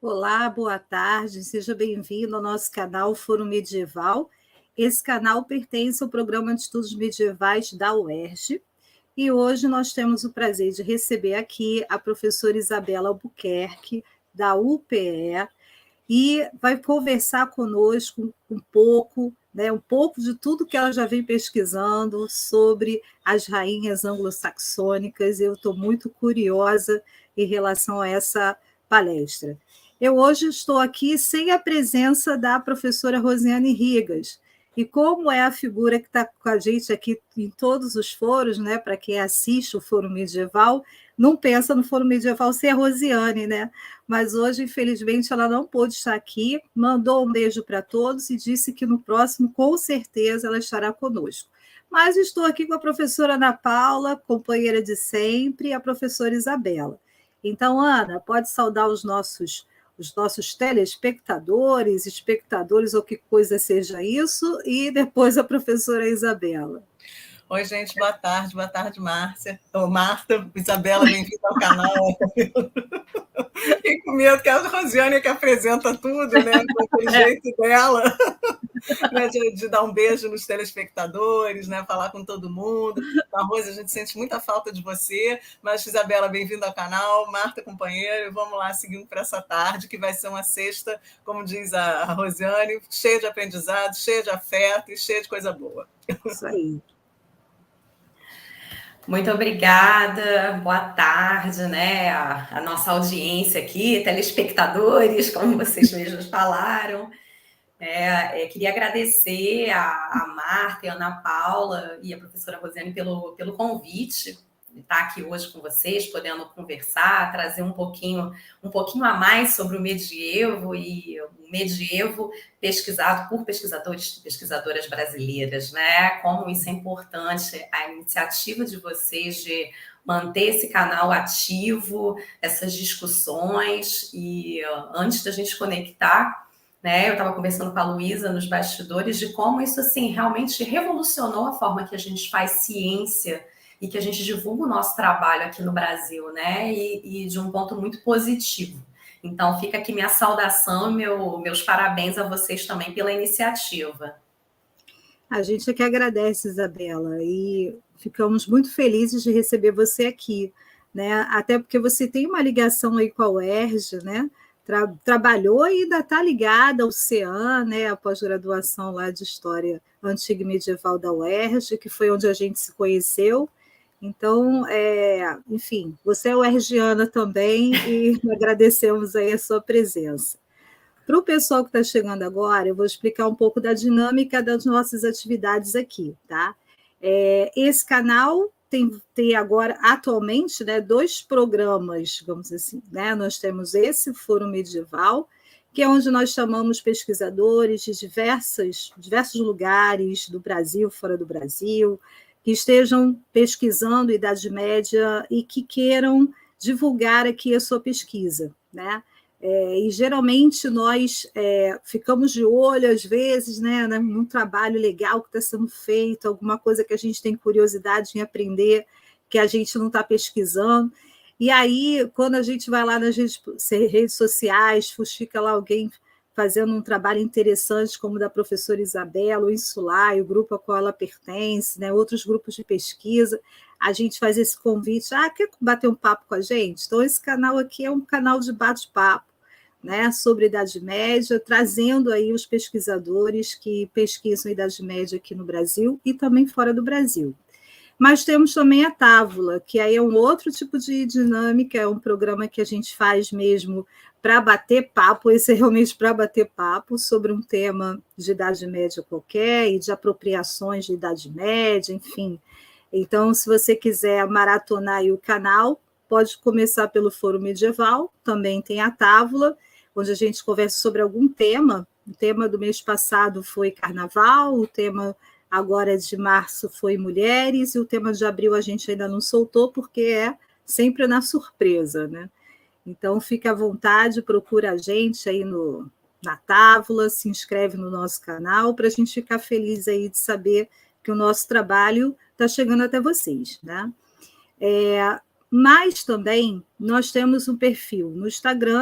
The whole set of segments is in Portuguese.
Olá, boa tarde, seja bem-vindo ao nosso canal Foro Medieval. Esse canal pertence ao Programa de Estudos Medievais da UERJ e hoje nós temos o prazer de receber aqui a professora Isabela Albuquerque, da UPE, e vai conversar conosco um pouco de tudo que ela já vem pesquisando sobre as rainhas anglo-saxônicas. Eu estou muito curiosa em relação a essa palestra. Eu hoje estou aqui sem a presença da professora Rosiane Rigas, e como é a figura que está com a gente aqui em todos os foros, né, para quem assiste o Foro Medieval, não pensa no Foro Medieval sem a Rosiane, né? Mas hoje, infelizmente, ela não pôde estar aqui, mandou um beijo para todos e disse que no próximo, com certeza, ela estará conosco. Mas estou aqui com a professora Ana Paula, companheira de sempre, e a professora Isabela. Então, Ana, pode saudar os nossos telespectadores, espectadores, ou que coisa seja isso, e depois a professora Isabela. Oi, gente, boa tarde, Márcia. Marta, Isabela, bem-vinda ao canal. Fiquei com medo que a Rosiane que apresenta tudo, né? Com o jeito dela, né? De dar um beijo nos telespectadores, né? Falar com todo mundo. A Rosi, a gente sente muita falta de você, mas Isabela, bem-vinda ao canal, Marta, companheira, vamos lá seguindo para essa tarde, que vai ser uma sexta, como diz a Rosiane, cheia de aprendizado, cheia de afeto e cheia de coisa boa. Isso aí. Muito obrigada, boa tarde, né? A nossa audiência aqui, telespectadores, como vocês mesmos falaram. Queria agradecer a Marta, a Ana Paula e a professora Rosiane pelo convite de estar aqui hoje com vocês, podendo conversar, trazer um pouquinho a mais sobre o medievo e o medievo pesquisado por pesquisadores e pesquisadoras brasileiras, né? Como isso é importante, a iniciativa de vocês de manter esse canal ativo, essas discussões. E antes da gente conectar, né, eu estava conversando com a Luísa nos bastidores de como isso assim realmente revolucionou a forma que a gente faz ciência e que a gente divulga o nosso trabalho aqui no Brasil, né? E de um ponto muito positivo. Então, fica aqui minha saudação, meus parabéns a vocês também pela iniciativa. A gente é que agradece, Isabela, e ficamos muito felizes de receber você aqui, né? Até porque você tem uma ligação aí com a UERJ, né? Trabalhou e ainda está ligada ao CEAN, né? A pós-graduação lá de História Antiga e Medieval da UERJ, que foi onde a gente se conheceu. Então, enfim, você é UERJiana também e agradecemos aí a sua presença. Para o pessoal que está chegando agora, eu vou explicar um pouco da dinâmica das nossas atividades aqui, tá? Esse canal tem agora, atualmente, né, 2 programas, vamos dizer assim, né? Nós temos esse Foro Medieval, que é onde nós chamamos pesquisadores de diversos lugares do Brasil, fora do Brasil, que estejam pesquisando Idade Média e que queiram divulgar aqui a sua pesquisa, né? E geralmente nós ficamos de olho, às vezes, né, num trabalho legal que está sendo feito, alguma coisa que a gente tem curiosidade em aprender, que a gente não está pesquisando. E aí, quando a gente vai lá nas redes sociais, fica lá alguém fazendo um trabalho interessante, como o da professora Isabela, o Insular, o grupo ao qual ela pertence, né, outros grupos de pesquisa, a gente faz esse convite, quer bater um papo com a gente? Então, esse canal aqui é um canal de bate-papo, né, sobre a Idade Média, trazendo aí os pesquisadores que pesquisam a Idade Média aqui no Brasil e também fora do Brasil. Mas temos também a Távola, que aí é um outro tipo de dinâmica, é um programa que a gente faz mesmo para bater papo, esse é realmente para bater papo sobre um tema de Idade Média qualquer e de apropriações de Idade Média, enfim. Então, se você quiser maratonar aí o canal, pode começar pelo Foro Medieval, também tem a Távola, onde a gente conversa sobre algum tema. O tema do mês passado foi Carnaval, o tema agora de março foi Mulheres, e o tema de abril a gente ainda não soltou, porque é sempre na surpresa, né? Então, fique à vontade, procura a gente aí na Távola, se inscreve no nosso canal, para a gente ficar feliz aí de saber que o nosso trabalho está chegando até vocês, né? Mas também nós temos um perfil no Instagram,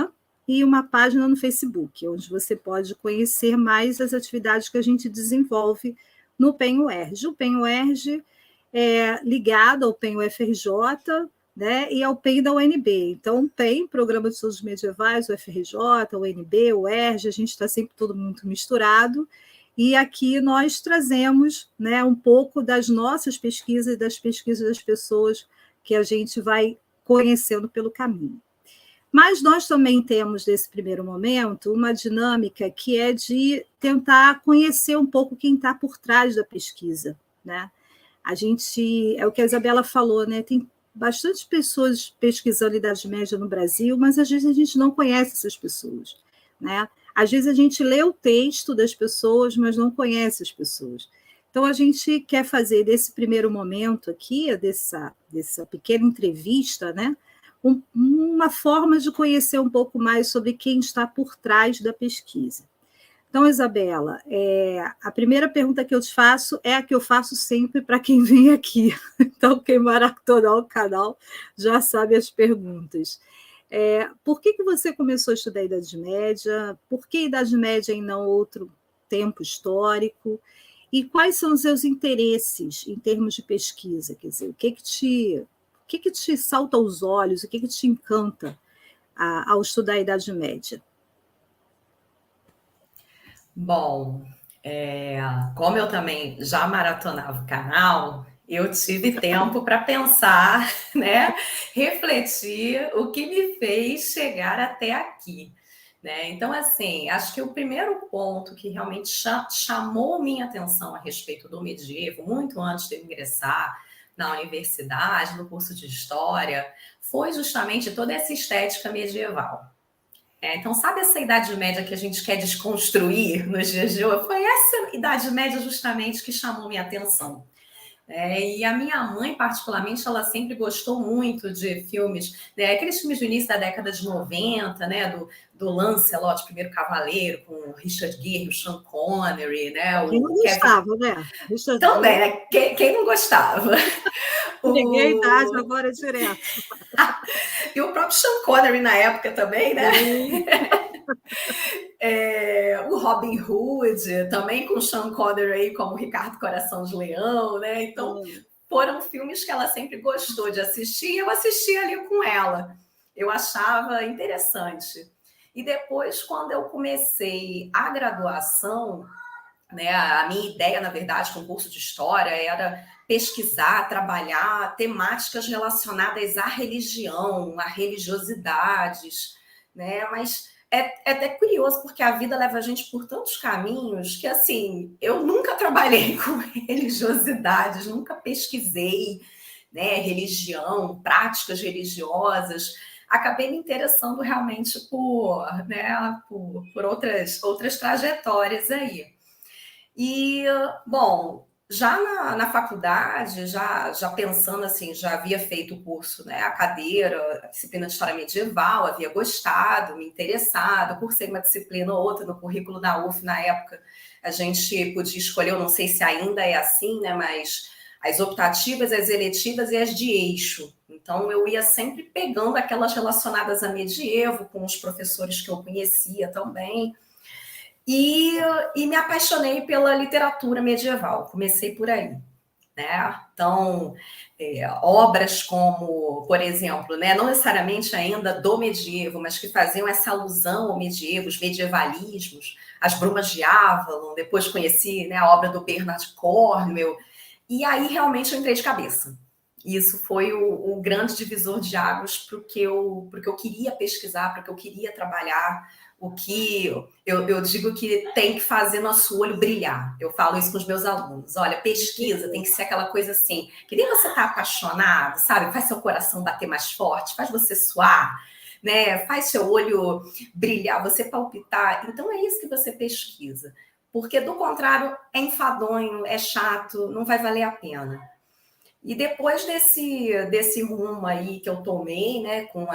e uma página no Facebook, onde você pode conhecer mais as atividades que a gente desenvolve no PEN-UERJ. O PEN-UERJ é ligado ao PEN-UFRJ, né, e ao PEN da UNB. Então, o PEN, Programa de Estudos Medievais, o UFRJ, o UNB, o UERJ, a gente está sempre todo muito misturado, e aqui nós trazemos, né, um pouco das nossas pesquisas e das pesquisas das pessoas que a gente vai conhecendo pelo caminho. Mas nós também temos, nesse primeiro momento, uma dinâmica que é de tentar conhecer um pouco quem está por trás da pesquisa, né? A gente, é o que a Isabela falou, né? Tem bastante pessoas pesquisando Idade Média no Brasil, mas às vezes a gente não conhece essas pessoas, né? Às vezes a gente lê o texto das pessoas, mas não conhece as pessoas. Então, a gente quer fazer desse primeiro momento aqui, dessa pequena entrevista, né, uma forma de conhecer um pouco mais sobre quem está por trás da pesquisa. Então, Isabela, a primeira pergunta que eu te faço é a que eu faço sempre para quem vem aqui. Então, quem maratonar o canal já sabe as perguntas. Por que você começou a estudar a Idade Média? Por que Idade Média e não outro tempo histórico? E quais são os seus interesses em termos de pesquisa? Quer dizer, o que te salta aos olhos, o que te encanta ao estudar a Idade Média? Bom, como eu também já maratonava o canal, eu tive tempo para pensar, né, refletir o que me fez chegar até aqui, né? Então, assim, acho que o primeiro ponto que realmente chamou minha atenção a respeito do medievo, muito antes de eu ingressar na universidade, no curso de História, foi justamente toda essa estética medieval. Então, sabe essa Idade Média que a gente quer desconstruir nos dias de hoje? Foi essa Idade Média justamente que chamou minha atenção. E a minha mãe, particularmente, ela sempre gostou muito de filmes, né, aqueles filmes do início da década de 90, né, do Lancelot, Primeiro Cavaleiro, com o Richard Gere, o Sean Connery, né? Quem não gostava, né? Richard também, né? Quem não gostava? Peguei a idade agora direto. E o próprio Sean Connery na época também, né? O Robin Hood, também com Sean Connery como Ricardo Coração de Leão, né? Então, foram filmes que ela sempre gostou de assistir e eu assistia ali com ela. Eu achava interessante. E depois, quando eu comecei a graduação, né, a minha ideia, na verdade, com o curso de História era pesquisar, trabalhar temáticas relacionadas à religião, a religiosidades, né? Mas é até curioso, porque a vida leva a gente por tantos caminhos que, assim, eu nunca trabalhei com religiosidades, nunca pesquisei, né, religião, práticas religiosas. Acabei me interessando realmente por outras trajetórias aí. E, bom, já na faculdade, já pensando assim, já havia feito o curso, né, a cadeira, a disciplina de História Medieval, havia gostado, me interessado, cursei uma disciplina ou outra no currículo da UF na época. A gente podia escolher, eu não sei se ainda é assim, né, mas as optativas, as eletivas e as de eixo. Então, eu ia sempre pegando aquelas relacionadas a medievo, com os professores que eu conhecia também. E me apaixonei pela literatura medieval, comecei por aí, né? Então, obras como, por exemplo, né, não necessariamente ainda do medievo, mas que faziam essa alusão ao medievo, os medievalismos, as Brumas de Avalon, depois conheci, né, a obra do Bernard Cornwell, e aí realmente eu entrei de cabeça. Isso foi o grande divisor de águas para o que eu queria pesquisar, para o que eu queria trabalhar, o que eu digo que tem que fazer nosso olho brilhar. Eu falo isso com os meus alunos. Olha, pesquisa tem que ser aquela coisa assim, que nem você está apaixonado, sabe? Faz seu coração bater mais forte, faz você suar, né? Faz seu olho brilhar, você palpitar. Então é isso que você pesquisa. Porque, do contrário, é enfadonho, é chato, não vai valer a pena. E depois desse rumo aí que eu tomei, né, com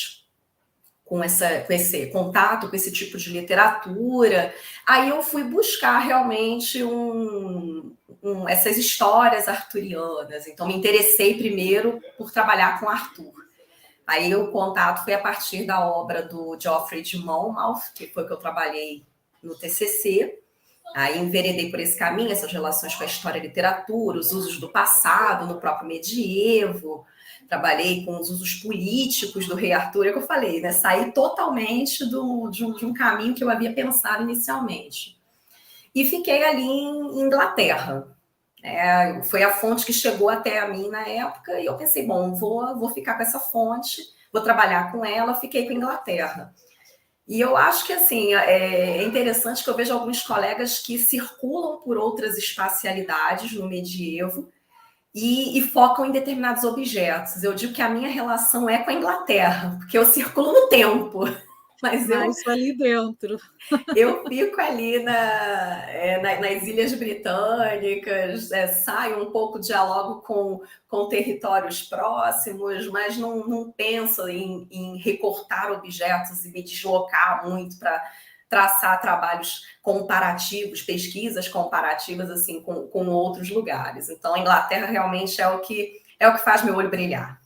esse contato com esse tipo de literatura, aí eu fui buscar realmente essas histórias arturianas. Então, me interessei primeiro por trabalhar com Arthur. Aí o contato foi a partir da obra do Geoffrey de Monmouth, que foi que eu trabalhei no TCC. Aí enveredei por esse caminho, essas relações com a história e a literatura, os usos do passado no próprio medievo. Trabalhei com os usos políticos do rei Arthur, é o que eu falei, né? Saí totalmente de um caminho que eu havia pensado inicialmente. E fiquei ali em Inglaterra. Foi a fonte que chegou até a mim na época, e eu pensei, bom, vou ficar com essa fonte, vou trabalhar com ela, fiquei com a Inglaterra. E eu acho que, assim, é interessante que eu vejo alguns colegas que circulam por outras espacialidades no medievo e focam em determinados objetos. Eu digo que a minha relação é com a Inglaterra, porque eu circulo no tempo. Mas isso ali dentro. Eu fico ali nas Ilhas Britânicas, saio um pouco, dialogo com territórios próximos, mas não penso em recortar objetos e me deslocar muito para traçar trabalhos comparativos, pesquisas comparativas assim com outros lugares. Então, a Inglaterra realmente é o que faz meu olho brilhar.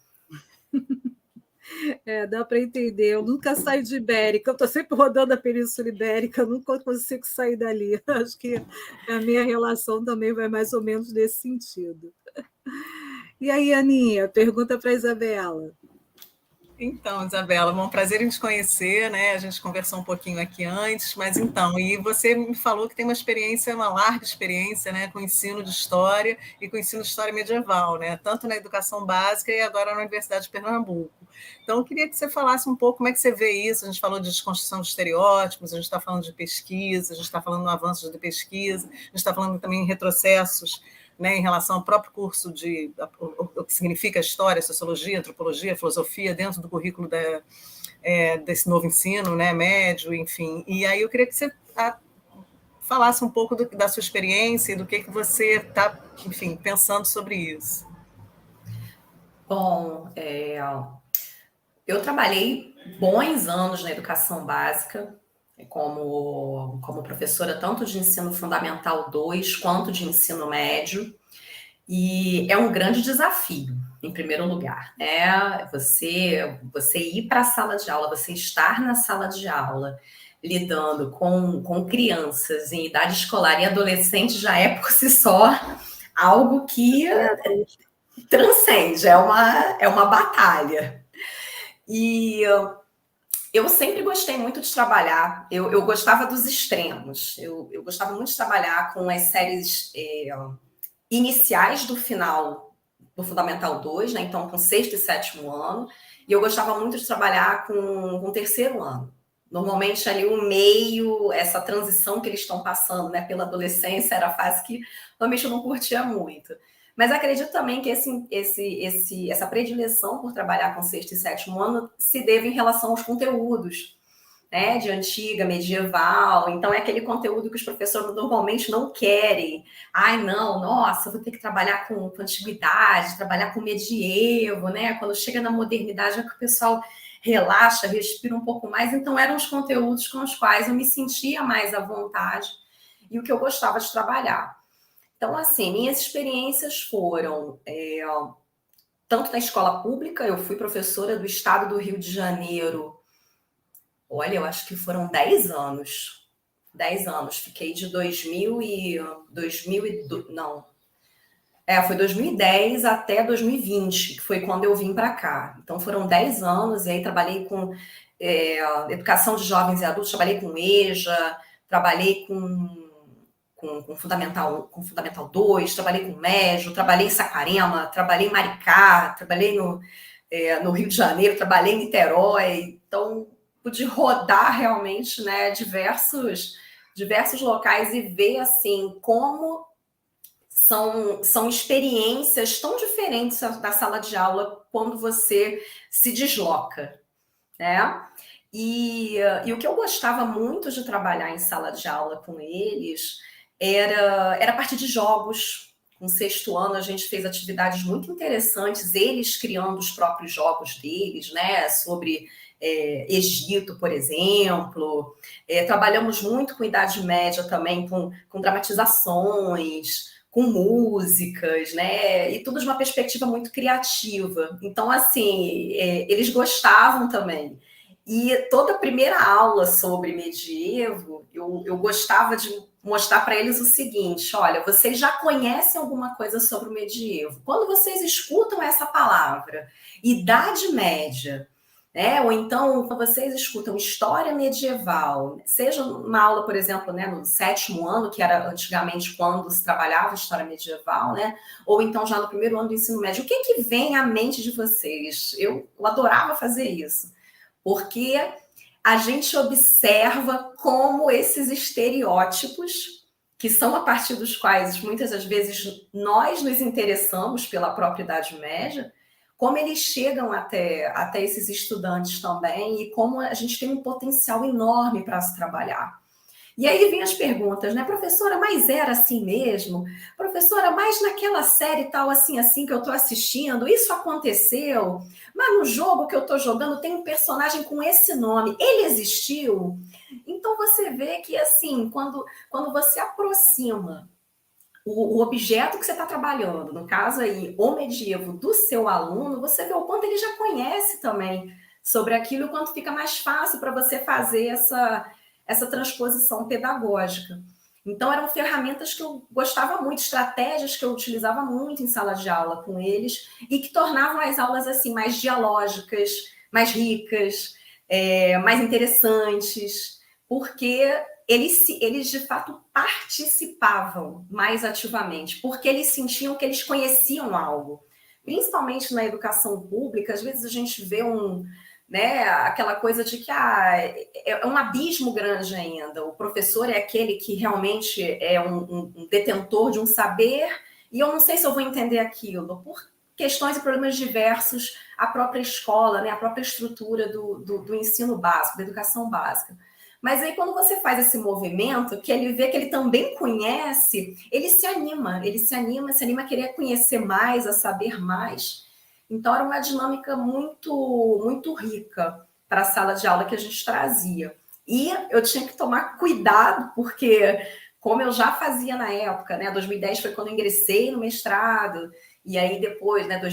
Dá para entender. Eu nunca saio de Ibérica, eu estou sempre rodando a Península Ibérica, eu nunca consigo sair dali. Acho que a minha relação também vai mais ou menos nesse sentido. E aí, Aninha, pergunta para a Isabela. Então, Isabela, um prazer em te conhecer, né? A gente conversou um pouquinho aqui antes, mas então, e você me falou que tem uma larga experiência, né, com o ensino de história e com o ensino de história medieval, né? Tanto na educação básica e agora na Universidade de Pernambuco. Então, eu queria que você falasse um pouco como é que você vê isso. A gente falou de desconstrução de estereótipos, a gente está falando de pesquisa, a gente está falando no avanço de pesquisa, a gente está falando também em retrocessos, né, em relação ao próprio curso o que significa história, sociologia, antropologia, filosofia, dentro do currículo desse novo ensino, né, médio, enfim. E aí eu queria que você falasse um pouco da sua experiência e do que você está, enfim, pensando sobre isso. Bom, eu trabalhei bons anos na educação básica, como professora tanto de ensino fundamental 2 quanto de ensino médio, e é um grande desafio, em primeiro lugar, né? Você ir para a sala de aula, você estar na sala de aula, lidando com crianças em idade escolar e adolescente já é por si só algo que transcende, é uma batalha. E eu sempre gostei muito de trabalhar, eu gostava dos extremos, eu gostava muito de trabalhar com as séries iniciais do final do Fundamental 2, né? Então com 6º e 7º ano, e eu gostava muito de trabalhar com o 3º ano. Normalmente ali o meio, essa transição que eles estão passando, né, pela adolescência, era a fase que normalmente eu não curtia muito. Mas acredito também que essa predileção por trabalhar com 6º e 7º ano se deve em relação aos conteúdos, né, de antiga, medieval. Então é aquele conteúdo que os professores normalmente não querem. Ai, não, nossa, vou ter que trabalhar com antiguidade, trabalhar com medievo, né? Quando chega na modernidade é que o pessoal relaxa, respira um pouco mais. Então eram os conteúdos com os quais eu me sentia mais à vontade e o que eu gostava de trabalhar. Então, assim, minhas experiências foram tanto na escola pública, eu fui professora do estado do Rio de Janeiro. Olha, eu acho que foram 10 anos. 10 anos. Fiquei de 2010 até 2020, que foi quando eu vim para cá. Então, foram 10 anos, e aí trabalhei com educação de jovens e adultos, trabalhei com EJA, trabalhei com Fundamental 2, trabalhei com médio, trabalhei em Saquarema, trabalhei em Maricá, trabalhei no Rio de Janeiro, trabalhei em Niterói. Então, pude rodar realmente, né, diversos locais e ver assim como são experiências tão diferentes da sala de aula quando você se desloca, né? E o que eu gostava muito de trabalhar em sala de aula com eles era a parte de jogos. No 6º ano, a gente fez atividades muito interessantes, eles criando os próprios jogos deles, né? Sobre Egito, por exemplo. Trabalhamos muito com Idade Média também, com dramatizações, com músicas, né? E tudo de uma perspectiva muito criativa. Então, assim, eles gostavam também. E toda a primeira aula sobre medievo, eu gostava de mostrar para eles o seguinte: olha, vocês já conhecem alguma coisa sobre o medievo. Quando vocês escutam essa palavra, Idade Média, né? Ou então, quando vocês escutam história medieval, seja uma aula, por exemplo, né, no 7º ano, que era antigamente quando se trabalhava história medieval, né? Ou então já no 1º ano do ensino médio, o que vem à mente de vocês? Eu adorava fazer isso, porque a gente observa como esses estereótipos, que são a partir dos quais muitas das vezes nós nos interessamos pela própria Idade Média, como eles chegam até esses estudantes também e como a gente tem um potencial enorme para se trabalhar. E aí vem as perguntas, né? Professora, mas era assim mesmo? Professora, mas naquela série tal, assim que eu estou assistindo, isso aconteceu? Mas no jogo que eu estou jogando tem um personagem com esse nome, ele existiu? Então você vê que, assim, quando você aproxima o objeto que você está trabalhando, no caso aí, o medievo do seu aluno, você vê o quanto ele já conhece também sobre aquilo, o quanto fica mais fácil para você fazer essa transposição pedagógica. Então, eram ferramentas que eu gostava muito, estratégias que eu utilizava muito em sala de aula com eles e que tornavam as aulas assim mais dialógicas, mais ricas, mais interessantes, porque eles de fato participavam mais ativamente, porque eles sentiam que eles conheciam algo. Principalmente na educação pública, às vezes a gente vê aquela coisa de que é um abismo grande ainda. O professor é aquele que realmente é um detentor de um saber, e eu não sei se eu vou entender aquilo, por questões e problemas diversos, a própria escola, né, a própria estrutura do ensino básico, da educação básica. Mas aí, quando você faz esse movimento, que ele vê que ele também conhece, ele se anima a querer conhecer mais, a saber mais. Então, era uma dinâmica muito, muito rica para a sala de aula que a gente trazia. E eu tinha que tomar cuidado, porque, como eu já fazia na época, né, 2010 foi quando eu ingressei no mestrado, e aí depois, né,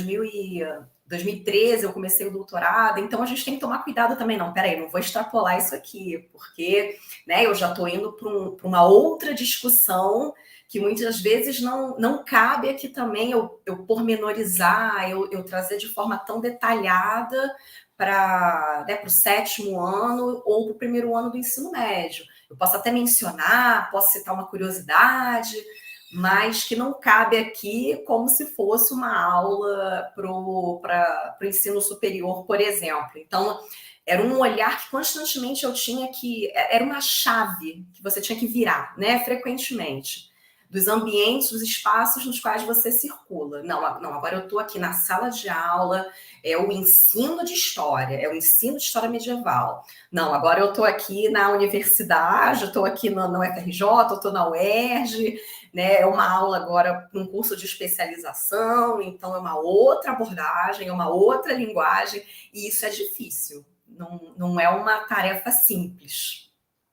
2013 eu comecei o doutorado, então a gente tem que tomar cuidado também. Não, peraí, não vou extrapolar isso aqui, porque, né, eu já estou indo para uma outra discussão que muitas vezes não cabe aqui também eu pormenorizar, eu trazer de forma tão detalhada para o 7º ano ou para o 1º ano do ensino médio. Eu posso até mencionar, posso citar uma curiosidade, mas que não cabe aqui como se fosse uma aula para o ensino superior, por exemplo. Então, era um olhar que constantemente eu tinha que... Era uma chave que você tinha que virar, né, frequentemente, dos ambientes, dos espaços nos quais você circula. Não, agora eu estou aqui na sala de aula, é o ensino de história, é o ensino de história medieval. Não, agora eu estou aqui na universidade, eu estou aqui na UFRJ, eu estou na UERJ, né? É uma aula agora, um curso de especialização, então é uma outra abordagem, é uma outra linguagem, e isso é difícil, não é uma tarefa simples.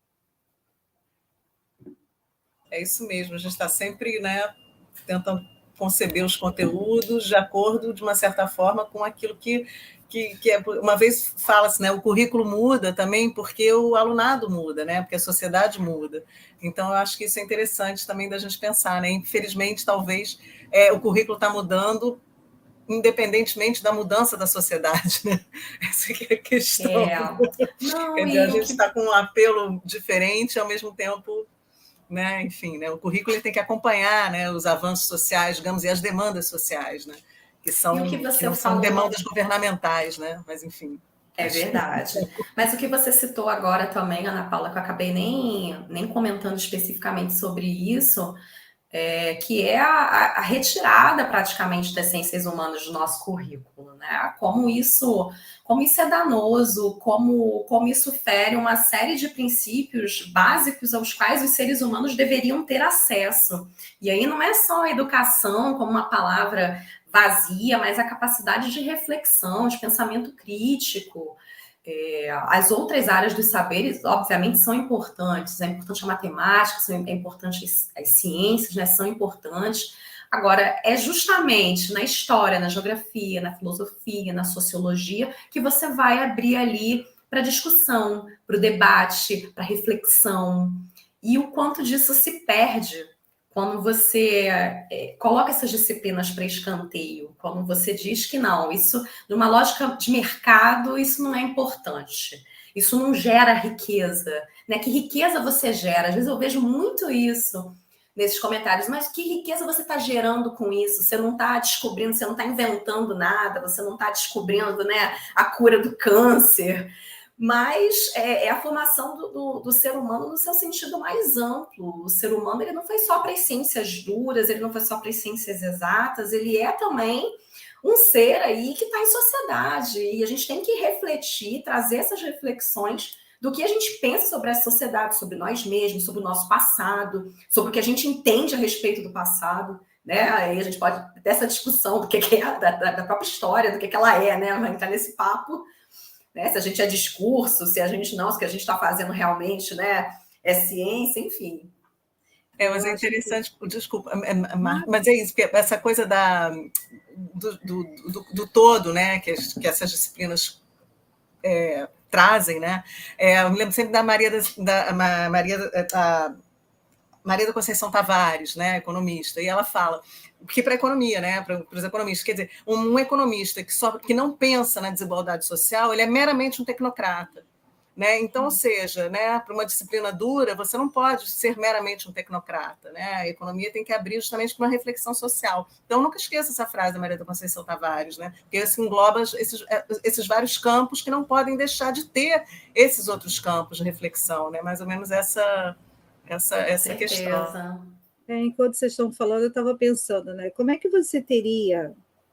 É isso mesmo, a gente está sempre, né, tentando conceber os conteúdos de acordo, de uma certa forma, com aquilo que uma vez fala-se, né, o currículo muda também porque o alunado muda, né, porque a sociedade muda. Então, eu acho que isso é interessante também da gente pensar, né? Infelizmente, talvez, o currículo está mudando independentemente da mudança da sociedade, né? Essa que é a questão. Não, quer dizer, a gente está com um apelo diferente, ao mesmo tempo... Né? Enfim, né? O currículo ele tem que acompanhar, né, os avanços sociais, digamos, e as demandas sociais, né? que não são demandas governamentais, né? Mas enfim. É verdade. Mas o que você citou agora também, Ana Paula, que eu acabei nem comentando especificamente sobre isso, que é a retirada praticamente das ciências humanas do nosso currículo, né? Como isso é danoso, como isso fere uma série de princípios básicos aos quais os seres humanos deveriam ter acesso. E aí não é só a educação como uma palavra vazia, mas a capacidade de reflexão, de pensamento crítico. As outras áreas dos saberes, obviamente, são importantes. É importante a matemática, é importante as ciências, né, são importantes. Agora, é justamente na história, na geografia, na filosofia, na sociologia, que você vai abrir ali para discussão, para o debate, para reflexão. E o quanto disso se perde quando você coloca essas disciplinas para escanteio, quando você diz que não, isso, numa lógica de mercado, isso não é importante, isso não gera riqueza, né? Que riqueza você gera? Às vezes eu vejo muito isso nesses comentários, mas que riqueza você está gerando com isso? Você não está descobrindo, você não está inventando nada, você não está descobrindo, né, a cura do câncer, mas é a formação do ser humano no seu sentido mais amplo. O ser humano, ele não foi só para as ciências duras, ele não foi só para as ciências exatas, ele é também um ser aí que está em sociedade, e a gente tem que refletir, trazer essas reflexões do que a gente pensa sobre a sociedade, sobre nós mesmos, sobre o nosso passado, sobre o que a gente entende a respeito do passado, né? Aí a gente pode ter essa discussão do que é da própria história, do que ela é, né? Vai entrar nesse papo, né? Se a gente é discurso, se a gente não, se o que a gente está fazendo realmente, né, é ciência, enfim. Mas é interessante, desculpa, mas é isso, porque essa coisa do todo, né, que essas disciplinas trazem, né? Eu me lembro sempre da Maria da Conceição Tavares, né, economista, e ela fala que para a economia, né, para os economistas, quer dizer, um economista que não pensa na desigualdade social, ele é meramente um tecnocrata, né? Então, ou seja, né, para uma disciplina dura, você não pode ser meramente um tecnocrata, né? A economia tem que abrir justamente para uma reflexão social. Então, nunca esqueça essa frase da Maria da Conceição Tavares, né? Porque isso engloba esses vários campos que não podem deixar de ter esses outros campos de reflexão, né? Mais ou menos essa questão. Enquanto vocês estão falando, eu estava pensando, né? Como é que você teria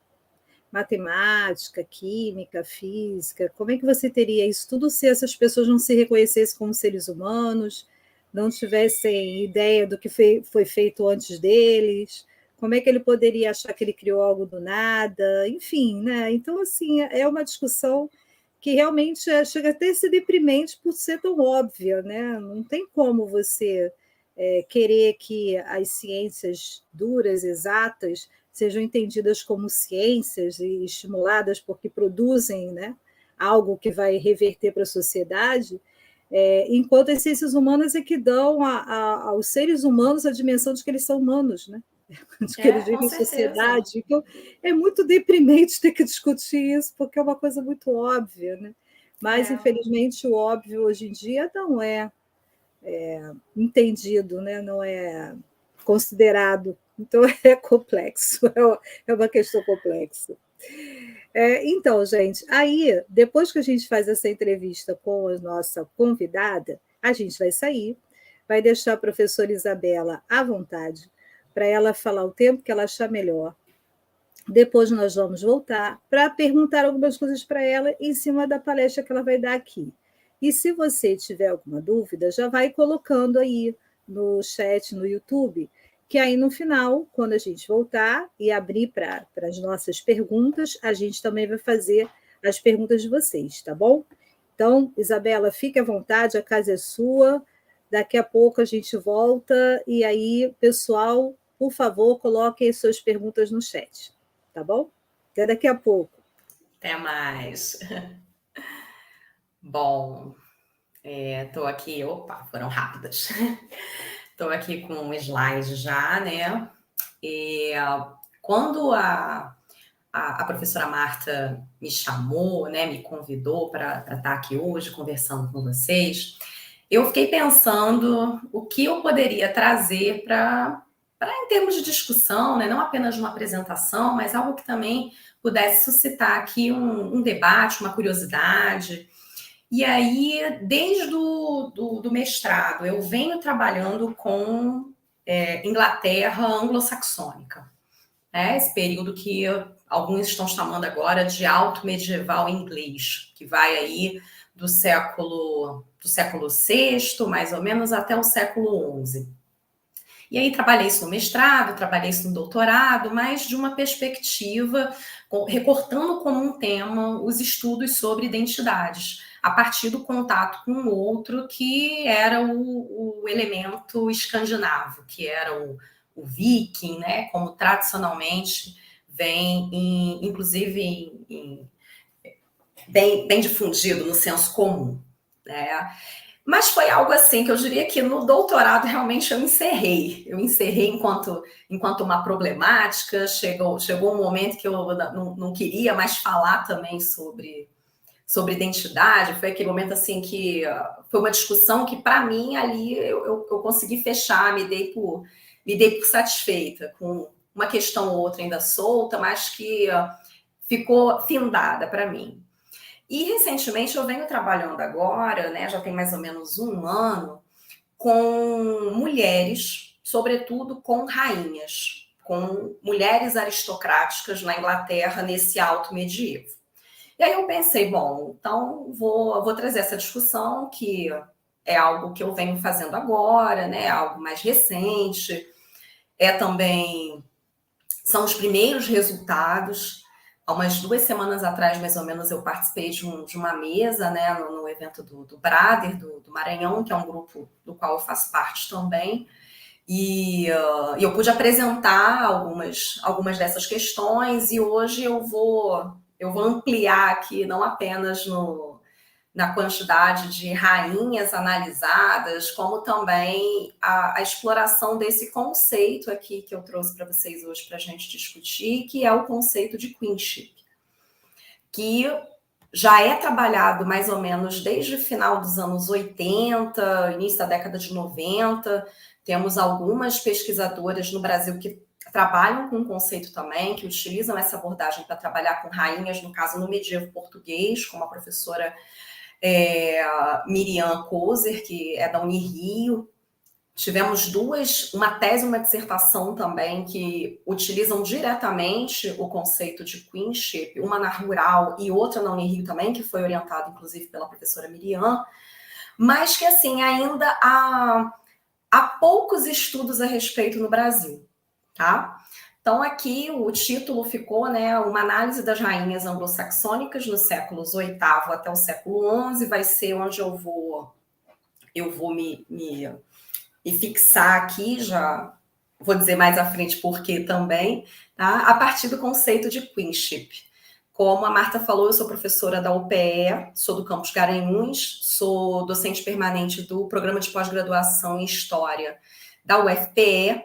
matemática, química, física, como é que você teria isso tudo se essas pessoas não se reconhecessem como seres humanos, não tivessem ideia do que foi feito antes deles? Como é que ele poderia achar que ele criou algo do nada? Enfim, né? Então, assim, é uma discussão que realmente chega até a ser deprimente por ser tão óbvia, né? Não tem como você querer que as ciências duras, exatas, sejam entendidas como ciências e estimuladas porque produzem, né, algo que vai reverter para a sociedade, enquanto as ciências humanas é que dão aos seres humanos a dimensão de que eles são humanos, né? De que eles vivem em sociedade. Então, é muito deprimente ter que discutir isso, porque é uma coisa muito óbvia, né? Mas, infelizmente, o óbvio hoje em dia não é entendido, né? Não é considerado. Então, é complexo, é uma questão complexa. Então, gente, aí, depois que a gente faz essa entrevista com a nossa convidada, a gente vai sair, vai deixar a professora Isabela à vontade para ela falar o tempo que ela achar melhor. Depois nós vamos voltar para perguntar algumas coisas para ela em cima da palestra que ela vai dar aqui. E se você tiver alguma dúvida, já vai colocando aí no chat, no YouTube, que aí no final, quando a gente voltar e abrir para as nossas perguntas, a gente também vai fazer as perguntas de vocês, tá bom? Então, Isabela, fique à vontade, a casa é sua. Daqui a pouco a gente volta e aí, pessoal, por favor, coloquem as suas perguntas no chat, tá bom? Até daqui a pouco. Até mais. Bom, estou aqui... Opa, foram rápidas. Estou aqui com um slide já, né? Quando a professora Marta me chamou, né, me convidou para estar aqui hoje conversando com vocês, eu fiquei pensando o que eu poderia trazer para em termos de discussão, né, não apenas uma apresentação, mas algo que também pudesse suscitar aqui um debate, uma curiosidade. E aí, desde do mestrado, eu venho trabalhando com Inglaterra anglo-saxônica. Esse período que alguns estão chamando agora de alto medieval inglês, que vai aí do século VI, mais ou menos, até o século XI. E aí trabalhei isso no mestrado, trabalhei isso no doutorado, mas de uma perspectiva, recortando como um tema os estudos sobre identidades, a partir do contato com o outro, que era o elemento escandinavo, que era o viking, né, como tradicionalmente vem, inclusive, bem difundido no senso comum, né? Mas foi algo assim que eu diria que no doutorado realmente eu encerrei. Eu encerrei enquanto uma problemática. Chegou um momento que eu não queria mais falar também sobre identidade. Foi aquele momento assim que foi uma discussão que, para mim, ali eu consegui fechar, me dei por satisfeita, com uma questão ou outra ainda solta, mas que ficou findada para mim. E, recentemente, eu venho trabalhando agora, né, já tem mais ou menos 1 ano, com mulheres, sobretudo com rainhas, com mulheres aristocráticas na Inglaterra, nesse alto medievo. E aí eu pensei, bom, então vou trazer essa discussão, que é algo que eu venho fazendo agora, né, algo mais recente, são os primeiros resultados. Há umas 2 semanas atrás, mais ou menos, eu participei de uma mesa, né, no evento do Brader, do Maranhão, que é um grupo do qual eu faço parte também, e eu pude apresentar algumas dessas questões, e hoje eu vou ampliar aqui, não apenas na quantidade de rainhas analisadas, como também a exploração desse conceito aqui que eu trouxe para vocês hoje para a gente discutir, que é o conceito de queenship, que já é trabalhado mais ou menos desde o final dos anos 80, início da década de 90. Temos algumas pesquisadoras no Brasil que trabalham com o conceito também, que utilizam essa abordagem para trabalhar com rainhas, no caso, no medievo português, como a professora Miriam Kozer, que é da Unirio. Tivemos uma tese e uma dissertação também que utilizam diretamente o conceito de queenship, uma na Rural e outra na Unirio também, que foi orientada, inclusive, pela professora Miriam, mas que, assim, ainda há poucos estudos a respeito no Brasil, tá? Então, aqui o título ficou, né, uma análise das rainhas anglo-saxônicas nos séculos VIII até o século XI, vai ser onde eu vou me fixar aqui, já vou dizer mais à frente por quê também, tá? A partir do conceito de queenship. Como a Marta falou, eu sou professora da UPE, sou do campus Garanhuns, sou docente permanente do programa de pós-graduação em História da UFPE,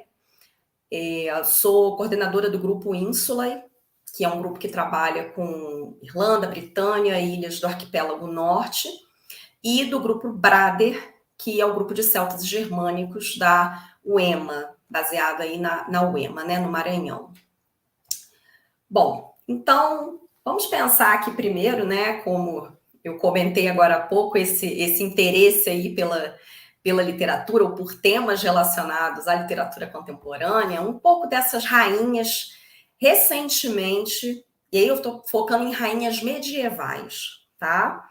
sou coordenadora do grupo Ínsula, que é um grupo que trabalha com Irlanda, Britânia, ilhas do arquipélago norte, e do grupo Brader, que é o grupo de celtas germânicos da UEMA, baseado aí na UEMA, né, no Maranhão. Bom, então, vamos pensar aqui primeiro, né, como eu comentei agora há pouco, esse interesse aí pela literatura, ou por temas relacionados à literatura contemporânea, um pouco dessas rainhas recentemente, e aí eu estou focando em rainhas medievais, tá?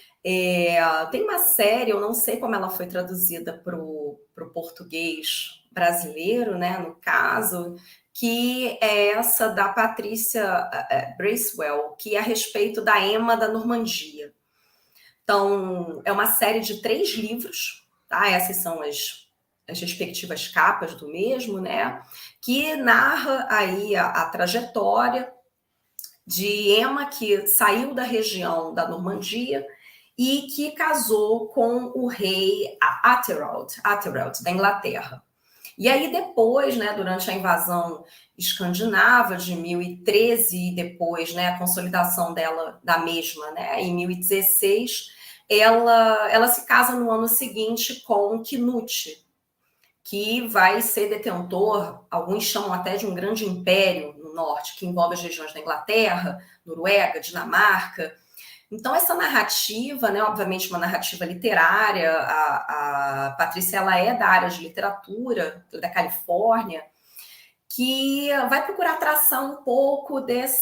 Tem uma série, eu não sei como ela foi traduzida para o português brasileiro, né, no caso, que é essa da Patrícia Bracewell, que é a respeito da Emma da Normandia. Então, é uma série de 3 livros, tá? Essas são as respectivas capas do mesmo, né? Que narra aí a trajetória de Emma, que saiu da região da Normandia e que casou com o rei Athelred da Inglaterra. E aí depois, né, durante a invasão escandinava de 1013 e depois, né, a consolidação da mesma, né, em 1016, ela se casa no ano seguinte com Knut, que vai ser detentor, alguns chamam até de um grande império no norte, que envolve as regiões da Inglaterra, Noruega, Dinamarca. Então, essa narrativa, né, obviamente uma narrativa literária, a Patrícia ela é da área de literatura, da Califórnia, que vai procurar traçar um pouco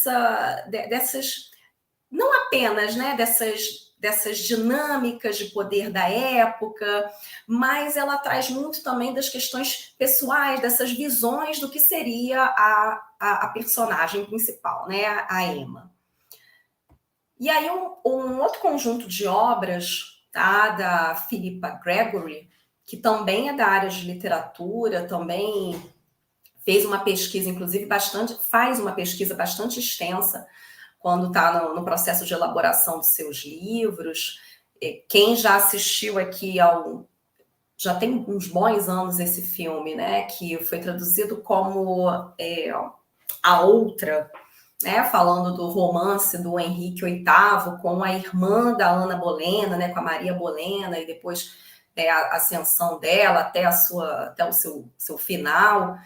dessas, não apenas, né, dessas dinâmicas de poder da época, mas ela traz muito também das questões pessoais, dessas visões do que seria a personagem principal, né, a Emma. E aí um outro conjunto de obras, tá, da Philippa Gregory, que também é da área de literatura, também fez uma pesquisa, inclusive faz uma pesquisa bastante extensa quando está no processo de elaboração dos seus livros. Quem já assistiu aqui já tem uns bons anos esse filme, né, que foi traduzido como A Outra, né, falando do romance do Henrique VIII com a irmã da Ana Bolena, né, com a Maria Bolena, e depois a ascensão dela até o seu final.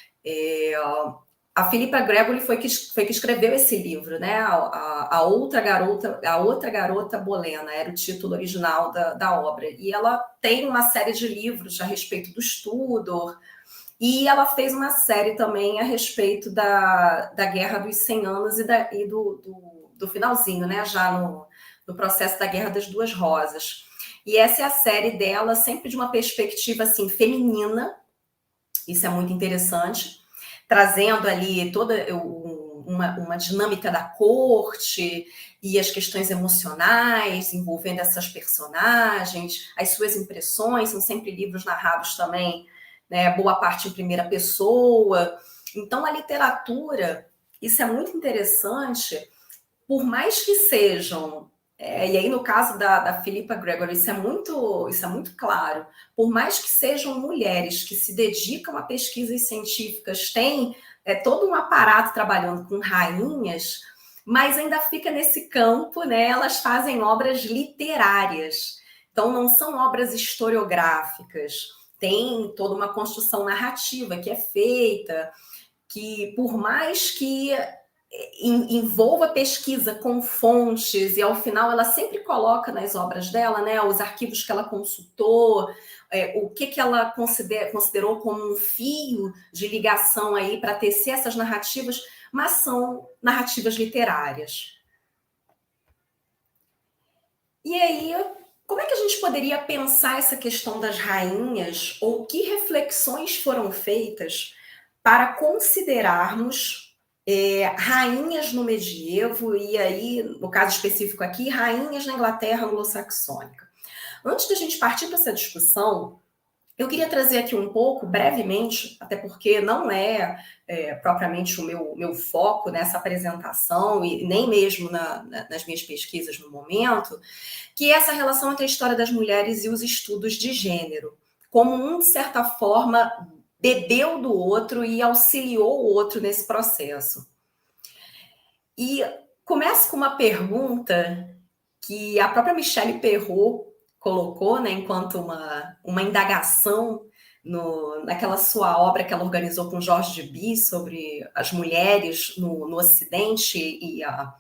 A Philippa Gregory foi que escreveu esse livro, né? A Outra Garota Bolena era o título original da obra. E ela tem uma série de livros a respeito do Tudor, e ela fez uma série também a respeito da Guerra dos 100 Anos e do finalzinho, né? Já no processo da Guerra das Duas Rosas. E essa é a série dela, sempre de uma perspectiva assim, feminina. Isso é muito interessante, trazendo ali toda uma dinâmica da corte e as questões emocionais envolvendo essas personagens, as suas impressões, são sempre livros narrados também, né, boa parte em primeira pessoa. Então, a literatura, isso é muito interessante, por mais que sejam... e aí, no caso da Philippa Gregory, isso é muito claro. Por mais que sejam mulheres que se dedicam a pesquisas científicas, tem todo um aparato trabalhando com rainhas, mas ainda fica nesse campo, né? Elas fazem obras literárias. Então, não são obras historiográficas. Tem toda uma construção narrativa que é feita, que por mais que envolva pesquisa com fontes, e ao final ela sempre coloca nas obras dela, né, os arquivos que ela consultou, o que ela considerou como um fio de ligação aí para tecer essas narrativas, mas são narrativas literárias. E aí, como é que a gente poderia pensar essa questão das rainhas, ou que reflexões foram feitas para considerarmos rainhas no medievo, e aí, no caso específico aqui, rainhas na Inglaterra anglo-saxônica? Antes da gente partir para essa discussão, eu queria trazer aqui um pouco, brevemente, até porque não é propriamente o meu foco nessa apresentação, e nem mesmo nas minhas pesquisas no momento, que é essa relação entre a história das mulheres e os estudos de gênero, como um, de certa forma, bebeu do outro e auxiliou o outro nesse processo. E começo com uma pergunta que a própria Michelle Perrault colocou, né, enquanto uma indagação naquela sua obra que ela organizou com George Duby sobre as mulheres no Ocidente e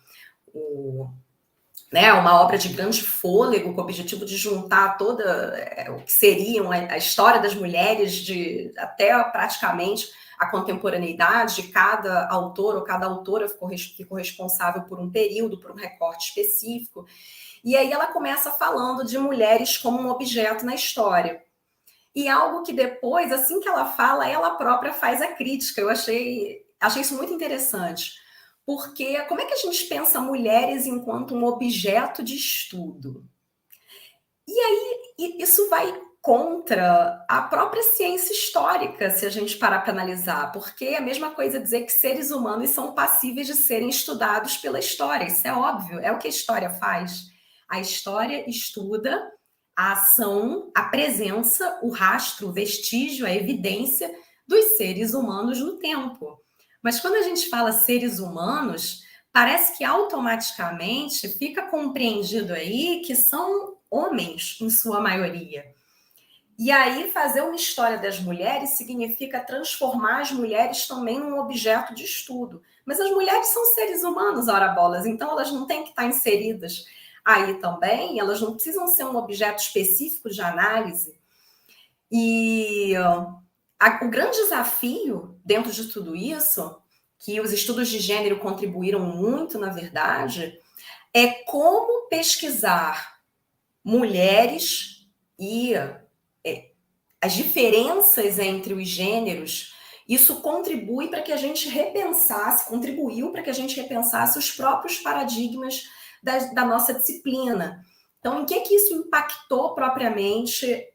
uma obra de grande fôlego, com o objetivo de juntar toda o que seriam a história das mulheres até praticamente a contemporaneidade. Cada autor ou cada autora ficou responsável por um período, por um recorte específico. E aí ela começa falando de mulheres como um objeto na história. E algo que depois, assim que ela fala, ela própria faz a crítica. Eu achei isso muito interessante. Porque como é que a gente pensa mulheres enquanto um objeto de estudo? E aí isso vai contra a própria ciência histórica, se a gente parar para analisar, porque é a mesma coisa dizer que seres humanos são passíveis de serem estudados pela história. Isso é óbvio, é o que a história faz. A história estuda a ação, a presença, o rastro, o vestígio, a evidência dos seres humanos no tempo. Mas quando a gente fala seres humanos, parece que automaticamente fica compreendido aí que são homens, em sua maioria. E aí fazer uma história das mulheres significa transformar as mulheres também num objeto de estudo. Mas as mulheres são seres humanos, ora bolas, então elas não têm que estar inseridas aí também, elas não precisam ser um objeto específico de análise. E o grande desafio dentro de tudo isso, que os estudos de gênero contribuíram muito, na verdade, é como pesquisar mulheres e as diferenças entre os gêneros. Isso contribuiu para que a gente repensasse os próprios paradigmas da nossa disciplina. Então, em que isso impactou propriamente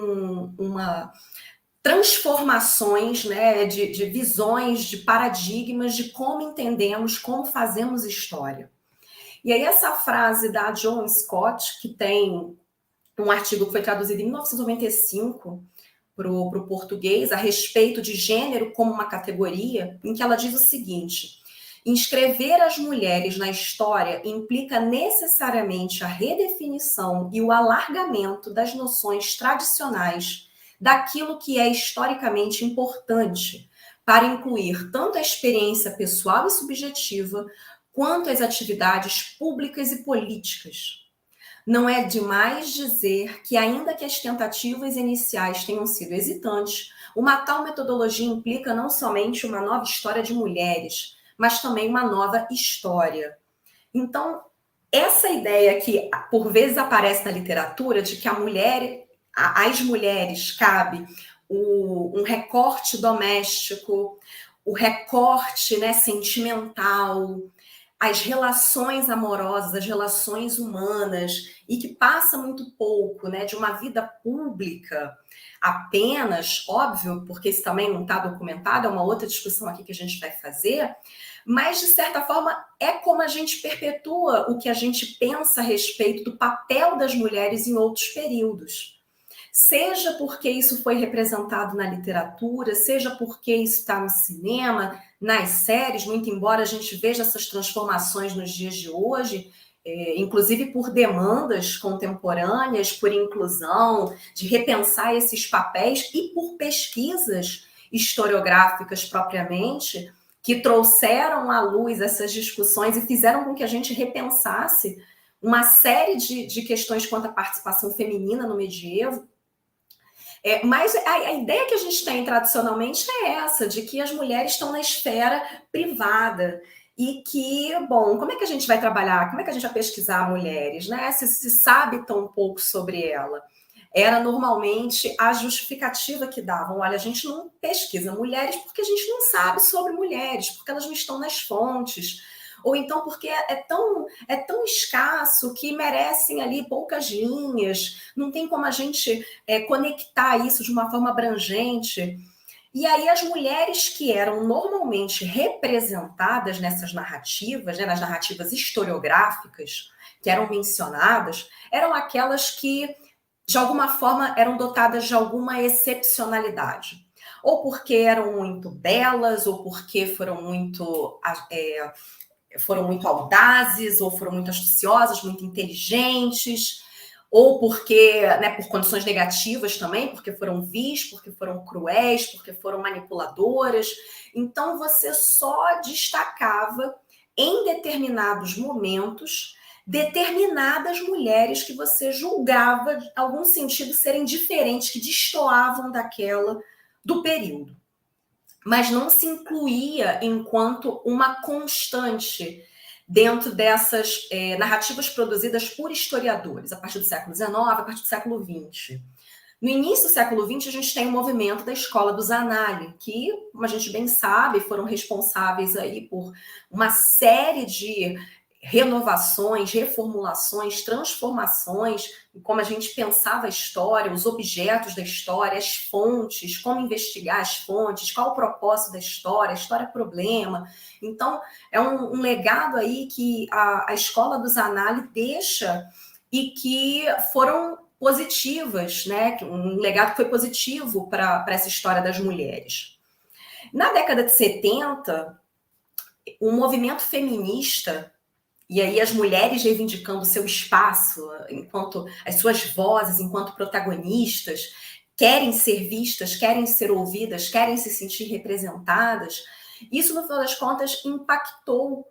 uma transformações, né, de visões, de paradigmas, de como entendemos, como fazemos história. E aí essa frase da Joan Scott, que tem um artigo que foi traduzido em 1995 para o português, a respeito de gênero como uma categoria, em que ela diz o seguinte: inscrever as mulheres na história implica necessariamente a redefinição e o alargamento das noções tradicionais daquilo que é historicamente importante, para incluir tanto a experiência pessoal e subjetiva, quanto as atividades públicas e políticas. Não é demais dizer que, ainda que as tentativas iniciais tenham sido hesitantes, uma tal metodologia implica não somente uma nova história de mulheres, mas também uma nova história. Então, essa ideia que, por vezes, aparece na literatura de que às mulheres cabe um recorte doméstico, o recorte, né, sentimental, as relações amorosas, as relações humanas, e que passa muito pouco, né, de uma vida pública apenas, óbvio, porque isso também não está documentado, é uma outra discussão aqui que a gente vai fazer, mas, de certa forma, é como a gente perpetua o que a gente pensa a respeito do papel das mulheres em outros períodos. Seja porque isso foi representado na literatura, seja porque isso está no cinema, nas séries, muito embora a gente veja essas transformações nos dias de hoje, inclusive por demandas contemporâneas, por inclusão, de repensar esses papéis e por pesquisas historiográficas propriamente, que trouxeram à luz essas discussões e fizeram com que a gente repensasse uma série de questões quanto à participação feminina no medievo. Mas a ideia que a gente tem tradicionalmente é essa, de que as mulheres estão na esfera privada e que, bom, como é que a gente vai trabalhar, como é que a gente vai pesquisar mulheres, né? Se sabe tão pouco sobre ela. Era normalmente a justificativa que davam: olha, a gente não pesquisa mulheres porque a gente não sabe sobre mulheres, porque elas não estão nas fontes, ou então porque é tão escasso que merecem ali poucas linhas, não tem como a gente conectar isso de uma forma abrangente. E aí as mulheres que eram normalmente representadas nessas narrativas, né, nas narrativas historiográficas que eram mencionadas, eram aquelas que, de alguma forma, eram dotadas de alguma excepcionalidade. Ou porque eram muito belas, ou porque foram muito audazes, ou foram muito astuciosas, muito inteligentes, ou porque, né, por condições negativas também, porque foram vis, porque foram cruéis, porque foram manipuladoras. Então, você só destacava, em determinados momentos, determinadas mulheres que você julgava, em algum sentido, serem diferentes, que destoavam daquela do período. Mas não se incluía enquanto uma constante dentro dessas narrativas produzidas por historiadores, a partir do século XIX, a partir do século XX. No início do século XX, a gente tem o movimento da Escola do Zanalli, que, como a gente bem sabe, foram responsáveis aí por uma série de renovações, reformulações, transformações, como a gente pensava a história, os objetos da história, as fontes, como investigar as fontes, qual o propósito da história, a história problema. Então, é um legado aí que a Escola do Zanalli deixa e que foram positivas, né? Um legado que foi positivo para essa história das mulheres. Na década de 70, o movimento feminista, e aí as mulheres reivindicando o seu espaço, enquanto as suas vozes, enquanto protagonistas, querem ser vistas, querem ser ouvidas, querem se sentir representadas, isso, no final das contas, impactou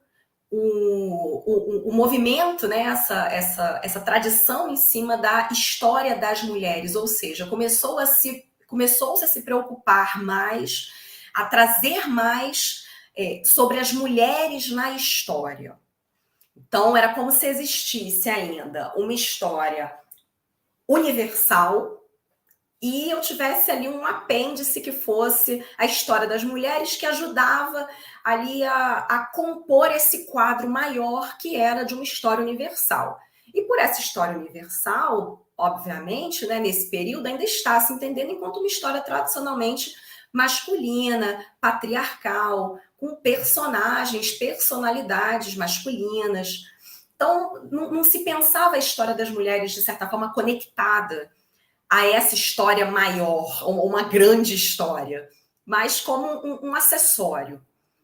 o movimento, né, essa tradição em cima da história das mulheres, ou seja, começou-se a se preocupar mais, a trazer mais sobre as mulheres na história. Então, era como se existisse ainda uma história universal e eu tivesse ali um apêndice que fosse a história das mulheres, que ajudava ali a compor esse quadro maior que era de uma história universal. E por essa história universal, obviamente, né, nesse período ainda está se entendendo enquanto uma história tradicionalmente masculina, patriarcal, com personagens, personalidades masculinas. Então, não se pensava a história das mulheres, de certa forma, conectada a essa história maior, ou uma grande história, mas como um acessório.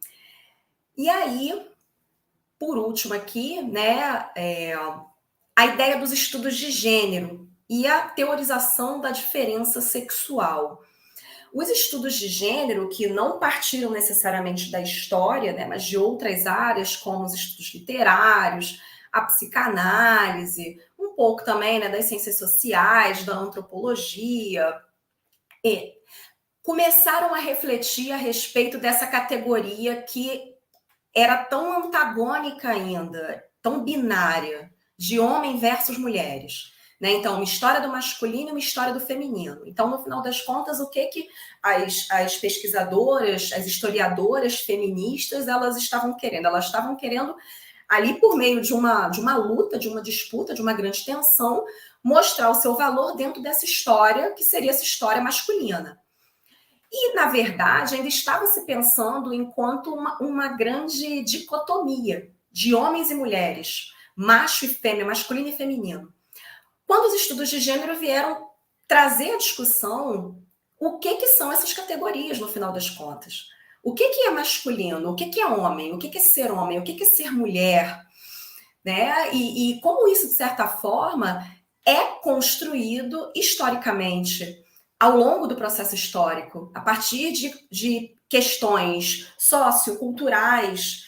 E aí, por último aqui, né, a ideia dos estudos de gênero e a teorização da diferença sexual. Os estudos de gênero, que não partiram necessariamente da história, né, mas de outras áreas, como os estudos literários, a psicanálise, um pouco também, né, das ciências sociais, da antropologia, e começaram a refletir a respeito dessa categoria que era tão antagônica ainda, tão binária, de homem versus mulheres. Né? Então, uma história do masculino e uma história do feminino. Então, no final das contas, o que as pesquisadoras, as historiadoras feministas, elas estavam querendo? Elas estavam querendo, ali por meio de uma luta, de uma disputa, de uma grande tensão, mostrar o seu valor dentro dessa história, que seria essa história masculina. E, na verdade, ainda estava se pensando enquanto uma grande dicotomia de homens e mulheres, macho e fêmea, masculino e feminino. Quando os estudos de gênero vieram trazer a discussão o que são essas categorias, no final das contas. O que é masculino? O que é homem? O que é ser homem? O que é ser mulher? Né? E como isso, de certa forma, é construído historicamente ao longo do processo histórico, a partir de questões socioculturais,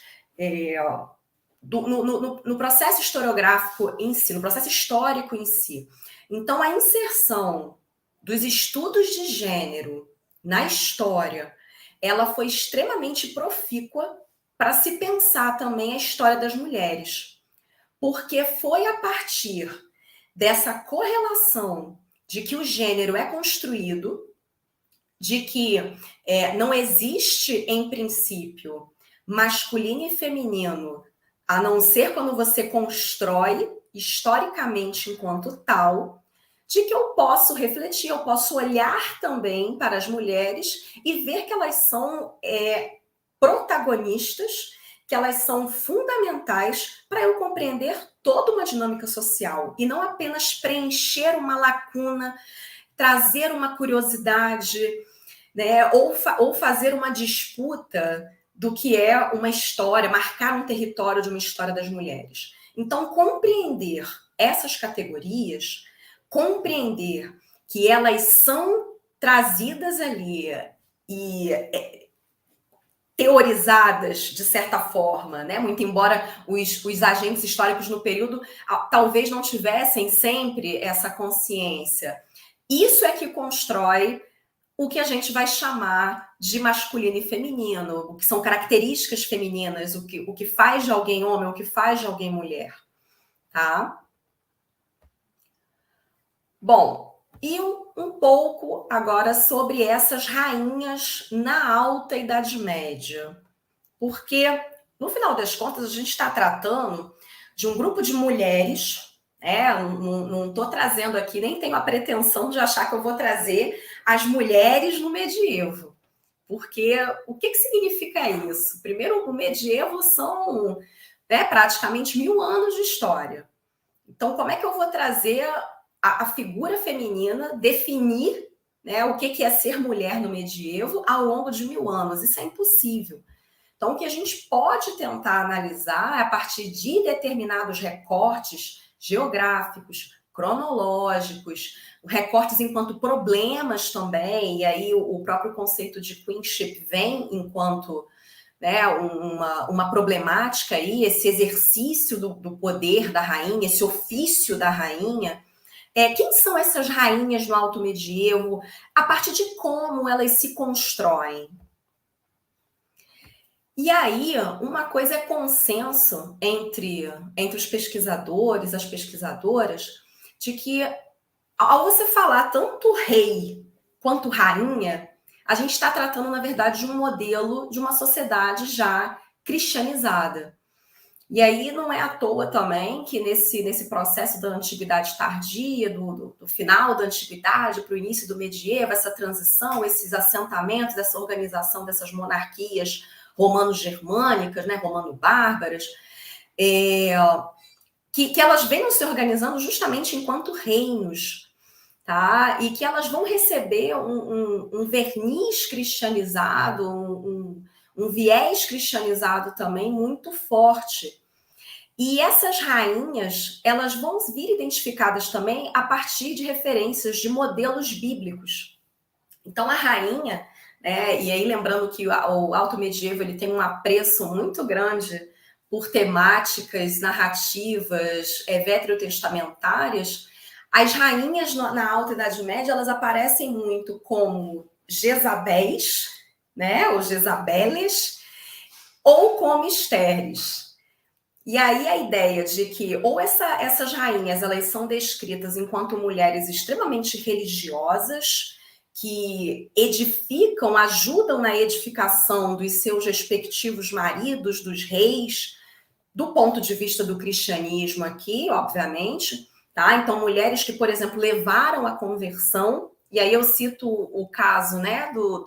no processo historiográfico em si, no processo histórico em si. Então, a inserção dos estudos de gênero na história, ela foi extremamente profícua para se pensar também a história das mulheres, porque foi a partir dessa correlação de que o gênero é construído, de que não existe, em princípio, masculino e feminino, a não ser quando você constrói historicamente enquanto tal, de que eu posso refletir, eu posso olhar também para as mulheres e ver que elas são protagonistas, que elas são fundamentais para eu compreender toda uma dinâmica social e não apenas preencher uma lacuna, trazer uma curiosidade, né, ou fazer uma disputa do que é uma história, marcar um território de uma história das mulheres. Então, compreender essas categorias, compreender que elas são trazidas ali e teorizadas, de certa forma, né? Muito embora os agentes históricos no período talvez não tivessem sempre essa consciência. Isso é que constrói o que a gente vai chamar de masculino e feminino, o que são características femininas, o que faz de alguém homem, o que faz de alguém mulher, tá? Bom, e um pouco agora sobre essas rainhas na Alta Idade Média, porque, no final das contas, a gente está tratando de um grupo de mulheres, não estou trazendo aqui, nem tenho a pretensão de achar que eu vou trazer as mulheres no medievo, porque o que significa isso? Primeiro, o medievo são praticamente 1000 anos de história. Então, como é que eu vou trazer a figura feminina, definir, né, o que é ser mulher no medievo ao longo de 1000 anos? Isso é impossível. Então, o que a gente pode tentar analisar a partir de determinados recortes geográficos, cronológicos, recortes enquanto problemas também, e aí o próprio conceito de queenship vem enquanto uma problemática aí, esse exercício do poder da rainha, esse ofício da rainha. Quem são essas rainhas no Alto Medievo? A partir de como elas se constroem? E aí, uma coisa é consenso entre os pesquisadores, as pesquisadoras, de que ao você falar tanto rei quanto rainha, a gente está tratando, na verdade, de um modelo de uma sociedade já cristianizada. E aí não é à toa também que nesse processo da antiguidade tardia, do final da antiguidade para o início do medievo, essa transição, esses assentamentos, essa organização dessas monarquias romano-germânicas, né, romano-bárbaras, que elas venham se organizando justamente enquanto reinos, tá? E que elas vão receber um verniz cristianizado, um viés cristianizado também muito forte. E essas rainhas, elas vão vir identificadas também a partir de referências de modelos bíblicos. Então, a rainha, né, e aí lembrando que o Alto Medievo ele tem um apreço muito grande por temáticas narrativas veterotestamentárias, as rainhas na Alta Idade Média, elas aparecem muito como Jezabéis, né, ou Jezabeles, ou como Estéres. E aí a ideia de que ou essas rainhas elas são descritas enquanto mulheres extremamente religiosas, que edificam, ajudam na edificação dos seus respectivos maridos, dos reis, do ponto de vista do cristianismo aqui, obviamente, tá? Então, mulheres que, por exemplo, levaram a conversão, e aí eu cito o caso, né,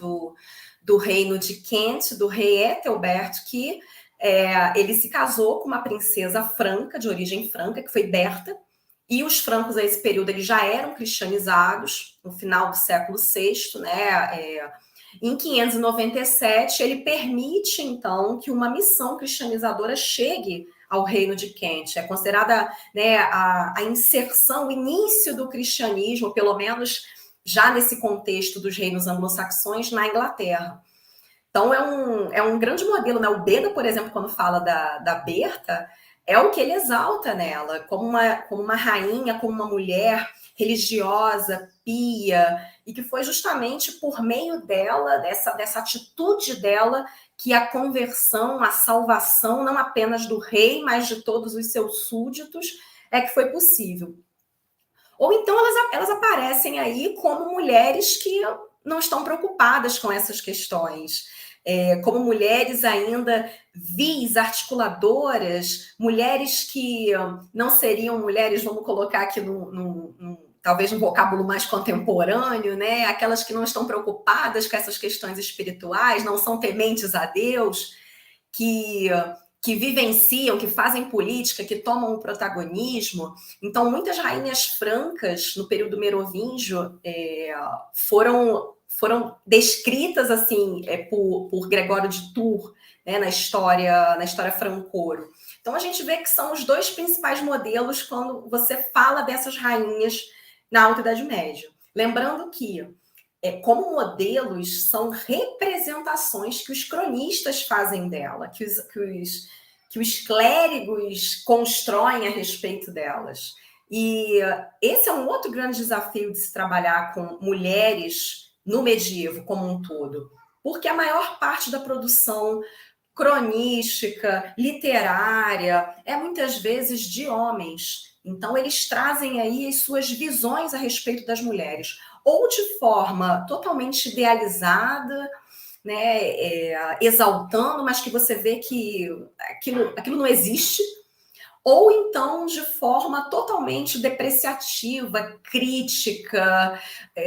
do reino de Kent, do rei Ethelbert, que ele se casou com uma princesa franca, de origem franca, que foi Berta, e os francos, a esse período, eles já eram cristianizados, no final do século VI, né? Em 597, ele permite, então, que uma missão cristianizadora chegue ao reino de Kent. É considerada, né, a inserção, o início do cristianismo, pelo menos já nesse contexto dos reinos anglo-saxões, na Inglaterra. Então, é um grande modelo, né? O Beda, por exemplo, quando fala da Berta, é o que ele exalta nela, como uma rainha, como uma mulher religiosa, pia, e que foi justamente por meio dela, dessa atitude dela, que a conversão, a salvação, não apenas do rei, mas de todos os seus súditos, que foi possível. Ou então elas aparecem aí como mulheres que não estão preocupadas com essas questões. Como mulheres ainda vis, articuladoras, mulheres que não seriam mulheres, vamos colocar aqui talvez num vocábulo mais contemporâneo, né? Aquelas que não estão preocupadas com essas questões espirituais, não são tementes a Deus, que vivenciam, que fazem política, que tomam o protagonismo. Então, muitas rainhas francas, no período merovingio, foram descritas assim por Gregório de Tours, né, na história francoro. Então a gente vê que são os dois principais modelos quando você fala dessas rainhas na Alta Idade Média. Lembrando que, como modelos, são representações que os cronistas fazem dela, que os clérigos constroem a respeito delas. E esse é um outro grande desafio de se trabalhar com mulheres no medievo como um todo, porque a maior parte da produção cronística, literária, é muitas vezes de homens. Então, eles trazem aí as suas visões a respeito das mulheres, ou de forma totalmente idealizada, né, exaltando, mas que você vê que aquilo não existe, ou então de forma totalmente depreciativa, crítica,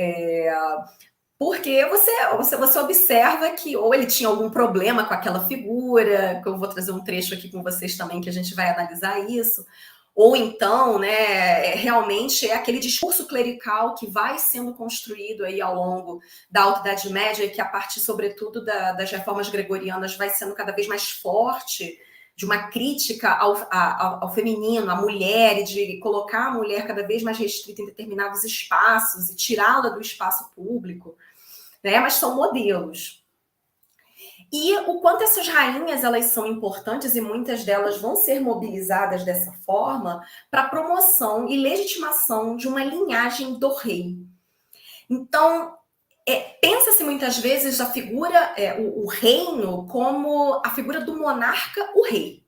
porque você observa que ou ele tinha algum problema com aquela figura, que eu vou trazer um trecho aqui com vocês também, que a gente vai analisar isso, ou então, né, realmente é aquele discurso clerical que vai sendo construído aí ao longo da Alta Idade Média e que a partir, sobretudo, das reformas gregorianas vai sendo cada vez mais forte, de uma crítica ao feminino, à mulher, e de colocar a mulher cada vez mais restrita em determinados espaços e tirá-la do espaço público, né? Mas são modelos. E o quanto essas rainhas elas são importantes, e muitas delas vão ser mobilizadas dessa forma para promoção e legitimação de uma linhagem do rei. Então, pensa-se muitas vezes a figura, o reino, como a figura do monarca, o rei.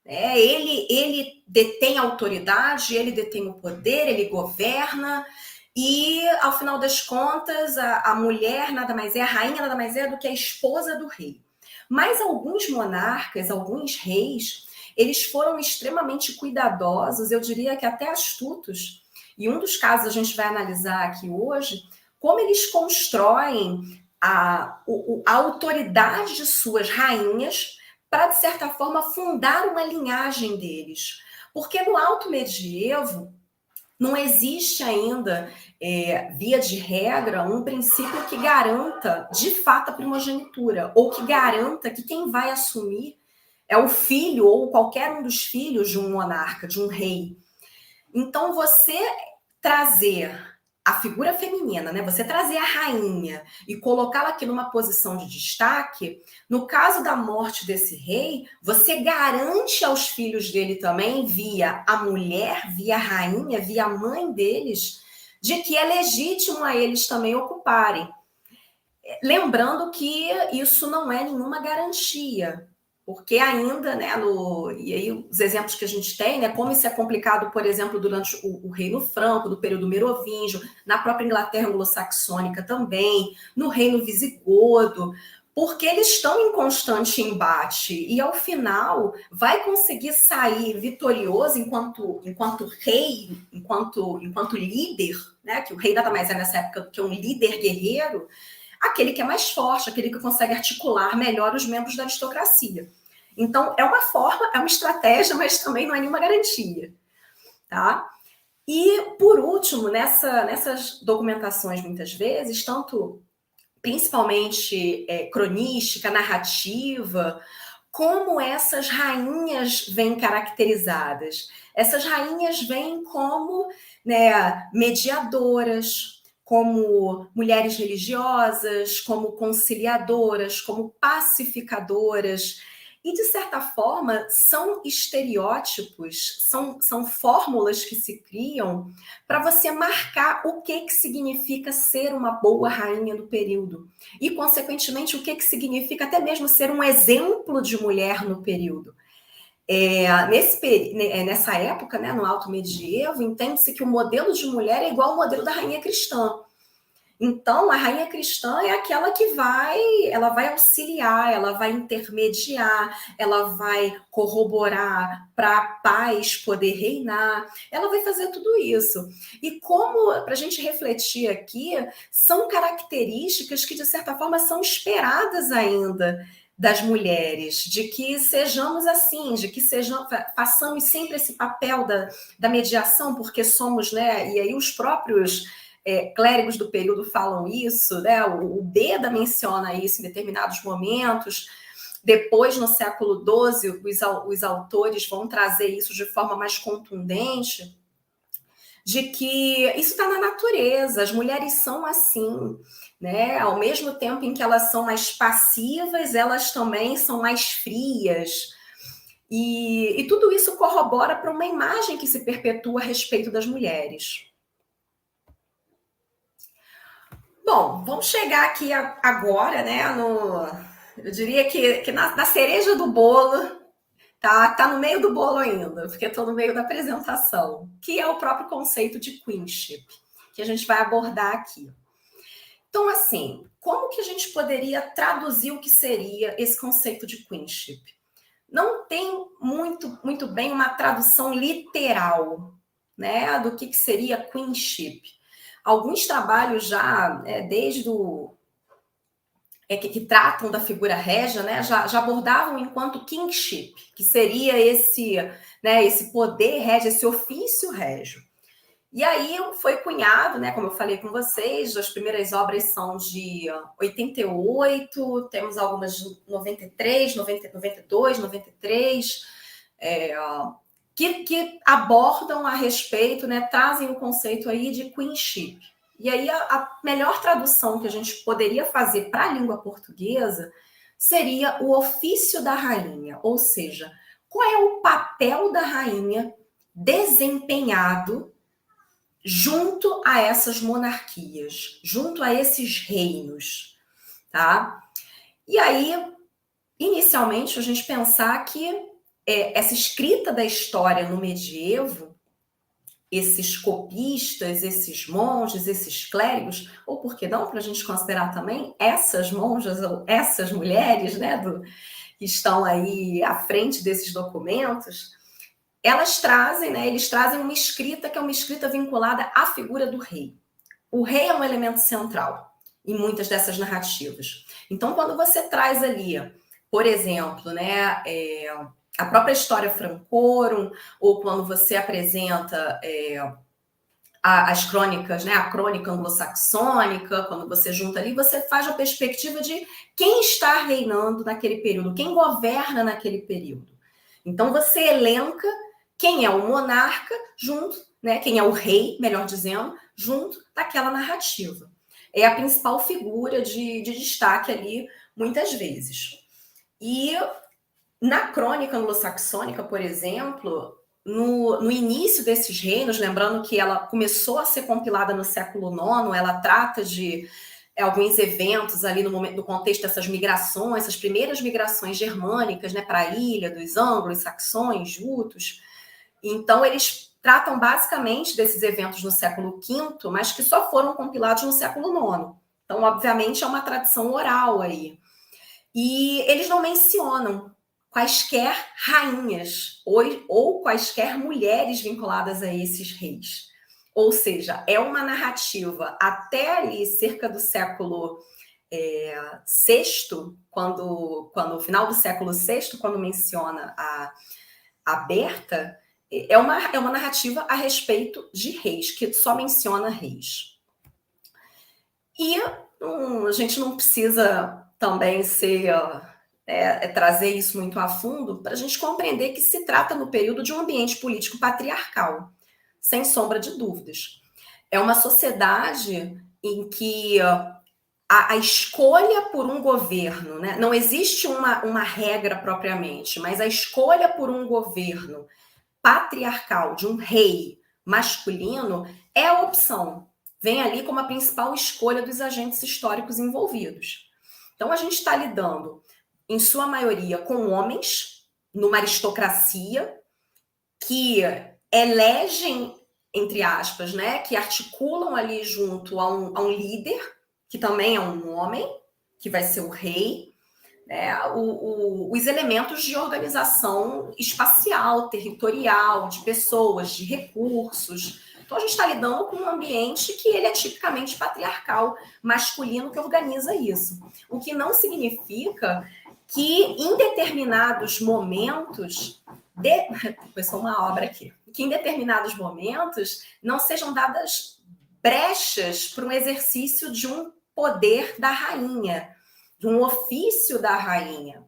Ele detém a autoridade, ele detém o poder, ele governa, E, ao final das contas, a mulher nada mais é, a rainha nada mais é do que a esposa do rei. Mas alguns monarcas, alguns reis, eles foram extremamente cuidadosos, eu diria que até astutos. E um dos casos a gente vai analisar aqui hoje, como eles constroem a autoridade de suas rainhas para, de certa forma, fundar uma linhagem deles. Porque no Alto Medievo, não existe ainda, via de regra, um princípio que garanta, de fato, a primogenitura, ou que garanta que quem vai assumir é o filho ou qualquer um dos filhos de um monarca, de um rei. Então, você trazer a figura feminina, né? Você trazer a rainha e colocá-la aqui numa posição de destaque, no caso da morte desse rei, você garante aos filhos dele também, via a mulher, via a rainha, via a mãe deles, de que é legítimo a eles também ocuparem. Lembrando que isso não é nenhuma garantia, porque ainda, né, e aí os exemplos que a gente tem, né, como isso é complicado, por exemplo, durante o Reino Franco, do período merovingio, na própria Inglaterra anglo-saxônica também, no Reino Visigodo, porque eles estão em constante embate e, ao final, vai conseguir sair vitorioso enquanto rei, enquanto líder, né, que o rei nada mais é nessa época do que um líder guerreiro, aquele que é mais forte, aquele que consegue articular melhor os membros da aristocracia. Então, é uma forma, é uma estratégia, mas também não é nenhuma garantia, tá? E, por último, nessas documentações, muitas vezes, principalmente cronística, narrativa, como essas rainhas vêm caracterizadas. Essas rainhas vêm como, né, mediadoras, como mulheres religiosas, como conciliadoras, como pacificadoras. E, de certa forma, são estereótipos, são fórmulas que se criam para você marcar o que significa ser uma boa rainha do período. E, consequentemente, o que significa até mesmo ser um exemplo de mulher no período. Nessa época, né, no Alto Medievo, entende-se que o modelo de mulher é igual ao modelo da rainha cristã. Então, a rainha cristã é aquela que ela vai auxiliar, ela vai intermediar, ela vai corroborar para a paz poder reinar, ela vai fazer tudo isso. E como, para a gente refletir aqui, são características que, de certa forma, são esperadas ainda das mulheres, de que sejamos assim, de que façamos sempre esse papel da mediação, porque somos, né, e aí os próprios clérigos do período falam isso, né, o Beda menciona isso em determinados momentos. Depois, no século XII, os autores vão trazer isso de forma mais contundente, de que isso está na natureza, as mulheres são assim, né? Ao mesmo tempo em que elas são mais passivas, elas também são mais frias. E tudo isso corrobora para uma imagem que se perpetua a respeito das mulheres. Bom, vamos chegar aqui agora, né? Eu diria que na cereja do bolo. Tá no meio do bolo ainda, porque estou no meio da apresentação, que é o próprio conceito de queenship, que a gente vai abordar aqui. Então, assim, como que a gente poderia traduzir o que seria esse conceito de queenship? Não tem muito bem uma tradução literal, né, do que seria queenship. Alguns trabalhos já, desde que tratam da figura régia, né, já abordavam enquanto kingship, que seria esse poder régio, esse ofício régio. E aí foi cunhado, né, como eu falei com vocês, as primeiras obras são de 88, temos algumas de 93, 92, 93, que abordam a respeito, né, trazem o conceito aí de queenship. E aí a melhor tradução que a gente poderia fazer para a língua portuguesa seria o ofício da rainha, ou seja, qual é o papel da rainha desempenhado junto a essas monarquias, junto a esses reinos, tá? E aí, inicialmente, a gente pensar que essa escrita da história no medievo, esses copistas, esses monges, esses clérigos, ou por que não, para a gente considerar também essas monjas ou essas mulheres, né, que estão aí à frente desses documentos, elas trazem, né, eles trazem uma escrita que é uma escrita vinculada à figura do rei. O rei é um elemento central em muitas dessas narrativas. Então, quando você traz ali, por exemplo, né, a própria história Francorum, ou quando você apresenta as crônicas, né, a crônica anglo-saxônica, quando você junta ali, você faz a perspectiva de quem está reinando naquele período, quem governa naquele período. Então, você elenca quem é o monarca junto, né, quem é o rei, melhor dizendo, junto daquela narrativa. É a principal figura de destaque ali, muitas vezes. E na crônica anglo-saxônica, por exemplo, no início desses reinos, lembrando que ela começou a ser compilada no século IX, ela trata de alguns eventos ali no contexto dessas migrações, essas primeiras migrações germânicas, né, para a ilha, dos anglos, saxões, jutos. Então, eles tratam basicamente desses eventos no século V, mas que só foram compilados no século IX. Então, obviamente, é uma tradição oral aí. E eles não mencionam quaisquer rainhas ou quaisquer mulheres vinculadas a esses reis. Ou seja, é uma narrativa até ali cerca do século VI, quando o final do século VI, quando menciona a Berta, é uma narrativa a respeito de reis, que só menciona reis. E a gente não precisa também trazer isso muito a fundo para a gente compreender que se trata no período de um ambiente político patriarcal, sem sombra de dúvidas. É uma sociedade em que a escolha por um governo, né, não existe uma regra propriamente, mas a escolha por um governo patriarcal de um rei masculino é a opção. Vem ali como a principal escolha dos agentes históricos envolvidos. Então, a gente está lidando, em sua maioria, com homens, numa aristocracia, que elegem, entre aspas, né, que articulam ali junto a um líder, que também é um homem, que vai ser o rei, né, os elementos de organização espacial, territorial, de pessoas, de recursos. Então, a gente está lidando com um ambiente que ele é tipicamente patriarcal, masculino, que organiza isso. O que não significa que em determinados momentos, começou uma obra aqui, que em determinados momentos não sejam dadas brechas para um exercício de um poder da rainha, de um ofício da rainha.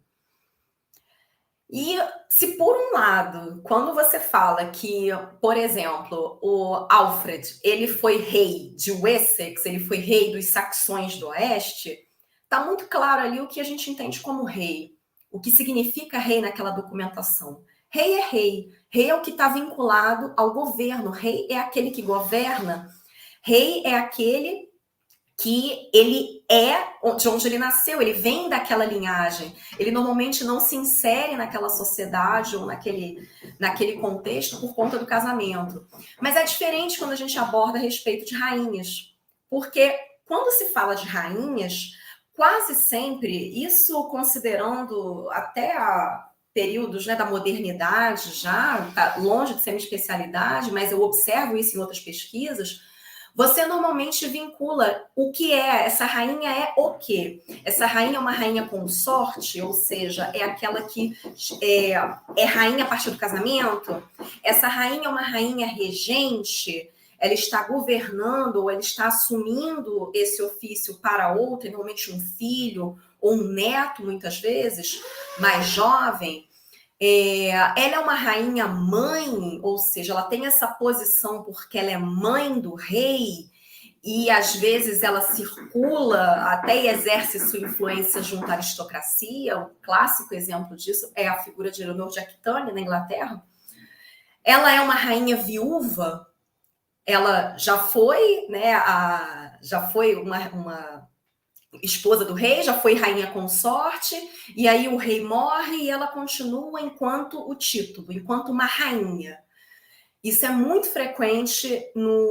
E se por um lado, quando você fala que, por exemplo, o Alfred, ele foi rei de Wessex, ele foi rei dos saxões do oeste, está muito claro ali o que a gente entende como rei, o que significa rei naquela documentação. Rei é rei, rei é o que está vinculado ao governo, rei é aquele que governa, rei é aquele que ele é de onde ele nasceu, ele vem daquela linhagem, ele normalmente não se insere naquela sociedade ou naquele contexto por conta do casamento. Mas é diferente quando a gente aborda a respeito de rainhas, porque quando se fala de rainhas, quase sempre, isso considerando até períodos, né, da modernidade já, tá longe de ser minha especialidade, mas eu observo isso em outras pesquisas, você normalmente vincula o que é, essa rainha é o quê? Essa rainha é uma rainha consorte, ou seja, é aquela que é rainha a partir do casamento? Essa rainha é uma rainha regente? Ela está governando ou ela está assumindo esse ofício para outra, normalmente um filho ou um neto, muitas vezes, mais jovem? Ela é uma rainha mãe, ou seja, ela tem essa posição porque ela é mãe do rei e às vezes ela circula até e exerce sua influência junto à aristocracia. O clássico exemplo disso é a figura de Eleanor de Aquitânia, na Inglaterra. Ela é uma rainha viúva, ela já foi, né, já foi uma esposa do rei, já foi rainha consorte, e aí o rei morre e ela continua enquanto o título, enquanto uma rainha. Isso é muito frequente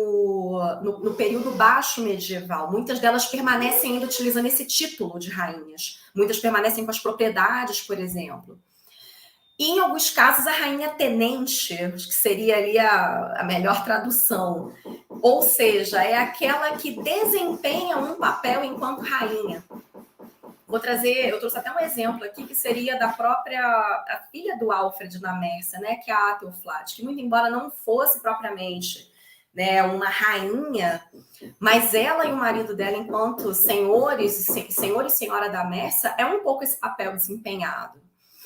no período baixo medieval. Muitas delas permanecem ainda utilizando esse título de rainhas. Muitas permanecem com as propriedades, por exemplo. E, em alguns casos, a rainha tenente, acho que seria ali a melhor tradução. Ou seja, é aquela que desempenha um papel enquanto rainha. Eu trouxe até um exemplo aqui, que seria da própria a filha do Alfred na Mércia, né, que é a Athelflaed, que muito embora não fosse propriamente, né, uma rainha, mas ela e o marido dela, enquanto senhor e senhora da Mércia, é um pouco esse papel desempenhado.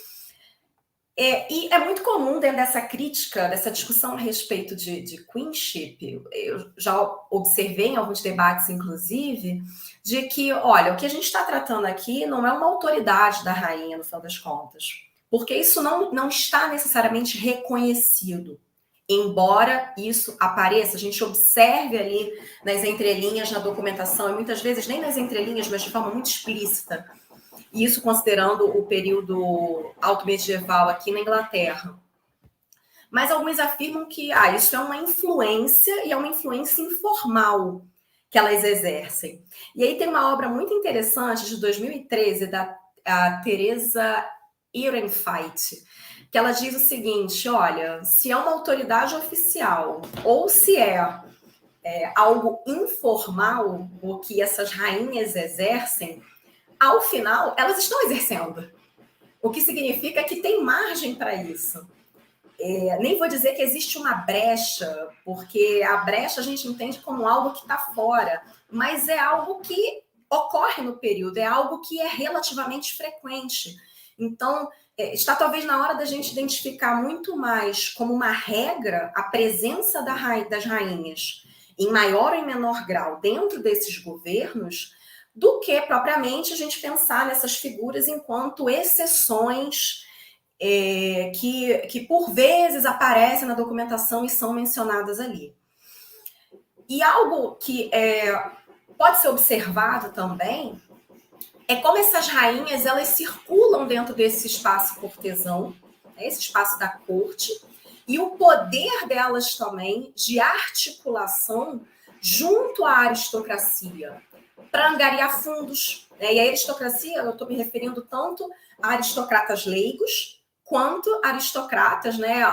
E é muito comum dentro dessa crítica, dessa discussão a respeito de queenship, eu já observei em alguns debates, inclusive, de que, olha, o que a gente está tratando aqui não é uma autoridade da rainha, no final das contas, porque isso não está necessariamente reconhecido. Embora isso apareça, a gente observe ali nas entrelinhas, na documentação, e muitas vezes nem nas entrelinhas, mas de forma muito explícita, isso considerando o período alto-medieval aqui na Inglaterra. Mas alguns afirmam que isso é uma influência, e é uma influência informal que elas exercem. E aí tem uma obra muito interessante, de 2013, da Teresa Ehrenfeit, que ela diz o seguinte, olha, se é uma autoridade oficial, ou se é algo informal, o que essas rainhas exercem, ao final, elas estão exercendo. O que significa que tem margem para isso. Nem vou dizer que existe uma brecha, porque a brecha a gente entende como algo que está fora, mas é algo que ocorre no período, é algo que é relativamente frequente. Então, está talvez na hora da gente identificar muito mais como uma regra a presença das rainhas, em maior ou em menor grau, dentro desses governos, do que propriamente a gente pensar nessas figuras enquanto exceções que por vezes aparecem na documentação e são mencionadas ali. E algo que pode ser observado também é como essas rainhas elas circulam dentro desse espaço cortesão, esse espaço da corte, e o poder delas também de articulação junto à aristocracia, para angariar fundos. E a aristocracia, eu estou me referindo tanto a aristocratas leigos, quanto aristocratas, né,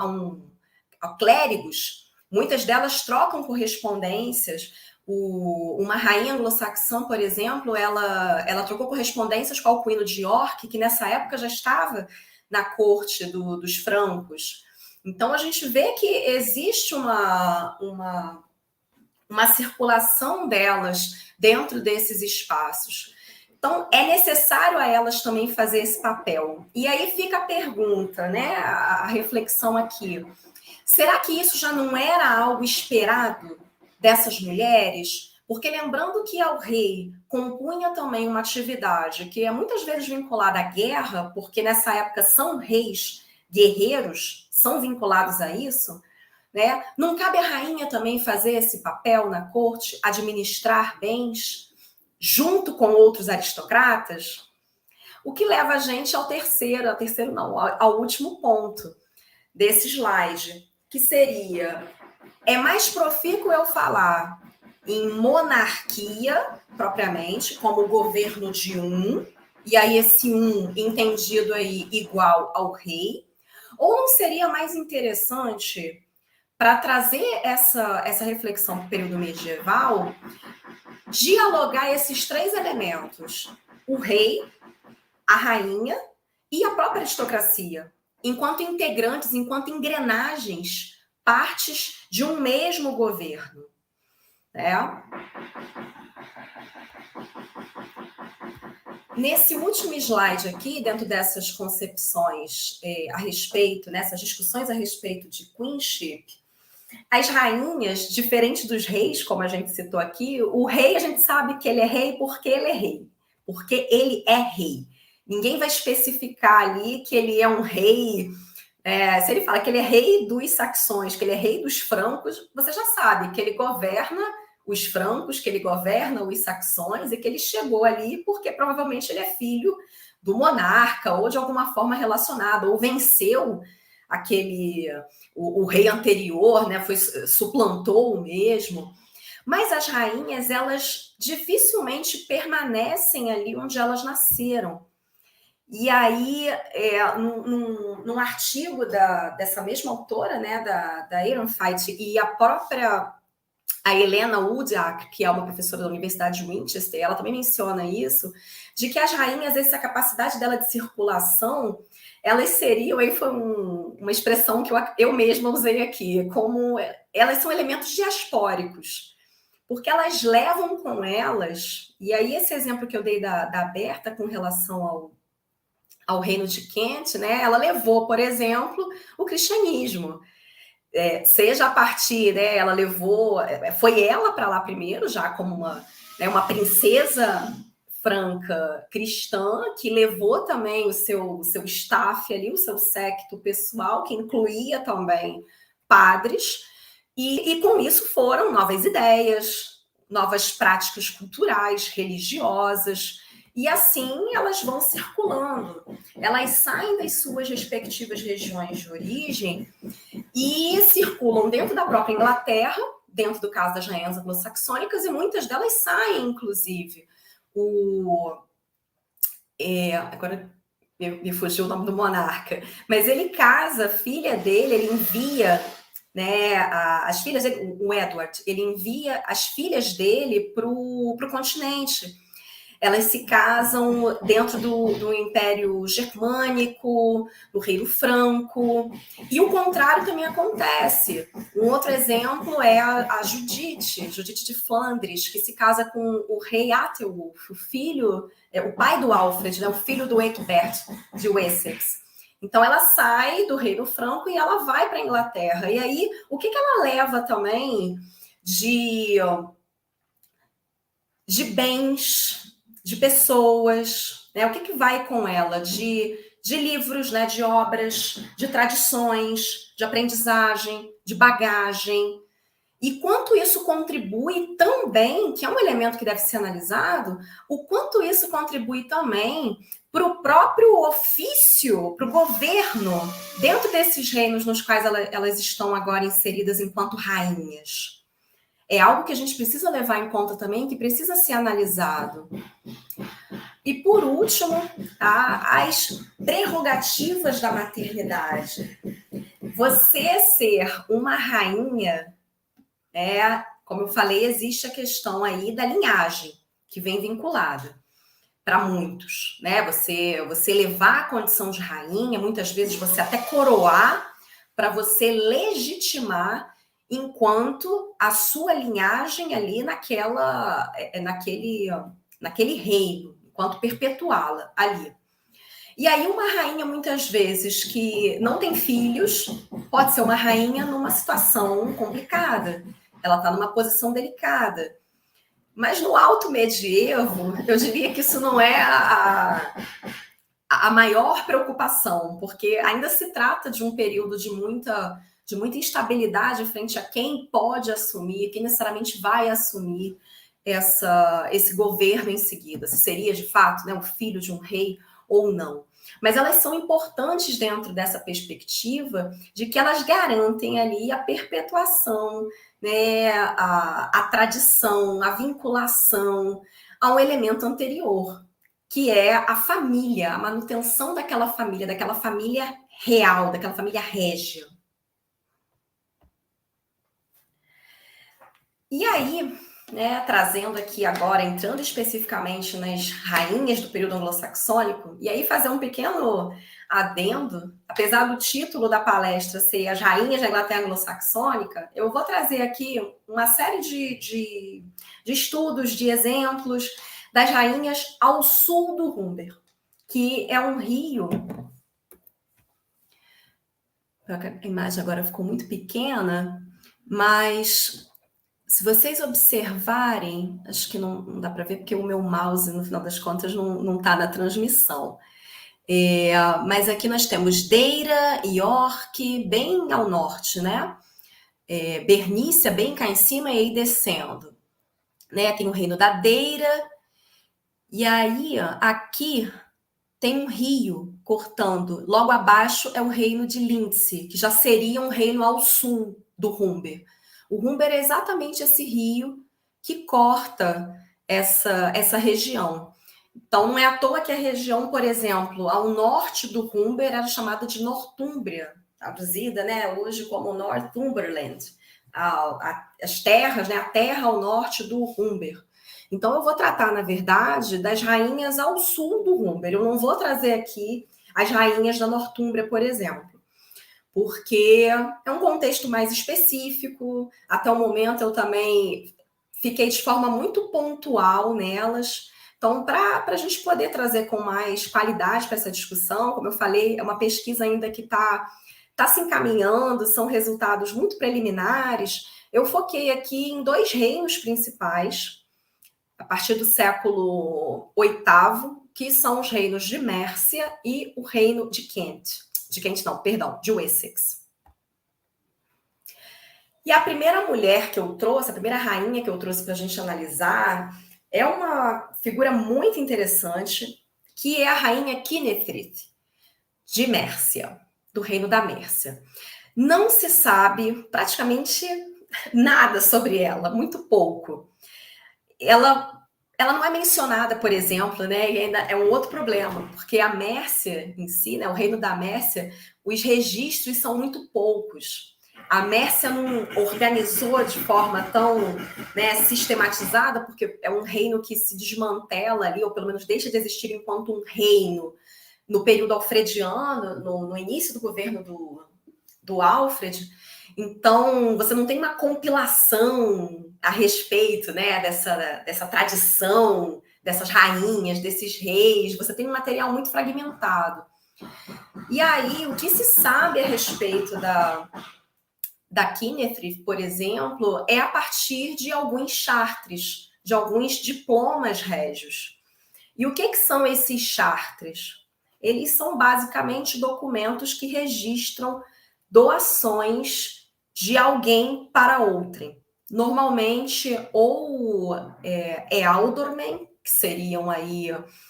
a clérigos. Muitas delas trocam correspondências. Uma rainha anglo-saxã, por exemplo, ela trocou correspondências com o Alcuino de York, que nessa época já estava na corte dos francos. Então, a gente vê que existe uma circulação delas dentro desses espaços. Então, é necessário a elas também fazer esse papel. E aí fica a pergunta, né? A reflexão aqui. Será que isso já não era algo esperado dessas mulheres? Porque lembrando que ao rei compunha também uma atividade que é muitas vezes vinculada à guerra, porque nessa época são reis guerreiros, são vinculados a isso, né? Não cabe à rainha também fazer esse papel na corte, administrar bens junto com outros aristocratas? O que leva a gente ao último ponto desse slide, que seria, é mais profícuo eu falar em monarquia, propriamente, como o governo de um, e aí esse um entendido aí igual ao rei, ou não seria mais interessante, para trazer essa reflexão para o período medieval, dialogar esses três elementos, o rei, a rainha e a própria aristocracia, enquanto integrantes, enquanto engrenagens, partes de um mesmo governo. Nesse último slide aqui, dentro dessas concepções a respeito, nessas discussões a respeito de queenship, as rainhas, diferente dos reis, como a gente citou aqui, o rei a gente sabe que ele é rei porque ele é rei. Porque ele é rei. Ninguém vai especificar ali que ele é um rei. Se ele fala que ele é rei dos saxões, que ele é rei dos francos, você já sabe que ele governa os francos, que ele governa os saxões e que ele chegou ali porque provavelmente ele é filho do monarca ou de alguma forma relacionada, ou venceu o rei anterior, né, suplantou o mesmo. Mas as rainhas, elas dificilmente permanecem ali onde elas nasceram. E aí, num artigo dessa mesma autora, né, da Ehrenfeit, e a Helena Udiak, que é uma professora da Universidade de Winchester, ela também menciona isso, de que as rainhas, essa capacidade dela de circulação, elas seriam, aí foi uma expressão que eu mesma usei aqui, como elas são elementos diaspóricos, porque elas levam com elas, e aí esse exemplo que eu dei da Berta com relação ao reino de Kent, né, ela levou, por exemplo, o cristianismo. Seja a partir, né, ela levou, foi ela para lá primeiro, já como uma princesa franca cristã, que levou também o seu staff ali, o seu séquito pessoal, que incluía também padres, e com isso foram novas ideias, novas práticas culturais, religiosas, e assim elas vão circulando. Elas saem das suas respectivas regiões de origem e circulam dentro da própria Inglaterra, dentro do caso das rainhas anglo-saxônicas, e muitas delas saem, inclusive. Agora me fugiu o nome do monarca, mas ele casa a filha dele, ele envia, né, as filhas dele, o Edward, ele envia as filhas dele para o continente. Elas se casam dentro do Império Germânico, do Reino Franco, e o contrário também acontece. Um outro exemplo é a Judite de Flandres, que se casa com o rei Athelwulf, o pai do Alfred, né, o filho do Egbert de Wessex. Então ela sai do Reino Franco e ela vai para a Inglaterra. E aí, o que ela leva também de bens, de pessoas, né? O que vai com ela? De livros, né? De obras, de tradições, de aprendizagem, de bagagem. E quanto isso contribui também, que é um elemento que deve ser analisado, o quanto isso contribui também para o próprio ofício, para o governo, dentro desses reinos nos quais elas estão agora inseridas enquanto rainhas. É algo que a gente precisa levar em conta também, que precisa ser analisado. E, por último, as prerrogativas da maternidade. Você ser uma rainha, como eu falei, existe a questão aí da linhagem, que vem vinculada para muitos, né? Você levar a condição de rainha, muitas vezes você até coroar, para você legitimar enquanto a sua linhagem ali naquele reino, enquanto perpetuá-la ali. E aí uma rainha, muitas vezes, que não tem filhos, pode ser uma rainha numa situação complicada. Ela está numa posição delicada. Mas no alto medievo, eu diria que isso não é a maior preocupação, porque ainda se trata de um período de muita instabilidade frente a quem pode assumir, quem necessariamente vai assumir esse governo em seguida, se seria de fato, né, o filho de um rei ou não. Mas elas são importantes dentro dessa perspectiva de que elas garantem ali a perpetuação, né, a tradição, a vinculação a um elemento anterior, que é a família, a manutenção daquela família real, daquela família régia. E aí, né, trazendo aqui agora, entrando especificamente nas rainhas do período anglo-saxônico, e aí fazer um pequeno adendo, apesar do título da palestra ser As Rainhas da Inglaterra Anglo-Saxônica, eu vou trazer aqui uma série de estudos, de exemplos das rainhas ao sul do Humber, que é um rio... A imagem agora ficou muito pequena, mas... Se vocês observarem, acho que não dá para ver, porque o meu mouse, no final das contas, não está na transmissão. Mas aqui nós temos Deira, York, bem ao norte, né? Bernícia, bem cá em cima, e aí descendo. Né? Tem o reino da Deira, e aí aqui tem um rio cortando, logo abaixo é o reino de Lindsey, que já seria um reino ao sul do Humber. O Humber é exatamente esse rio que corta essa região. Então, não é à toa que a região, por exemplo, ao norte do Humber era chamada de Northumbria, traduzida, né, hoje como Northumberland, as terras, né, a terra ao norte do Humber. Então, eu vou tratar, na verdade, das rainhas ao sul do Humber. Eu não vou trazer aqui as rainhas da Northumbria, por exemplo, porque é um contexto mais específico. Até o momento, eu também fiquei de forma muito pontual nelas. Então, para a gente poder trazer com mais qualidade para essa discussão, como eu falei, é uma pesquisa ainda que está se encaminhando, são resultados muito preliminares. Eu foquei aqui em 2 reinos principais, a partir do século VIII, que são os reinos de Mércia e o reino de Kent. De Wessex. E a primeira mulher que eu trouxe, a primeira rainha que eu trouxe para a gente analisar, é uma figura muito interessante, que é a rainha Kynethryth, de Mércia, do reino da Mércia. Não se sabe praticamente nada sobre ela, muito pouco. Ela não é mencionada, por exemplo, né? E ainda é um outro problema, porque a Mércia em si, né, o reino da Mércia, os registros são muito poucos. A Mércia não organizou de forma tão, né, sistematizada, porque é um reino que se desmantela ali, ou pelo menos deixa de existir enquanto um reino, no período alfrediano, no início do governo do Alfred. Então, você não tem uma compilação a respeito, né, dessa tradição, dessas rainhas, desses reis. Você tem um material muito fragmentado. E aí, o que se sabe a respeito da Kynethryth, por exemplo, é a partir de alguns chartres, de alguns diplomas régios. E o que são esses chartres? Eles são basicamente documentos que registram doações de alguém para outrem. Normalmente, ou ealdormen, que seriam aí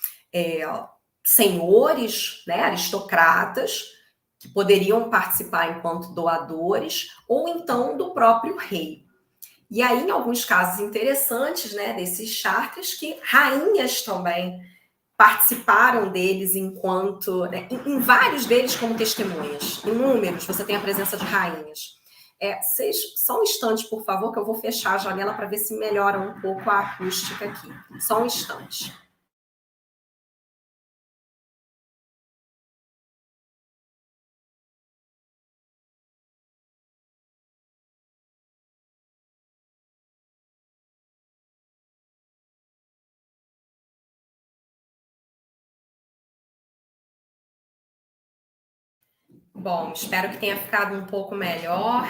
senhores, né, aristocratas, que poderiam participar enquanto doadores, ou então do próprio rei. E aí, em alguns casos interessantes, né, desses chartres, que rainhas também participaram deles enquanto, né, em vários deles como testemunhas. Em números, você tem a presença de rainhas. Só um instante, por favor, que eu vou fechar a janela para ver se melhora um pouco a acústica aqui. Só um instante. Bom, espero que tenha ficado um pouco melhor.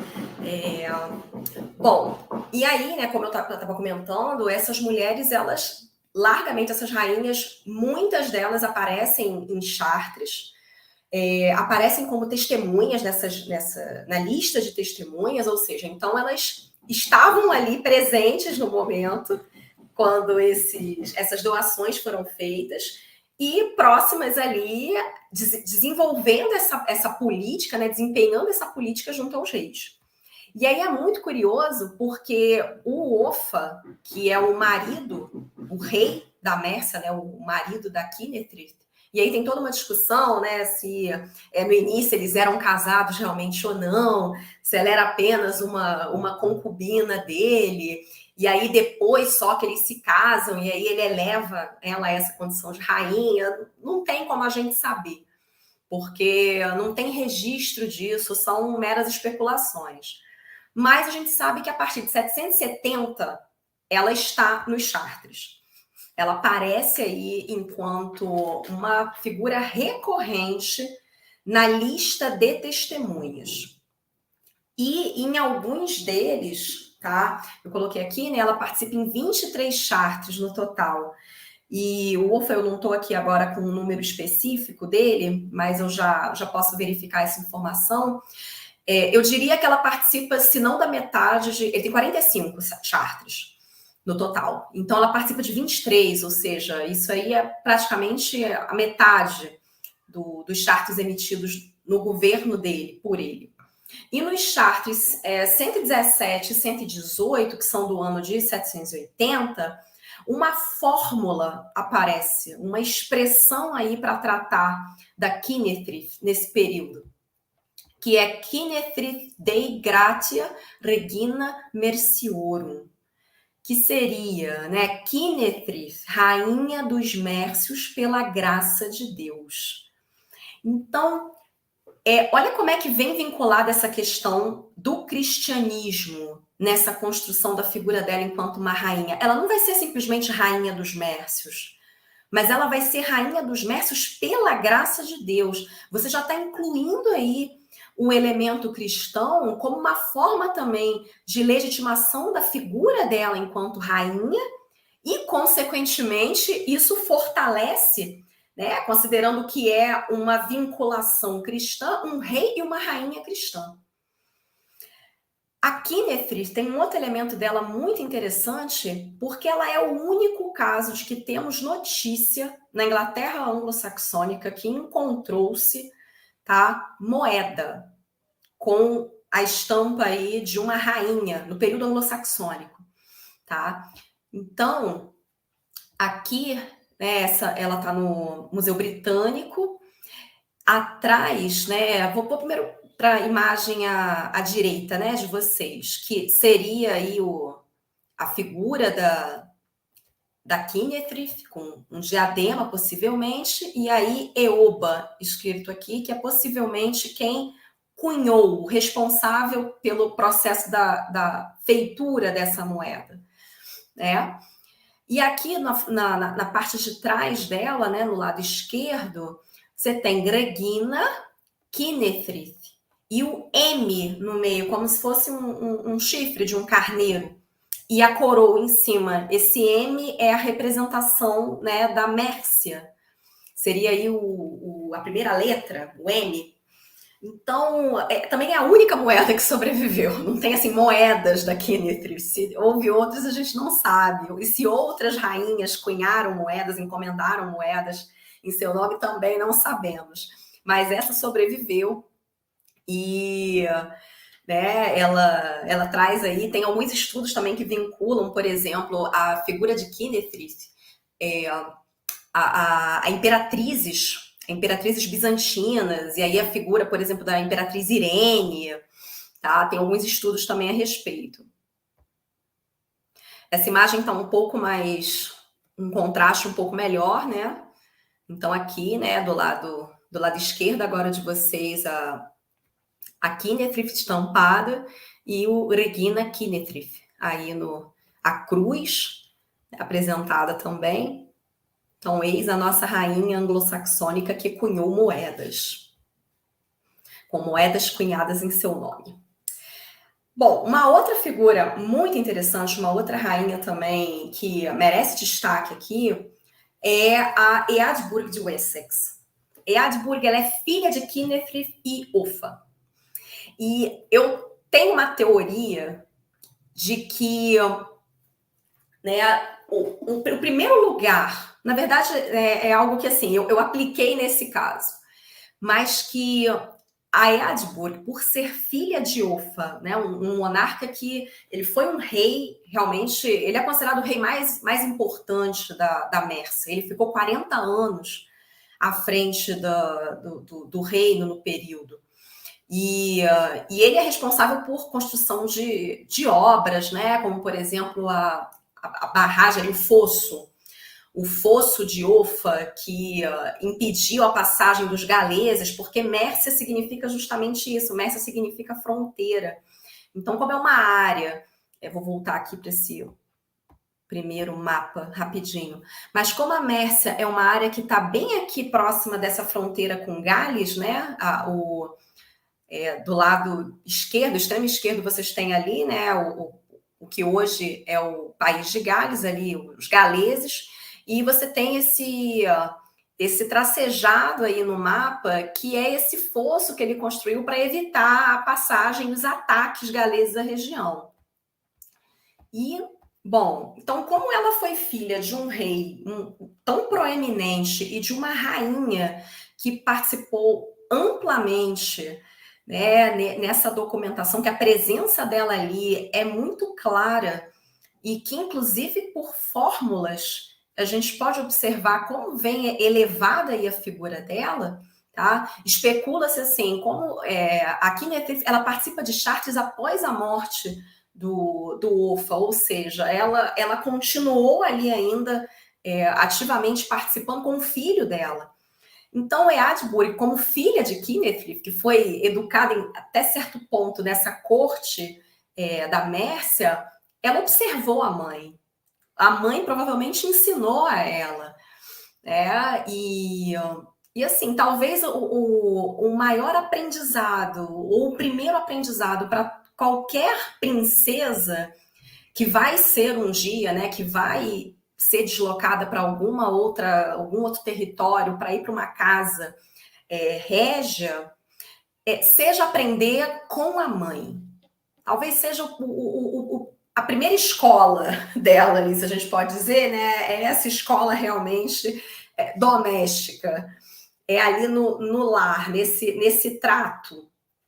Bom, e aí, né, como eu estava comentando, essas mulheres, elas, largamente, essas rainhas, muitas delas aparecem em chartres, aparecem como testemunhas na lista de testemunhas, ou seja, então elas estavam ali presentes no momento quando essas doações foram feitas, e próximas ali, desenvolvendo essa política, né, desempenhando essa política junto aos reis. E aí é muito curioso, porque o Offa, que é o marido, o rei da Mércia, né, o marido da Kynethryth, e aí tem toda uma discussão, né, se no início eles eram casados realmente ou não, se ela era apenas uma concubina dele, e aí depois só que eles se casam, e aí ele eleva ela a essa condição de rainha. Não tem como a gente saber, porque não tem registro disso, são meras especulações. Mas a gente sabe que a partir de 770 ela está nos chartres. Ela aparece aí enquanto uma figura recorrente na lista de testemunhas. E em alguns deles, tá? Eu coloquei aqui, né? Ela participa em 23 chartres no total. E o Offa, eu não estou aqui agora com um número específico dele, mas eu já posso verificar essa informação. Eu diria que ela participa, se não da metade, ele tem 45 chartres no total. Então, ela participa de 23, ou seja, isso aí é praticamente a metade dos charters emitidos no governo dele, por ele. E nos charters 117 e 118, que são do ano de 780, uma fórmula aparece, uma expressão aí para tratar da Kynethrith nesse período, que é Kynethrith Dei Gratia Regina Merciorum, que seria, né, Kynethrith, rainha dos Mércios pela graça de Deus. Então, olha como é que vem vinculada essa questão do cristianismo nessa construção da figura dela enquanto uma rainha. Ela não vai ser simplesmente rainha dos Mércios, mas ela vai ser rainha dos Mércios pela graça de Deus. Você já está incluindo aí um elemento cristão como uma forma também de legitimação da figura dela enquanto rainha e, consequentemente, isso fortalece, né, considerando que é uma vinculação cristã, um rei e uma rainha cristã. A Kynethrith tem um outro elemento dela muito interessante, porque ela é o único caso de que temos notícia na Inglaterra anglo-saxônica que encontrou-se, tá, moeda com a estampa aí de uma rainha no período anglo-saxônico, tá? Então, aqui, né, ela está no Museu Britânico. Atrás, né, vou pôr primeiro para a imagem à direita, né, de vocês, que seria aí a figura da Kynethrith, com um diadema, possivelmente, e aí Eoba, escrito aqui, que é possivelmente quem cunhou, o responsável pelo processo da feitura dessa moeda, né? E aqui na parte de trás dela, né, no lado esquerdo, você tem Regina Kynethrith e o M no meio, como se fosse um chifre de um carneiro, e a coroa em cima. Esse M é a representação, né, da Mércia, seria aí a primeira letra, o M. Então, também é a única moeda que sobreviveu. Não tem, assim, moedas da Kynethrith. Se houve outras, a gente não sabe. E se outras rainhas cunharam moedas, encomendaram moedas em seu nome, também não sabemos. Mas essa sobreviveu e, né, ela traz aí, tem alguns estudos também que vinculam, por exemplo, a figura de Kynethrith a imperatrizes bizantinas, e aí a figura, por exemplo, da imperatriz Irene, tá? Tem alguns estudos também a respeito. Essa imagem está um pouco mais, um contraste um pouco melhor, né? Então aqui, né, do lado esquerdo agora de vocês, a Kynethrith estampada e o Regina Kynethrith, aí a cruz apresentada também. Então, eis a nossa rainha anglo-saxônica que cunhou moedas, com moedas cunhadas em seu nome. Bom, uma outra figura muito interessante, uma outra rainha também que merece destaque aqui, é a Eadburh de Wessex. Eadburh, ela é filha de Kynethrith e Offa. E eu tenho uma teoria de que, né, o primeiro lugar, na verdade, é algo que, assim, eu apliquei nesse caso, mas que a Eadburh, por ser filha de Offa, né, um monarca que ele foi um rei, realmente, ele é considerado o rei mais importante da Mércia. Ele ficou 40 anos à frente do reino no período. E ele é responsável por construção de obras, né, como, por exemplo, a barragem, o fosso de Offa, que impediu a passagem dos galeses, porque Mércia significa justamente isso, Mércia significa fronteira. Então, como é uma área, eu vou voltar aqui para esse primeiro mapa rapidinho, mas como a Mércia é uma área que está bem aqui próxima dessa fronteira com Gales, né, do lado esquerdo, extremo esquerdo, vocês têm ali, né, o que hoje é o país de Gales, ali, os galeses, e você tem esse tracejado aí no mapa, que é esse fosso que ele construiu para evitar a passagem dos ataques galeses à região. E Bom, então, como ela foi filha de um rei tão proeminente e de uma rainha que participou amplamente, né, nessa documentação, que a presença dela ali é muito clara e que, inclusive, por fórmulas, a gente pode observar como vem elevada aí a figura dela, tá? Especula-se assim, como a Kyneth, ela participa de Chartres após a morte do Offa, ou seja, ela continuou ali ainda ativamente participando com o filho dela. Então, Eadbure, como filha de Kyneth, que foi educada até certo ponto nessa corte da Mércia, ela observou a mãe. A mãe provavelmente ensinou a ela. E assim, talvez o maior aprendizado, ou o primeiro aprendizado para qualquer princesa que vai ser um dia, né, que vai ser deslocada para algum outro território, para ir para uma casa régia, seja aprender com a mãe. Talvez seja a primeira escola dela, ali, se a gente pode dizer, né? É essa escola realmente doméstica. É ali no lar, nesse trato.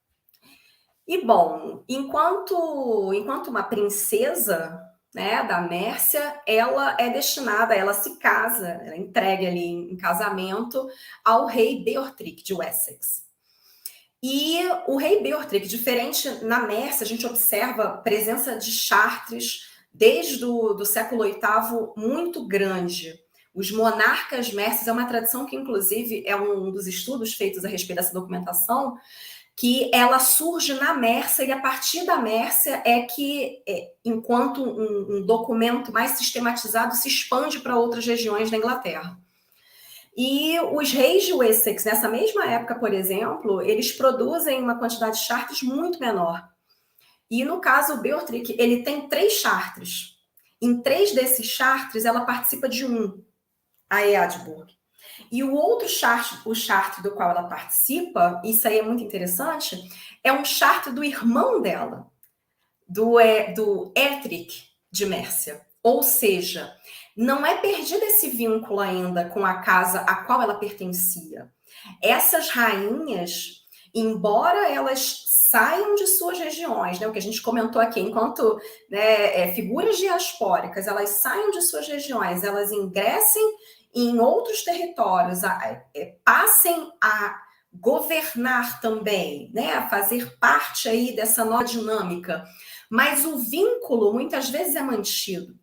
E, bom, enquanto uma princesa, né, da Mércia, ela é destinada, ela se casa, ela é entregue ali em casamento ao rei Beorhtric de Wessex. E o rei Beorhtric, diferente na Mércia, a gente observa a presença de Chartres desde o século VIII muito grande. Os monarcas mércios é uma tradição que, inclusive, é um dos estudos feitos a respeito dessa documentação, que ela surge na Mércia, e a partir da Mércia é que, enquanto um documento mais sistematizado, se expande para outras regiões da Inglaterra. E os reis de Wessex, nessa mesma época, por exemplo, eles produzem uma quantidade de chartres muito menor. E no caso, o Beorhtric, ele tem 3 chartres. Em 3 desses chartres, ela participa de a Eadburh. E o outro chartre, o chartre do qual ela participa, isso aí é muito interessante, é um chartre do irmão dela, do Eadric de Mércia. Ou seja, não é perdido esse vínculo ainda com a casa a qual ela pertencia. Essas rainhas, embora elas saiam de suas regiões, né, o que a gente comentou aqui, enquanto figuras diaspóricas, elas saiam de suas regiões, elas ingressem em outros territórios, passem a governar também, né, a fazer parte aí dessa nova dinâmica, mas o vínculo muitas vezes é mantido.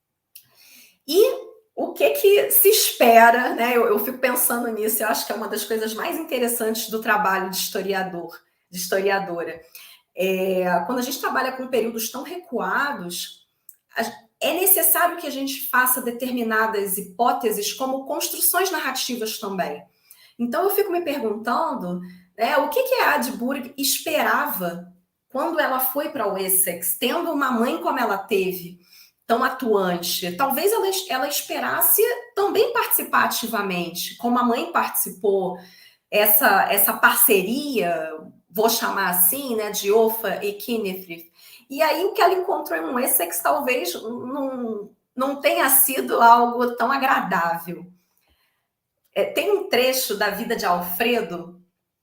E o que se espera, né? Eu fico pensando nisso, eu acho que é uma das coisas mais interessantes do trabalho de historiador, de historiadora. Quando a gente trabalha com períodos tão recuados, é necessário que a gente faça determinadas hipóteses como construções narrativas também. Então, eu fico me perguntando, né, o que a Eadburh esperava quando ela foi para Wessex, tendo uma mãe como ela teve, tão atuante. Talvez ela esperasse também participar ativamente, como a mãe participou, essa parceria, vou chamar assim, né, de Offa e Kyneth. E aí o que ela encontrou em Wessex talvez não tenha sido algo tão agradável. Tem um trecho da vida de Alfredo,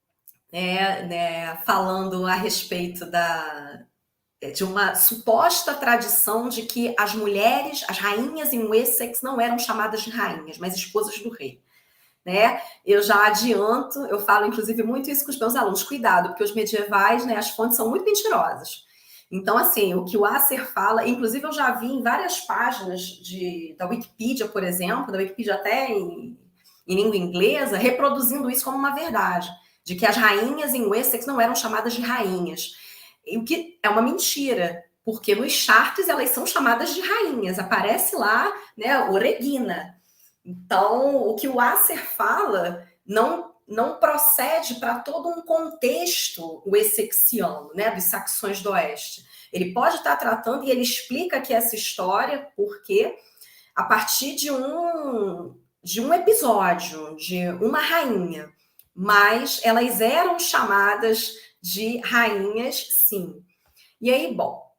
falando a respeito de uma suposta tradição de que as mulheres, as rainhas em Wessex não eram chamadas de rainhas, mas esposas do rei. Né? Eu já adianto, eu falo inclusive muito isso com os meus alunos, cuidado, porque os medievais, né, as fontes são muito mentirosas. Então, assim, o que o Asser fala, inclusive eu já vi em várias páginas da Wikipedia, por exemplo, da Wikipedia até em língua inglesa, reproduzindo isso como uma verdade, de que as rainhas em Wessex não eram chamadas de rainhas. O que é uma mentira, porque nos chartres elas são chamadas de rainhas, aparece lá, né, Oregina. Então, o que o Asser fala não procede para todo um contexto wessexiano, né, dos saxões do oeste. Ele pode estar tratando, e ele explica aqui essa história, porque a partir de um episódio, de uma rainha, mas elas eram chamadas de rainhas, sim. E aí, bom,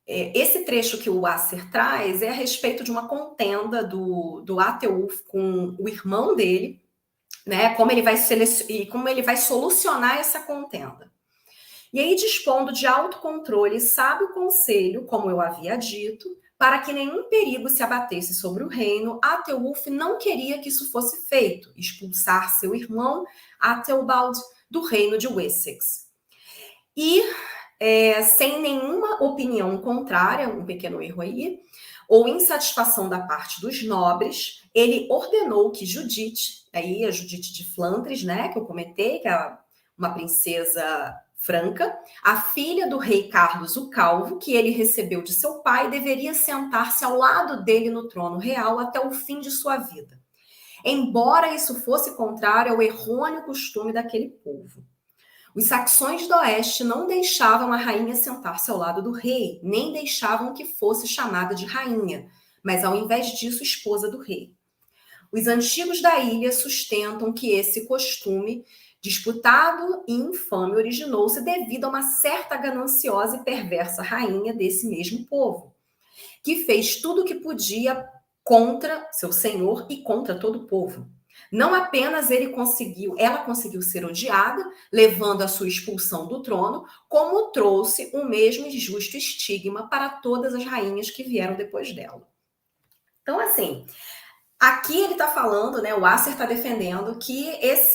esse trecho que o Acer traz é a respeito de uma contenda do Ateulf com o irmão dele, né? Como ele vai solucionar essa contenda. E aí, dispondo de autocontrole e sábio conselho, como eu havia dito, para que nenhum perigo se abatesse sobre o reino, Ateulf não queria que isso fosse feito, expulsar seu irmão Ateobald do reino de Wessex. E, sem nenhuma opinião contrária, um pequeno erro aí, ou insatisfação da parte dos nobres, ele ordenou que Judite, aí a Judite de Flandres, né, que eu comentei, que é uma princesa franca, a filha do rei Carlos o Calvo, que ele recebeu de seu pai, deveria sentar-se ao lado dele no trono real até o fim de sua vida, embora isso fosse contrário ao errôneo costume daquele povo. Os saxões do oeste não deixavam a rainha sentar-se ao lado do rei, nem deixavam que fosse chamada de rainha, mas ao invés disso, esposa do rei. Os antigos da ilha sustentam que esse costume disputado e infame originou-se devido a uma certa gananciosa e perversa rainha desse mesmo povo, que fez tudo o que podia contra seu senhor e contra todo o povo. Não apenas ela conseguiu ser odiada, levando a sua expulsão do trono, como trouxe o mesmo injusto estigma para todas as rainhas que vieram depois dela. Então, assim, aqui ele está falando, né, o Acer está defendendo que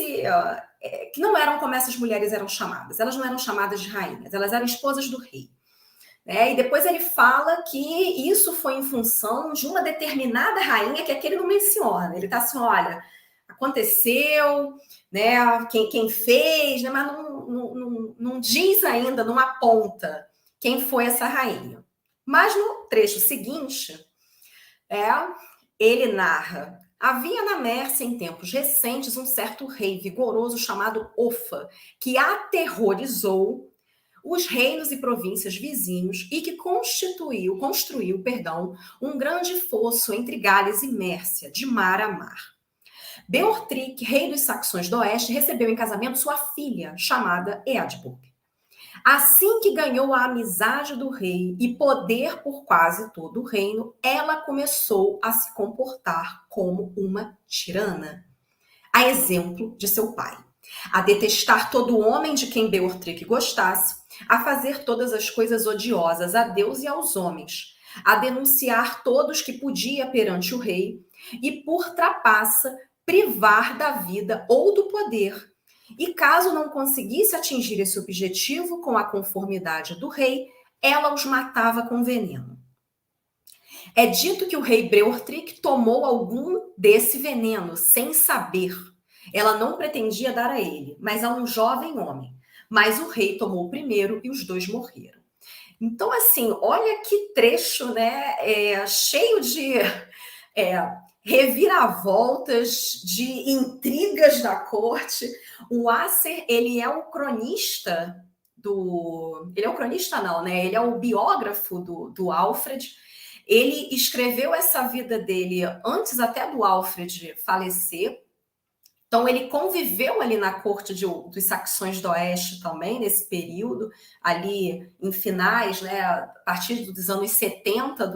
que não eram como essas mulheres eram chamadas. Elas não eram chamadas de rainhas, elas eram esposas do rei. E depois ele fala que isso foi em função de uma determinada rainha que aqui ele não menciona. Ele está assim, olha, aconteceu, né, quem fez, né, mas não diz ainda, não aponta quem foi essa rainha. Mas no trecho seguinte, ele narra: havia na Mércia, em tempos recentes, um certo rei vigoroso chamado Offa, que aterrorizou os reinos e províncias vizinhos e que construiu, um grande fosso entre Gales e Mércia, de mar a mar. Beorhtric, rei dos saxões do oeste, recebeu em casamento sua filha, chamada Eadburh. Assim que ganhou a amizade do rei e poder por quase todo o reino, ela começou a se comportar como uma tirana, a exemplo de seu pai, a detestar todo homem de quem Beorhtric gostasse, a fazer todas as coisas odiosas a Deus e aos homens, a denunciar todos que podia perante o rei e, por trapaça, privar da vida ou do poder. E caso não conseguisse atingir esse objetivo com a conformidade do rei, ela os matava com veneno. É dito que o rei Beorhtric tomou algum desse veneno sem saber. Ela não pretendia dar a ele, mas a um jovem homem. Mas o rei tomou o primeiro e os dois morreram. Então, assim, olha que trecho, né? Cheio de reviravoltas, de intrigas da corte. O Acer, ele é o cronista Ele é o cronista, não, né? Ele é o biógrafo do Alfred. Ele escreveu essa vida dele antes até do Alfred falecer. Então, ele conviveu ali na corte dos saxões do oeste também, nesse período, ali em finais, né? A partir dos anos 70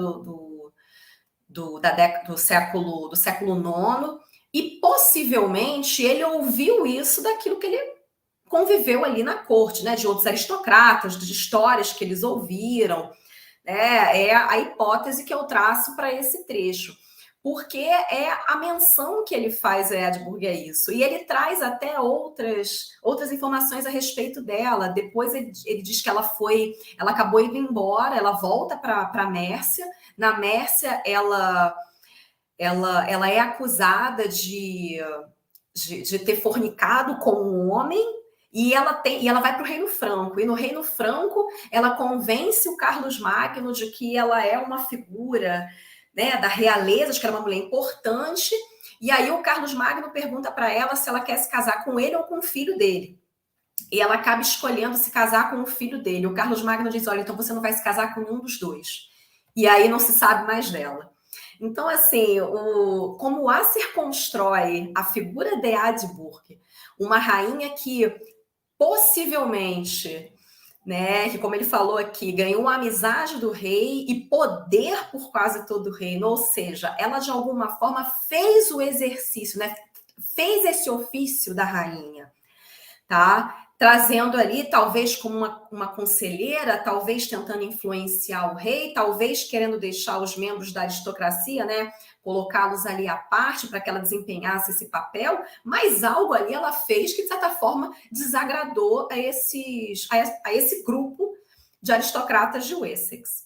do século IX, e possivelmente ele ouviu isso daquilo que ele conviveu ali na corte, né, de outros aristocratas, de histórias que eles ouviram, né, é a hipótese que eu traço para esse trecho, porque é a menção que ele faz a Eadburh a isso, e ele traz até outras informações a respeito dela. Depois ele diz que ela acabou indo embora, ela volta para Mércia. Na Mércia, ela é acusada de ter fornicado com um homem, e ela vai para o Reino Franco. E no Reino Franco, ela convence o Carlos Magno de que ela é uma figura, né, da realeza, de que era uma mulher importante. E aí o Carlos Magno pergunta para ela se ela quer se casar com ele ou com o filho dele. E ela acaba escolhendo se casar com o filho dele. O Carlos Magno diz: olha, então você não vai se casar com nenhum dos dois. E aí não se sabe mais dela. Então, assim, como o Acer constrói a figura de Eadburh, uma rainha que possivelmente né, que, como ele falou aqui, ganhou a amizade do rei e poder por quase todo o reino, ou seja, ela de alguma forma fez o exercício, né, fez esse ofício da rainha, tá? Trazendo ali, talvez como uma conselheira, talvez tentando influenciar o rei, talvez querendo deixar os membros da aristocracia, né, colocá-los ali à parte para que ela desempenhasse esse papel, mas algo ali ela fez que, de certa forma, desagradou a esse grupo de aristocratas de Wessex.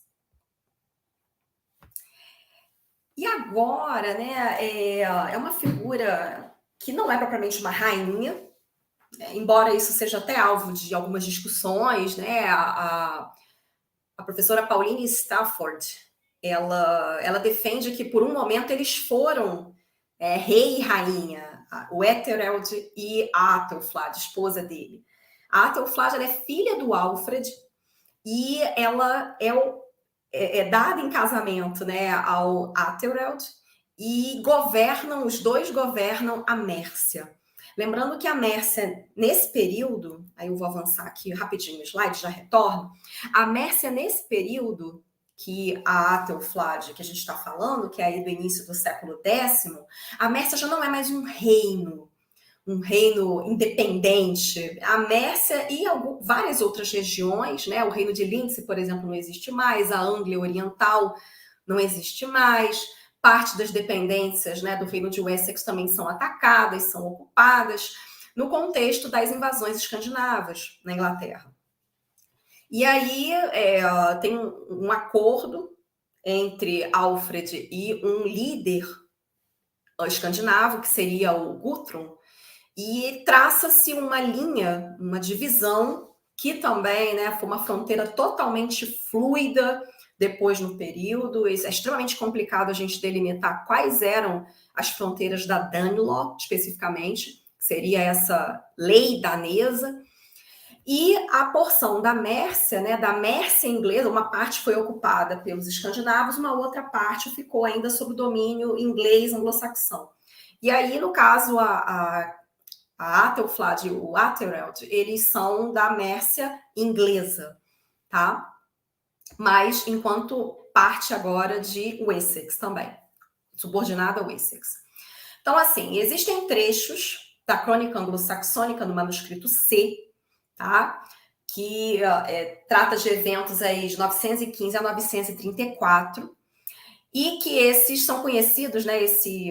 E agora, né, é uma figura que não é propriamente uma rainha, embora isso seja até alvo de algumas discussões, né? A professora Pauline Stafford, ela defende que por um momento eles foram rei e rainha, o Ethelred e a Athelflaed, esposa dele. A Athelflaed, ela é filha do Alfred e ela é dada em casamento, né, ao Athelred, e os dois governam a Mércia. Lembrando que a Mércia, nesse período, aí eu vou avançar aqui rapidinho o slide, já retorno, a Mércia, nesse período que a Athelflaed, que a gente está falando, que é aí do início do século X, a Mércia já não é mais um reino independente. A Mércia e várias outras regiões, né? O reino de Lindsey, por exemplo, não existe mais, a Anglia Oriental não existe mais, parte das dependências, né, do reino de Wessex também são atacadas, são ocupadas, no contexto das invasões escandinavas na Inglaterra. E aí tem um acordo entre Alfred e um líder escandinavo, que seria o Guthrum, e traça-se uma linha, uma divisão, que também, né, foi uma fronteira totalmente fluida depois no período. É extremamente complicado a gente delimitar quais eram as fronteiras da Danelaw, especificamente, que seria essa lei danesa. E a porção da Mércia, né, da Mércia inglesa, uma parte foi ocupada pelos escandinavos, uma outra parte ficou ainda sob o domínio inglês anglo-saxão. E aí, no caso, a Athelflaed e o Athelred, eles são da Mércia inglesa, tá? Mas enquanto parte agora de Wessex também, subordinada a Wessex. Então, assim, existem trechos da Crônica Anglo-Saxônica no manuscrito C, tá? Que trata de eventos aí de 915 a 934, e que esses são conhecidos, né, esse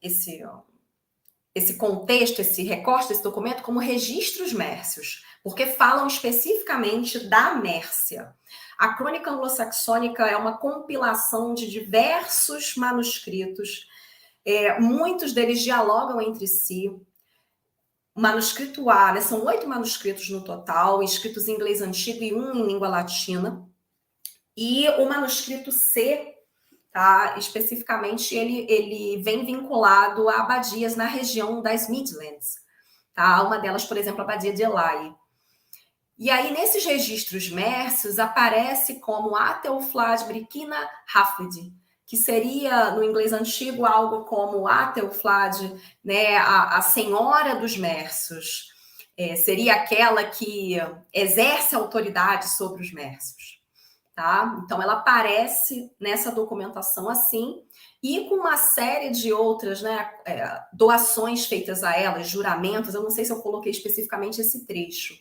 contexto, esse recorte desse documento, como registros mércios, porque falam especificamente da Mércia. A Crônica Anglo-Saxônica é uma compilação de diversos manuscritos, muitos deles dialogam entre si. O manuscrito A, né, são 8 manuscritos no total, escritos em inglês antigo e 1 em língua latina. E o manuscrito C, tá, especificamente, ele vem vinculado a abadias na região das Midlands. Tá? Uma delas, por exemplo, a abadia de Ely. E aí, nesses registros mércios, aparece como Athelflaed Bricina Haflid, que seria, no inglês antigo, algo como Athelflaed, né, a senhora dos mércios. Seria aquela que exerce autoridade sobre os mércios. Tá? Então, ela aparece nessa documentação assim, e com uma série de outras, né, doações feitas a ela, juramentos. Eu não sei se eu coloquei especificamente esse trecho.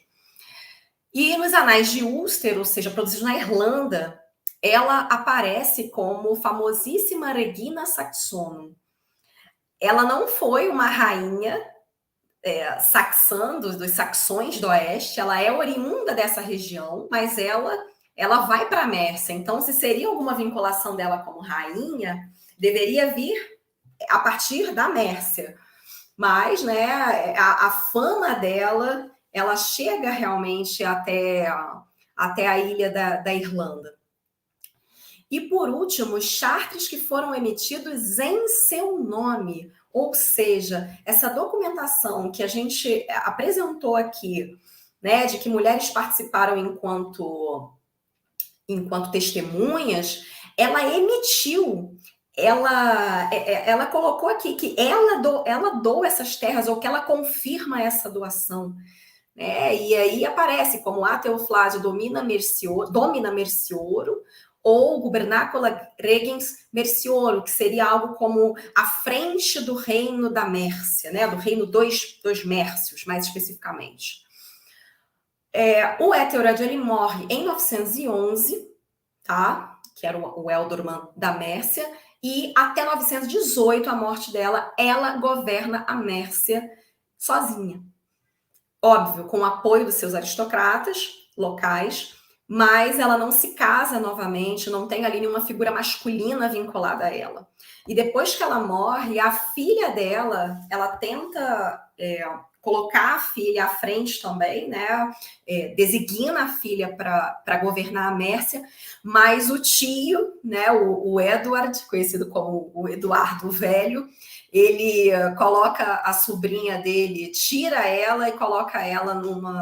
E nos Anais de Ulster, ou seja, produzidos na Irlanda, ela aparece como famosíssima Regina Saxonum. Ela não foi uma rainha saxã, dos saxões do oeste, ela é oriunda dessa região, mas ela vai para a Mércia. Então, se seria alguma vinculação dela como rainha, deveria vir a partir da Mércia. Mas, né, a fama dela, ela chega realmente até a ilha da Irlanda. E, por último, os chartres que foram emitidos em seu nome, ou seja, essa documentação que a gente apresentou aqui, né, de que mulheres participaram enquanto testemunhas, ela emitiu, ela colocou aqui que ela doa essas terras, ou que ela confirma essa doação, né? E aí aparece como a Teoflásia domina Mercioro, ou Gubernácula Regens Mercioro, que seria algo como a frente do reino da Mércia, né? Do reino dos Mércios, mais especificamente. O Ethelred, ele morre em 911, tá? Que era o Ealdorman da Mércia, e até 918, a morte dela, ela governa a Mércia sozinha. Óbvio, com o apoio dos seus aristocratas locais, mas ela não se casa novamente, não tem ali nenhuma figura masculina vinculada a ela. E depois que ela morre, a filha dela, ela tenta colocar a filha à frente também, né? Designa a filha para governar a Mércia, mas o tio, né? O Edward, conhecido como o Eduardo Velho, ele coloca a sobrinha dele, tira ela e coloca ela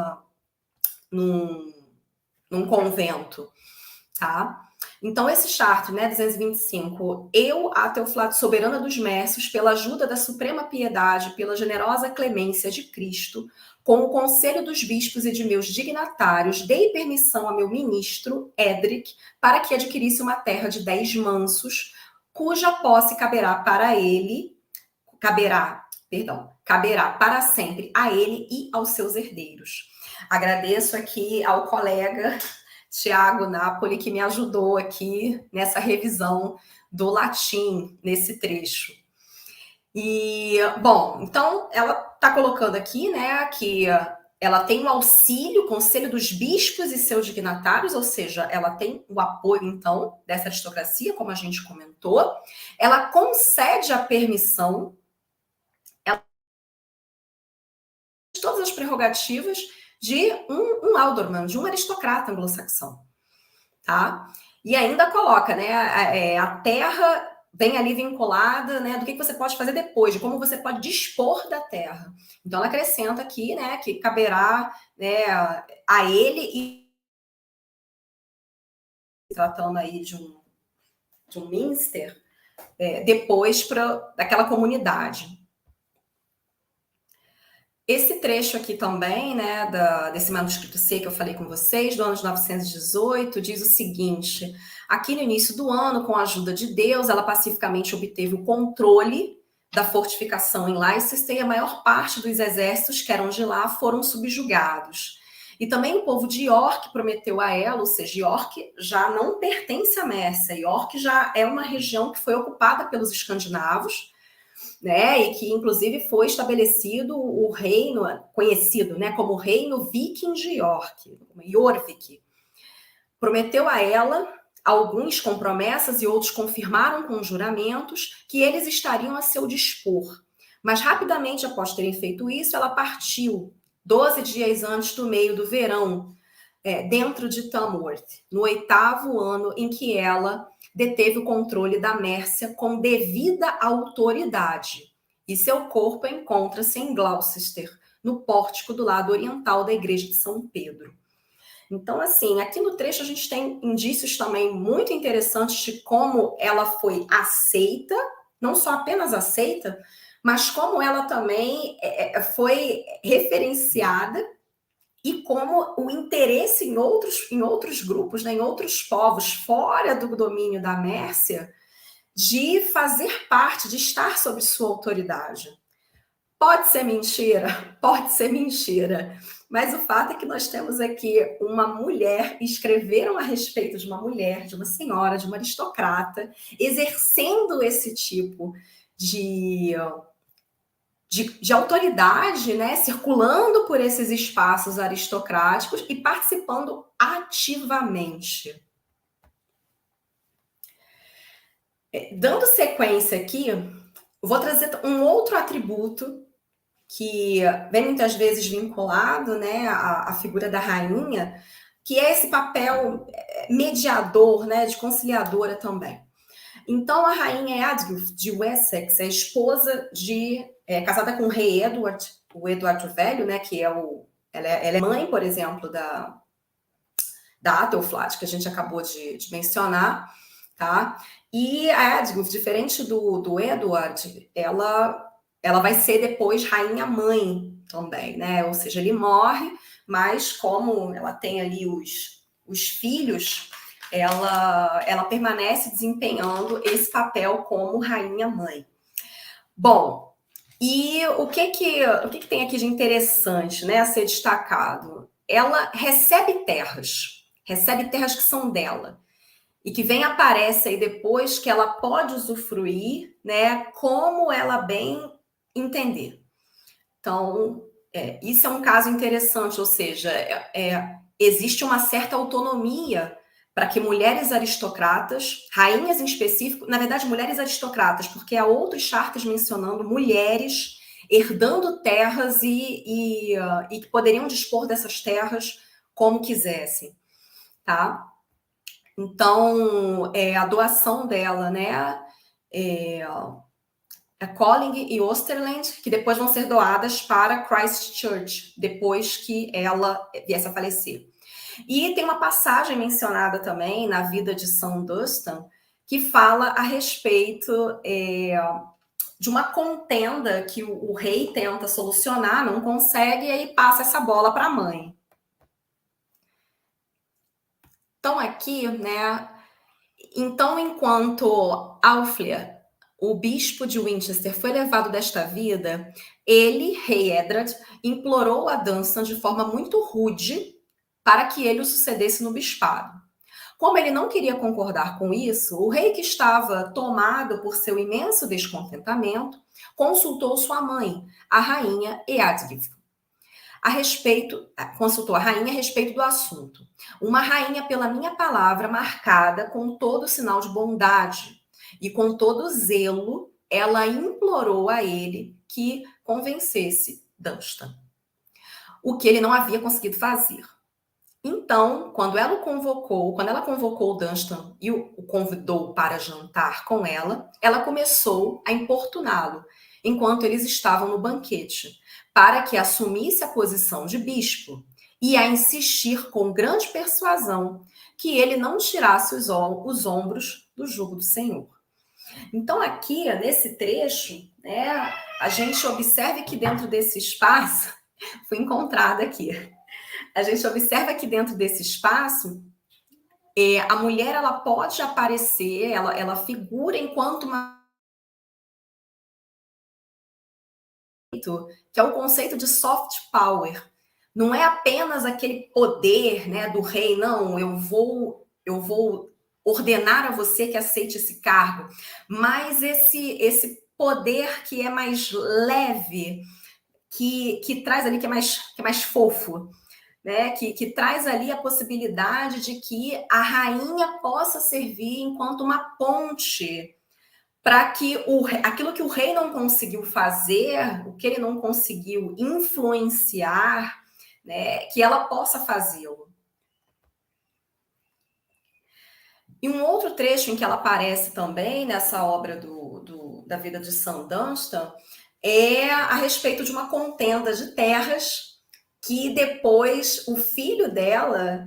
num convento, tá? Então, esse chartre, né, 225, eu, a Teoflásia, soberana dos Mércios, pela ajuda da suprema piedade, pela generosa clemência de Cristo, com o conselho dos bispos e de meus dignatários, dei permissão a meu ministro, Edric, para que adquirisse uma terra de 10 mansos, cuja posse caberá para sempre a ele e aos seus herdeiros. Agradeço aqui ao colega Tiago Napoli, que me ajudou aqui nessa revisão do latim, nesse trecho. E, bom, então, ela está colocando aqui, né, que ela tem o auxílio, o conselho dos bispos e seus dignatários, ou seja, ela tem o apoio, então, dessa aristocracia, como a gente comentou. Ela concede a permissão, todas as prerrogativas de um Ealdorman, de um aristocrata anglo-saxão, tá? E ainda coloca, né, a terra bem ali vinculada, né, do que você pode fazer depois, de como você pode dispor da terra. Então, ela acrescenta aqui, né, que caberá, né, a ele, e tratando aí de um Minster, depois daquela comunidade. Esse trecho aqui também, né, desse manuscrito C que eu falei com vocês, do ano de 918, diz o seguinte: aqui no início do ano, com a ajuda de Deus, ela pacificamente obteve o controle da fortificação em Leicester e a maior parte dos exércitos que eram de lá foram subjugados. E também o povo de York prometeu a ela, ou seja, York já não pertence à Mércia, York já é uma região que foi ocupada pelos escandinavos, né, e que inclusive foi estabelecido o reino conhecido, né, como Reino Viking de York, Jorvik. Prometeu a ela, alguns com promessas e outros confirmaram com juramentos, que eles estariam a seu dispor. Mas rapidamente após terem feito isso, ela partiu 12 dias antes do meio do verão, dentro de Tamworth, no 8º ano em que ela deteve o controle da Mércia com devida autoridade. E seu corpo encontra-se em Gloucester, no pórtico do lado oriental da igreja de São Pedro. Então, assim, aqui no trecho a gente tem indícios também muito interessantes de como ela foi aceita, não só apenas aceita, mas como ela também foi referenciada e como o interesse em outros grupos, né, em outros povos fora do domínio da Mércia, de fazer parte, de estar sob sua autoridade. Pode ser mentira? Pode ser mentira. Mas o fato é que nós temos aqui uma mulher, escreveram a respeito de uma mulher, de uma senhora, de uma aristocrata, exercendo esse tipo de autoridade, né, circulando por esses espaços aristocráticos e participando ativamente. Dando sequência aqui, vou trazer um outro atributo que vem muitas vezes vinculado, né, à figura da rainha, que é esse papel mediador, né, de conciliadora também. Então, a rainha Eadgulf de Wessex é esposa casada com o rei Edward, o Eduardo Velho, né, que ela é mãe, por exemplo, da Aethelflaed, que a gente acabou de mencionar, tá? E a Eadgulf, diferente do Edward, ela ela vai ser depois rainha-mãe também, né? Ou seja, ele morre, mas como ela tem ali os filhos, ela permanece desempenhando esse papel como rainha-mãe. Bom, e o que tem aqui de interessante, né, a ser destacado? Ela recebe terras que são dela, e que aparece aí depois que ela pode usufruir, né, como ela bem entender. Então, isso é um caso interessante, ou seja, existe uma certa autonomia para que mulheres aristocratas, rainhas em específico, na verdade, mulheres aristocratas, porque há outros chartas mencionando mulheres herdando terras e que poderiam dispor dessas terras como quisessem, tá? Então, a doação dela, né, a Colling e Osterland, que depois vão ser doadas para Christchurch, depois que ela viesse a falecer. E tem uma passagem mencionada também na vida de São Dunstan, que fala a respeito de uma contenda que o rei tenta solucionar, não consegue, e aí passa essa bola para a mãe. Então, aqui, né? Então, enquanto Aulflere, o bispo de Winchester, foi levado desta vida, ele, rei Edrad, implorou a Dunstan de forma muito rude para que ele o sucedesse no bispado. Como ele não queria concordar com isso, o rei, que estava tomado por seu imenso descontentamento, consultou sua mãe, a rainha Eadgif, consultou a rainha a respeito do assunto. Uma rainha pela minha palavra, marcada com todo sinal de bondade e com todo zelo, ela implorou a ele que convencesse Dunstan, o que ele não havia conseguido fazer. Então, quando ela convocou Dunstan e o convidou para jantar com ela começou a importuná-lo enquanto eles estavam no banquete, para que assumisse a posição de bispo e a insistir com grande persuasão que ele não tirasse os ombros do jugo do Senhor. Então, aqui, nesse trecho, né, a gente observa que dentro desse espaço, foi encontrado aqui, a gente observa que dentro desse espaço, a mulher ela pode aparecer, ela figura enquanto uma... que é o conceito de soft power. Não é apenas aquele poder, né, do rei, não, eu vou ordenar a você que aceite esse cargo, mas esse poder que é mais leve, que traz ali, que é mais fofo, né, que traz ali a possibilidade de que a rainha possa servir enquanto uma ponte para que aquilo que o rei não conseguiu fazer, o que ele não conseguiu influenciar, né, que ela possa fazê-lo. E um outro trecho em que ela aparece também nessa obra da vida de São Dunstan é a respeito de uma contenda de terras que depois o filho dela,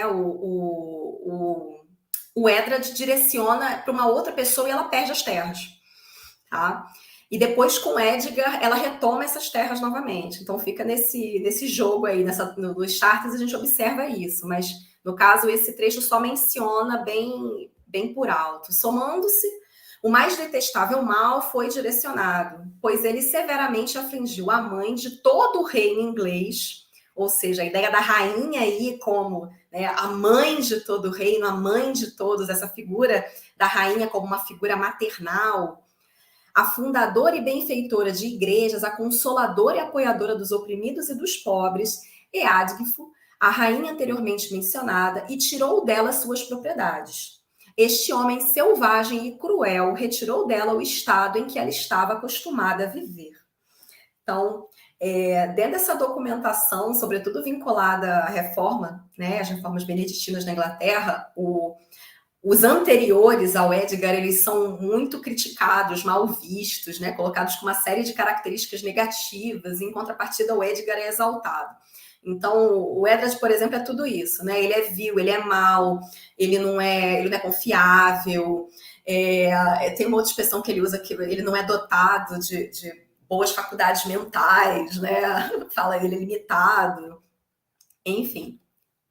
o Edrad, direciona para uma outra pessoa e ela perde as terras, tá? E depois, com Edgar, ela retoma essas terras novamente. Então, fica nesse jogo aí, nos charts a gente observa isso, mas, no caso, esse trecho só menciona bem por alto. Somando-se, o mais detestável mal foi direcionado, pois ele severamente afligiu a mãe de todo o reino inglês, ou seja, a ideia da rainha aí como, né, a mãe de todo o reino, a mãe de todos, essa figura da rainha como uma figura maternal, a fundadora e benfeitora de igrejas, a consoladora e apoiadora dos oprimidos e dos pobres, Eadgifo, a rainha anteriormente mencionada, e tirou dela suas propriedades. Este homem selvagem e cruel retirou dela o estado em que ela estava acostumada a viver. Então, dentro dessa documentação, sobretudo vinculada à reforma, né, as reformas beneditinas na Inglaterra, os anteriores ao Edgar, eles são muito criticados, mal vistos, né, colocados com uma série de características negativas, e, em contrapartida, o Edgar é exaltado. Então, o Edrad, por exemplo, é tudo isso, né? Ele é vil, ele é mau, ele não é confiável. Tem uma outra expressão que ele usa, que ele não é dotado boas faculdades mentais, né? Fala ele limitado, enfim.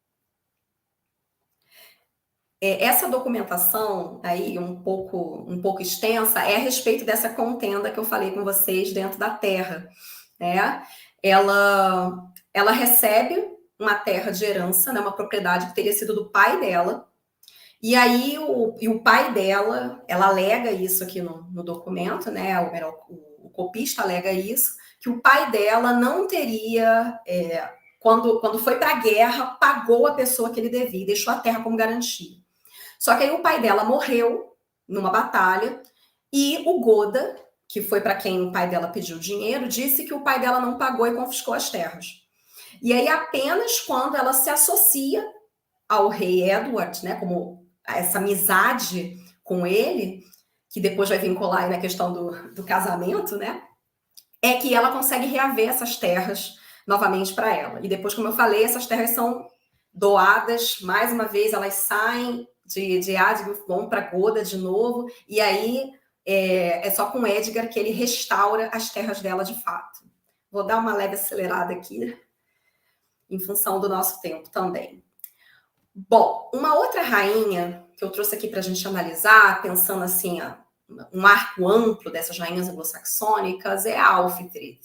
Essa documentação aí um pouco extensa é a respeito dessa contenda que eu falei com vocês dentro da terra, né? Ela recebe uma terra de herança, né? Uma propriedade que teria sido do pai dela, e aí o pai dela, ela alega isso aqui no documento, né? O copista alega isso, que o pai dela não teria, quando foi para a guerra, pagou a pessoa que ele devia, deixou a terra como garantia. Só que aí o pai dela morreu numa batalha e o Goda, que foi para quem o pai dela pediu dinheiro, disse que o pai dela não pagou e confiscou as terras. E aí apenas quando ela se associa ao rei Edward, né, como essa amizade com ele, que depois vai vincular aí na questão do casamento, né, é que ela consegue reaver essas terras novamente para ela. E depois, como eu falei, essas terras são doadas, mais uma vez, elas saem de Asgill, vão para Goda de novo, e aí é só com Edgar que ele restaura as terras dela de fato. Vou dar uma leve acelerada aqui, em função do nosso tempo também. Bom, uma outra rainha que eu trouxe aqui para a gente analisar, pensando assim, um arco amplo dessas rainhas anglo-saxônicas, é a Alfrid,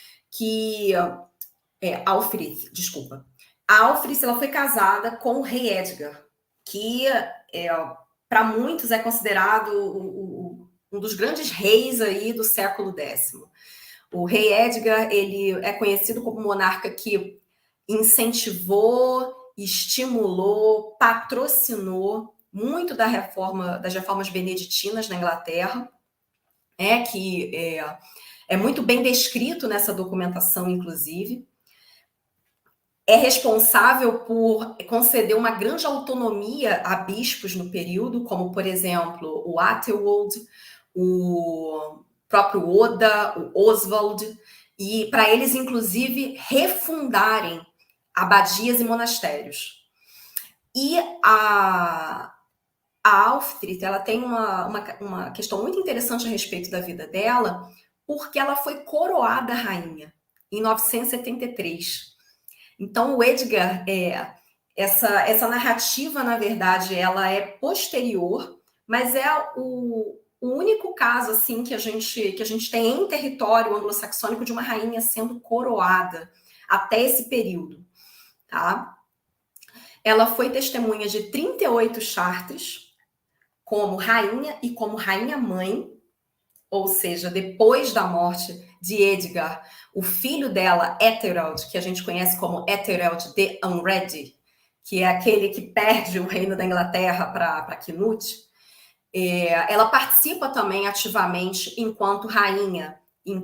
A Alfrid, ela foi casada com o rei Edgar, que para muitos é considerado um dos grandes reis aí do século X. O rei Edgar, ele é conhecido como monarca que incentivou, estimulou, patrocinou muito das reformas beneditinas na Inglaterra, que é muito bem descrito nessa documentação, inclusive. É responsável por conceder uma grande autonomia a bispos no período, como, por exemplo, o Athelwold, o próprio Oda, o Oswald, e para eles, inclusive, refundarem abadias e monastérios. E a Alfrid, ela tem uma questão muito interessante a respeito da vida dela, porque ela foi coroada rainha em 973. Então, o Edgar, essa narrativa, na verdade, ela é posterior, mas é o único caso assim que a gente tem em território anglo-saxônico de uma rainha sendo coroada até esse período, tá? Ela foi testemunha de 38 chartres como rainha e como rainha-mãe, ou seja, depois da morte de Edgar, o filho dela, Ethelred, que a gente conhece como Ethelred the Unready, que é aquele que perde o reino da Inglaterra para Canute, ela participa também ativamente enquanto rainha,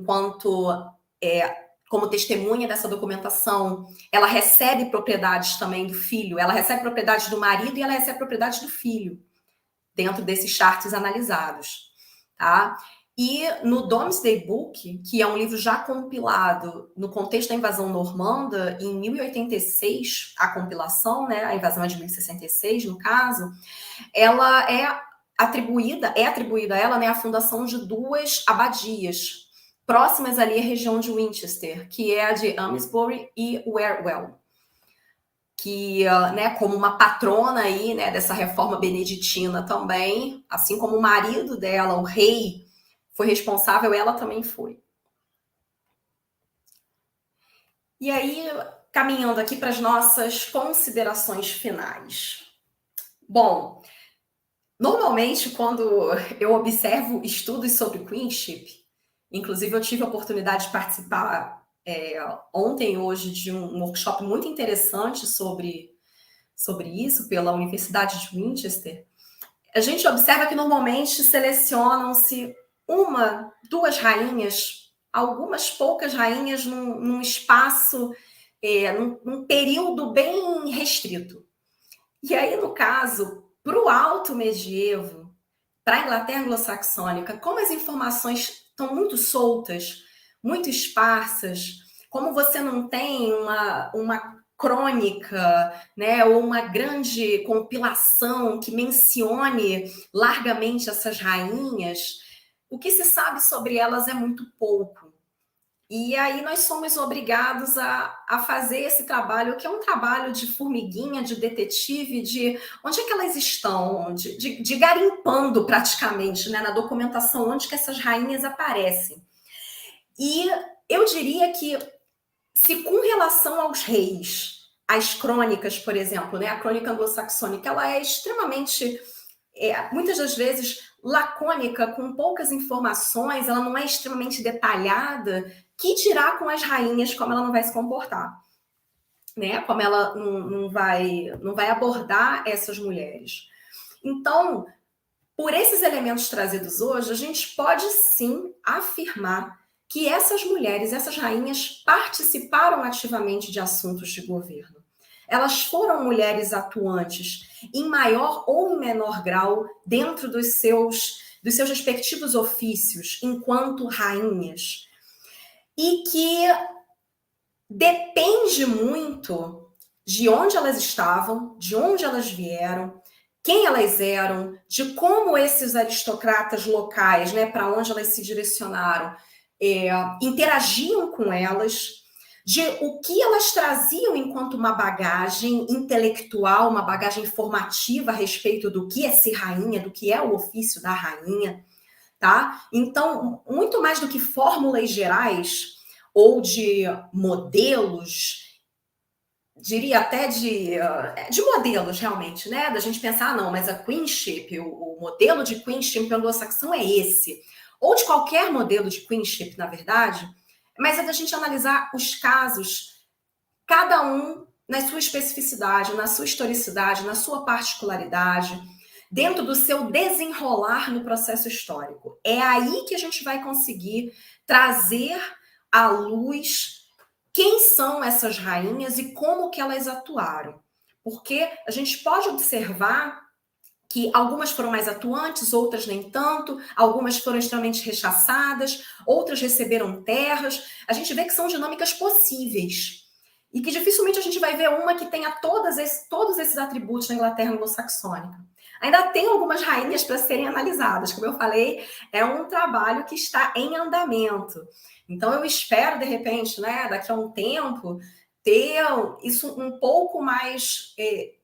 como testemunha dessa documentação. Ela recebe propriedades também do filho, ela recebe propriedades do marido e ela recebe propriedades do filho, dentro desses charts analisados, tá? E no Domesday Book, que é um livro já compilado no contexto da invasão normanda, em 1086, a compilação, né, a invasão é de 1066, no caso, ela é atribuída a ela, né, a fundação de 2 abadias, próximas ali à região de Winchester, que é a de Amesbury e Werwell, que, né, como uma patrona aí, né, dessa reforma beneditina também, assim como o marido dela, o rei, foi responsável, ela também foi. E aí, caminhando aqui para as nossas considerações finais. Bom, normalmente, quando eu observo estudos sobre queenship, inclusive eu tive a oportunidade de participar ontem e hoje de um workshop muito interessante sobre isso, pela Universidade de Winchester, a gente observa que normalmente selecionam-se 1, 2 rainhas, algumas poucas rainhas num espaço, num período bem restrito. E aí, no caso, para o alto medievo, para a Inglaterra anglo-saxônica, como as informações estão muito soltas, muito esparsas, como você não tem uma crônica, né, ou uma grande compilação que mencione largamente essas rainhas, o que se sabe sobre elas é muito pouco. E aí nós somos obrigados a fazer esse trabalho, que é um trabalho de formiguinha, de detetive, de onde é que elas estão, de garimpando praticamente, né, na documentação, onde que essas rainhas aparecem. E eu diria que, se com relação aos reis, as crônicas, por exemplo, né, a crônica anglo-saxônica, ela é extremamente, muitas das vezes, lacônica, com poucas informações, ela não é extremamente detalhada, que dirá com as rainhas, como ela não vai se comportar, né? Como ela não vai abordar essas mulheres. Então, por esses elementos trazidos hoje, a gente pode sim afirmar que essas mulheres, essas rainhas, participaram ativamente de assuntos de governo. Elas foram mulheres atuantes, em maior ou em menor grau, dentro dos seus respectivos ofícios, enquanto rainhas. E que depende muito de onde elas estavam, de onde elas vieram, quem elas eram, de como esses aristocratas locais, né, para onde elas se direcionaram, interagiam com elas, de o que elas traziam enquanto uma bagagem intelectual, uma bagagem formativa a respeito do que é ser rainha, do que é o ofício da rainha, tá? Então, muito mais do que fórmulas gerais ou de modelos, diria até de modelos, realmente, né? Da gente pensar, não, mas a queenship, o modelo de queenship anglo-saxão é esse. Ou de qualquer modelo de queenship, na verdade, mas é da gente analisar os casos, cada um na sua especificidade, na sua historicidade, na sua particularidade, dentro do seu desenrolar no processo histórico. É aí que a gente vai conseguir trazer à luz quem são essas rainhas e como que elas atuaram. Porque a gente pode observar que algumas foram mais atuantes, outras nem tanto, algumas foram extremamente rechaçadas, outras receberam terras. A gente vê que são dinâmicas possíveis e que dificilmente a gente vai ver uma que tenha todos esses atributos na Inglaterra anglo-saxônica. Ainda tem algumas rainhas para serem analisadas. Como eu falei, é um trabalho que está em andamento. Então, eu espero, de repente, né, daqui a um tempo, ter isso um pouco mais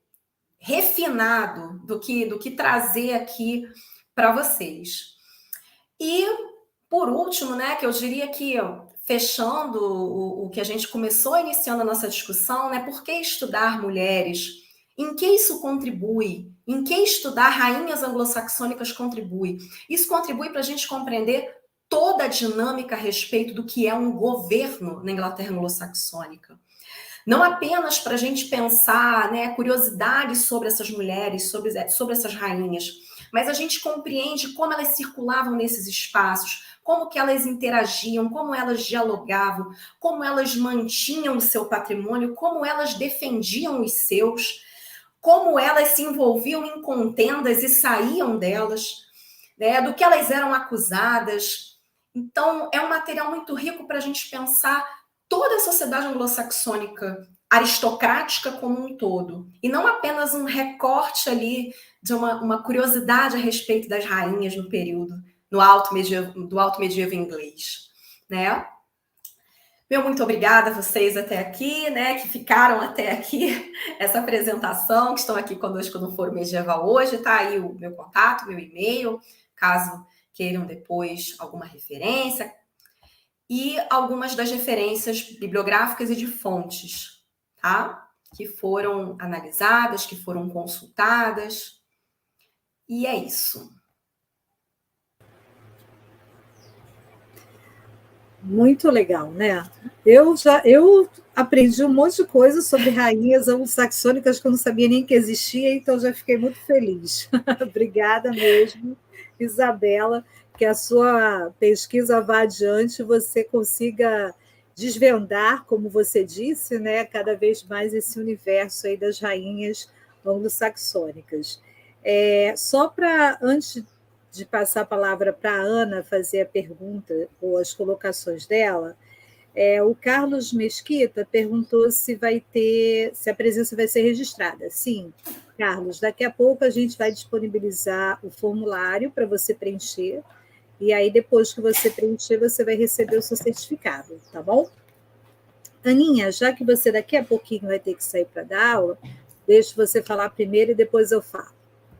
refinado do que trazer aqui para vocês. E, por último, né, que eu diria que, fechando o que a gente começou iniciando a nossa discussão, né, por que estudar mulheres? Em que isso contribui? Em que estudar rainhas anglo-saxônicas contribui? Isso contribui para a gente compreender toda a dinâmica a respeito do que é um governo na Inglaterra anglo-saxônica. Não apenas para a gente pensar, né, curiosidades sobre essas mulheres, sobre essas rainhas, mas a gente compreende como elas circulavam nesses espaços, como que elas interagiam, como elas dialogavam, como elas mantinham o seu patrimônio, como elas defendiam os seus, como elas se envolviam em contendas e saíam delas, né, do que elas eram acusadas. Então, é um material muito rico para a gente pensar toda a sociedade anglo-saxônica aristocrática como um todo, e não apenas um recorte ali de uma curiosidade a respeito das rainhas no período do alto medievo inglês, né? Meu muito obrigada a vocês até aqui, né, que ficaram até aqui essa apresentação, que estão aqui conosco no Foro Medieval hoje. Tá aí o meu contato, meu e-mail, caso queiram depois alguma referência, e algumas das referências bibliográficas e de fontes, tá? Que foram analisadas, que foram consultadas. E é isso. Muito legal, né? Eu aprendi um monte de coisa sobre rainhas anglo-saxônicas que eu não sabia nem que existia, então já fiquei muito feliz. Obrigada mesmo, Isabela, que a sua pesquisa vá adiante, você consiga desvendar, como você disse, né, cada vez mais esse universo aí das rainhas anglo-saxônicas. Só para, antes de passar a palavra para a Ana fazer a pergunta ou as colocações dela, o Carlos Mesquita perguntou se a presença vai ser registrada. Sim, Carlos, daqui a pouco a gente vai disponibilizar o formulário para você preencher, E aí, depois que você preencher, você vai receber o seu certificado, tá bom? Aninha, já que você daqui a pouquinho vai ter que sair para dar aula, deixa você falar primeiro e depois eu falo.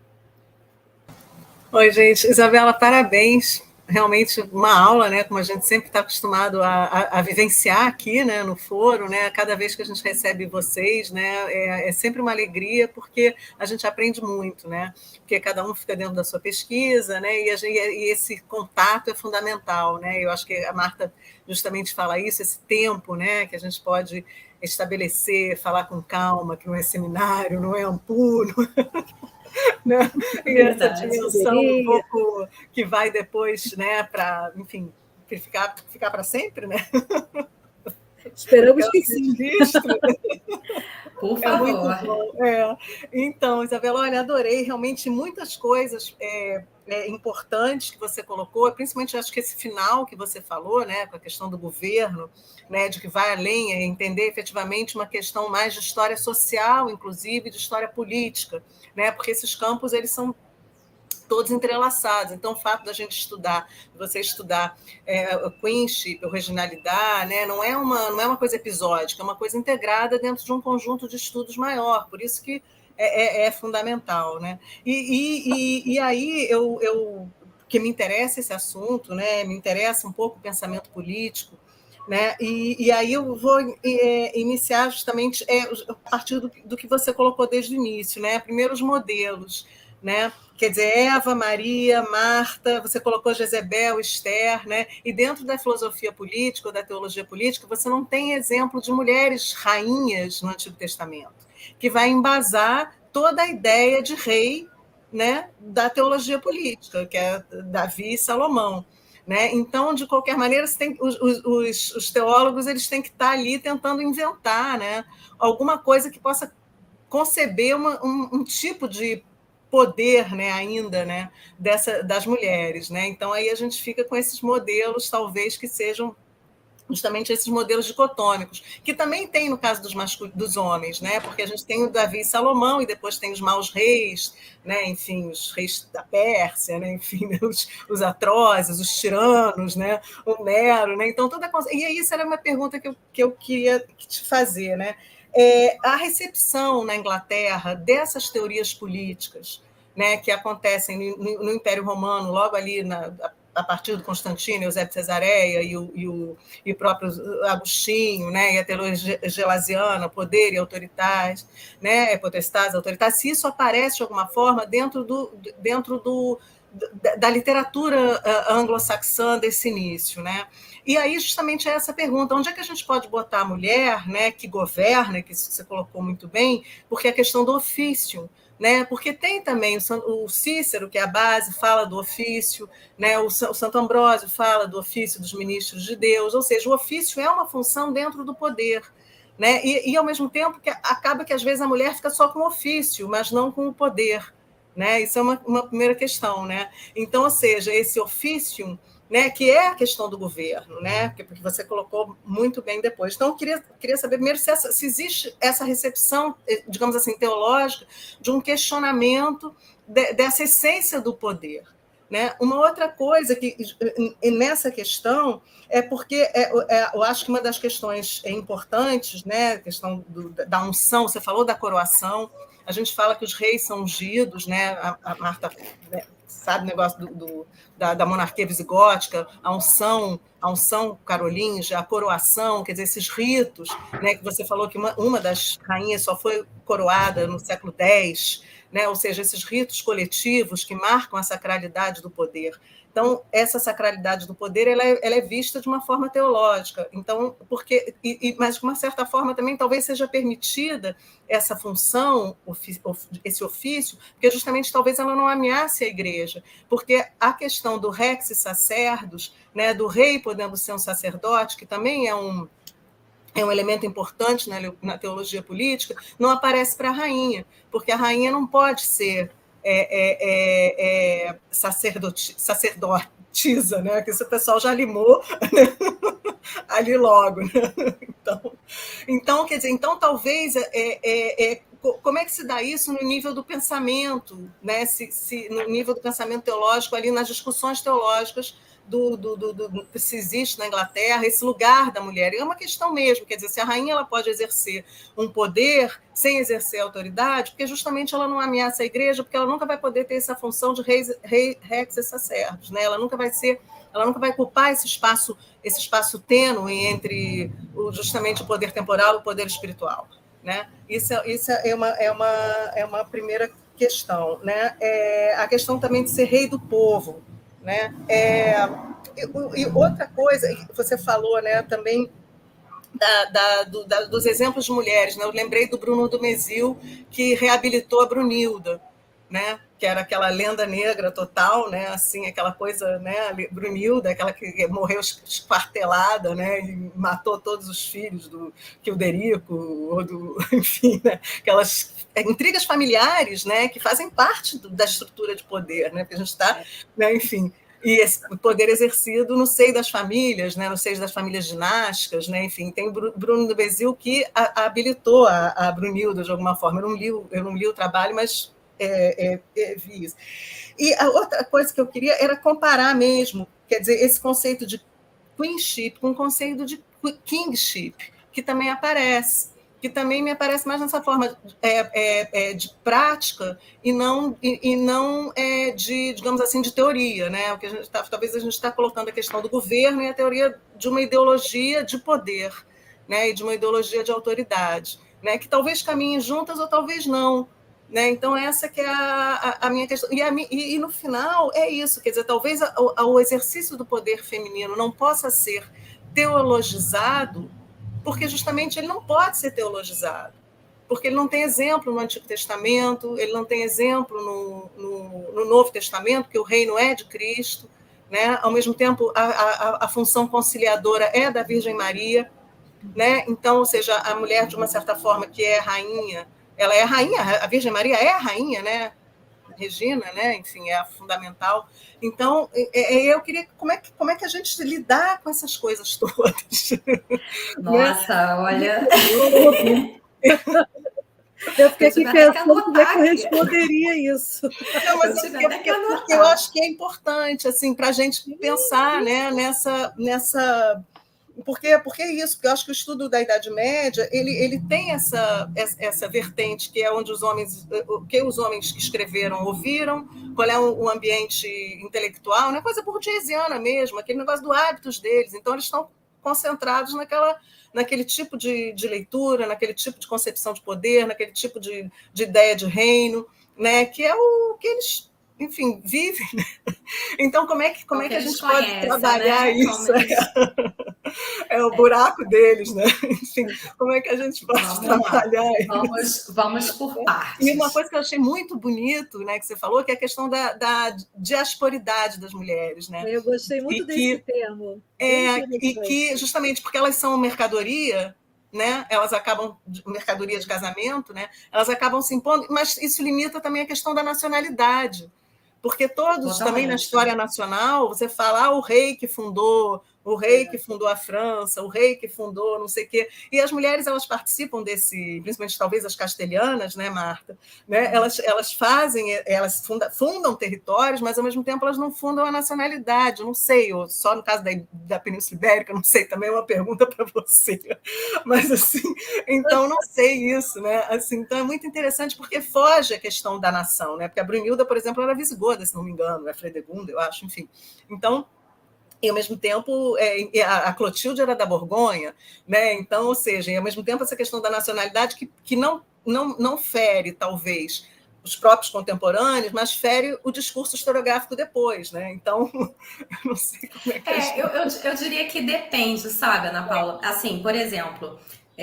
Oi, gente. Isabela, parabéns. Realmente uma aula, né, como a gente sempre está acostumado a vivenciar aqui, né, no foro, né, cada vez que a gente recebe vocês, né, é sempre uma alegria, porque a gente aprende muito, né, porque cada um fica dentro da sua pesquisa, né, e esse contato é fundamental, né, eu acho que a Marta justamente fala isso, esse tempo, né, que a gente pode estabelecer, falar com calma, que não é seminário, não é ampuro, né? E essa dimensão um pouco que vai depois, né, para, enfim, ficar para sempre, né? Esperamos que sim. Por favor. É muito bom. Então, Isabela, olha, adorei realmente muitas coisas importantes que você colocou, principalmente acho que esse final que você falou, né, com a questão do governo, né, de que vai além, entender efetivamente uma questão mais de história social, inclusive de história política, né, porque esses campos eles são todos entrelaçados. Então, o fato da gente estudar, você estudar queenship, originalidade, né, não é uma coisa episódica, é uma coisa integrada dentro de um conjunto de estudos maior, por isso que é fundamental. Né? E aí, que me interessa esse assunto, né, me interessa um pouco o pensamento político, né? E aí eu vou iniciar justamente a partir do que você colocou desde o início, né? Primeiro os modelos, né? Quer dizer, Eva, Maria, Marta, você colocou Jezebel, Esther, né? E dentro da filosofia política ou da teologia política, você não tem exemplo de mulheres rainhas no Antigo Testamento, que vai embasar toda a ideia de rei, né, da teologia política, que é Davi e Salomão. Né? Então, de qualquer maneira, os teólogos eles têm que estar ali tentando inventar, né, alguma coisa que possa conceber um tipo de poder, né, ainda, né, das mulheres. Né? Então, aí a gente fica com esses modelos, talvez, que sejam justamente esses modelos dicotômicos, que também tem no caso dos homens, né? Porque a gente tem o Davi e Salomão, e depois tem os maus reis, né? Enfim, os reis da Pérsia, né? Enfim, né? Os atrozes, os tiranos, né? O Nero, né? Então, e aí, isso era uma pergunta que eu queria te fazer, né? A recepção na Inglaterra dessas teorias políticas, né, que acontecem no Império Romano, logo ali a partir do Constantino, Eusébio de Cesareia e o próprio Agostinho, né, e a teologia gelasiana, poder e autoridade, né, potestades, autoridades, se isso aparece de alguma forma dentro da literatura anglo-saxã desse início, né? E aí justamente é essa pergunta, onde é que a gente pode botar a mulher, né, que governa, que você colocou muito bem, porque a questão do ofício, né? Porque tem também o Cícero, que é a base, fala do ofício, né? O Santo Ambrósio fala do ofício dos ministros de Deus, ou seja, o ofício é uma função dentro do poder. Né? E ao mesmo tempo, que acaba que às vezes a mulher fica só com o ofício, mas não com o poder. Né? Isso é uma primeira questão. Né? Então, ou seja, esse ofício, né, que é a questão do governo, né, porque você colocou muito bem depois. Então, eu queria saber primeiro se existe essa recepção, digamos assim, teológica, de um questionamento dessa essência do poder. Né? Uma outra coisa que nessa questão é porque eu acho que uma das questões importantes, né, a questão da unção, você falou da coroação, a gente fala que os reis são ungidos, né, a Marta, né, sabe o negócio da monarquia visigótica, a unção carolíngia, a coroação, quer dizer, esses ritos, né, que você falou que uma das rainhas só foi coroada no século X, né, ou seja, esses ritos coletivos que marcam a sacralidade do poder. Então, essa sacralidade do poder ela é vista de uma forma teológica. Então, mas de uma certa forma também talvez seja permitida essa função, esse ofício, porque justamente talvez ela não ameace a igreja, porque a questão do rex sacerdos, né, do rei podendo ser um sacerdote, que também é um elemento importante na teologia política, não aparece para a rainha, porque a rainha não pode ser sacerdotisa, né? Que esse pessoal já limou, né? Ali logo. Né? Então, quer dizer, então talvez como é que se dá isso no nível do pensamento, né? No nível do pensamento teológico, ali nas discussões teológicas se existe na Inglaterra esse lugar da mulher. E é uma questão mesmo, quer dizer, se a rainha ela pode exercer um poder sem exercer autoridade, porque justamente ela não ameaça a igreja, porque ela nunca vai poder ter essa função de rex e sacerdos, né? Ela nunca vai ocupar esse espaço tênue entre justamente o poder temporal e o poder espiritual, né? Isso é uma primeira questão, né? A questão também de ser rei do povo, né? E outra coisa, você falou, né, também dos exemplos de mulheres, né? Eu lembrei do Bruno do Mesil, que reabilitou a Brunilda, né? Que era aquela lenda negra total, né? Assim, aquela coisa, né? Brunilda, aquela que morreu esquartelada, né? E matou todos os filhos do Quilderico, ou enfim, né? Aquelas intrigas familiares, né? Que fazem parte da estrutura de poder, né? Porque a gente está, né? Enfim. E esse poder exercido no seio das famílias, né, no seio das famílias dinásticas, né, enfim, tem Bruno do Mesil que habilitou a Brunilda de alguma forma. Eu não li o trabalho, mas vi isso. E a outra coisa que eu queria era comparar mesmo, quer dizer, esse conceito de queenship com o conceito de kingship, que também aparece, que também me aparece mais nessa forma de prática e não de, digamos assim, de teoria, né? O que talvez a gente está colocando a questão do governo e a teoria de uma ideologia de poder, né? E de uma ideologia de autoridade, né? Que talvez caminhem juntas ou talvez não, né? Então essa que é a minha questão. E no final é isso, quer dizer, talvez o exercício do poder feminino não possa ser teologizado, porque justamente ele não pode ser teologizado, porque ele não tem exemplo no Antigo Testamento, ele não tem exemplo no Novo Testamento, que o reino é de Cristo, né? Ao mesmo tempo, a função conciliadora é da Virgem Maria, né? Então, ou seja, a mulher, de uma certa forma, que é rainha, ela é a rainha, a Virgem Maria é a rainha, né? Regina, né? Enfim, é a fundamental. Então, eu queria como é que a gente lidar com essas coisas todas. Nossa, olha. Eu fiquei aqui pensando como é que eu responderia isso. Não, mas porque eu acho que é importante assim, para a gente pensar, né, nessa. Porque é isso, porque eu acho que o estudo da Idade Média ele tem essa vertente, que é onde os homens que escreveram ouviram, qual é o ambiente intelectual, né? Coisa burguesiana mesmo, aquele negócio do hábitos deles. Então, eles estão concentrados naquele tipo de leitura, naquele tipo de concepção de poder, naquele tipo de ideia de reino, né? Que é o que eles, enfim, vivem. Né? Então, como é que a gente pode trabalhar, né? Isso? É o buraco deles, né? Enfim, como é que a gente pode trabalhar isso? Vamos por partes. E uma coisa que eu achei muito bonito, né, que você falou, que é a questão da diasporidade das mulheres, né? Eu gostei muito desse termo. E que, justamente porque elas são mercadoria, né? Elas acabam, mercadoria de casamento, né? Elas acabam se impondo, mas isso limita também a questão da nacionalidade. Porque todos, também na história nacional, você fala o rei que fundou a França, o rei que fundou não sei o quê. E as mulheres, elas participam desse, principalmente talvez as castelhanas, né, Marta? Né? Elas fazem, elas fundam territórios, mas ao mesmo tempo elas não fundam a nacionalidade. Não sei, ou só no caso da Península Ibérica, não sei, também é uma pergunta para você. Mas assim, então não sei isso, né? Assim, então é muito interessante porque foge a questão da nação, né? Porque a Brunilda, por exemplo, era visigoda, se não me engano, é Fredegunda, eu acho, enfim. Então, e ao mesmo tempo a Clotilde era da Borgonha, né? Então, ou seja, e ao mesmo tempo essa questão da nacionalidade que não fere, talvez, os próprios contemporâneos, mas fere o discurso historiográfico depois, né? Então, não sei como é que eu diria que depende, sabe, Ana Paula? Assim, por exemplo,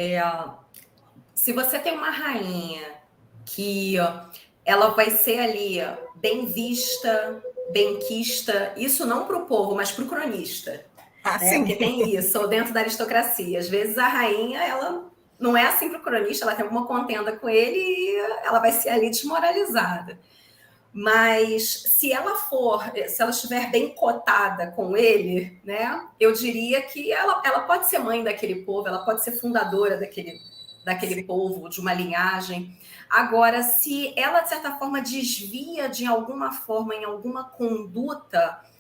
se você tem uma rainha que ela vai ser ali bem vista, benquista, isso não para o povo, mas para o cronista. Sim. Porque tem isso, ou dentro da aristocracia. Às vezes a rainha, ela não é assim para o cronista, ela tem alguma contenda com ele e ela vai ser ali desmoralizada. Mas se ela estiver bem cotada com ele, né, eu diria que ela pode ser mãe daquele povo, ela pode ser fundadora daquele povo, de uma linhagem. Agora, se ela, de certa forma, desvia de alguma forma, em alguma conduta,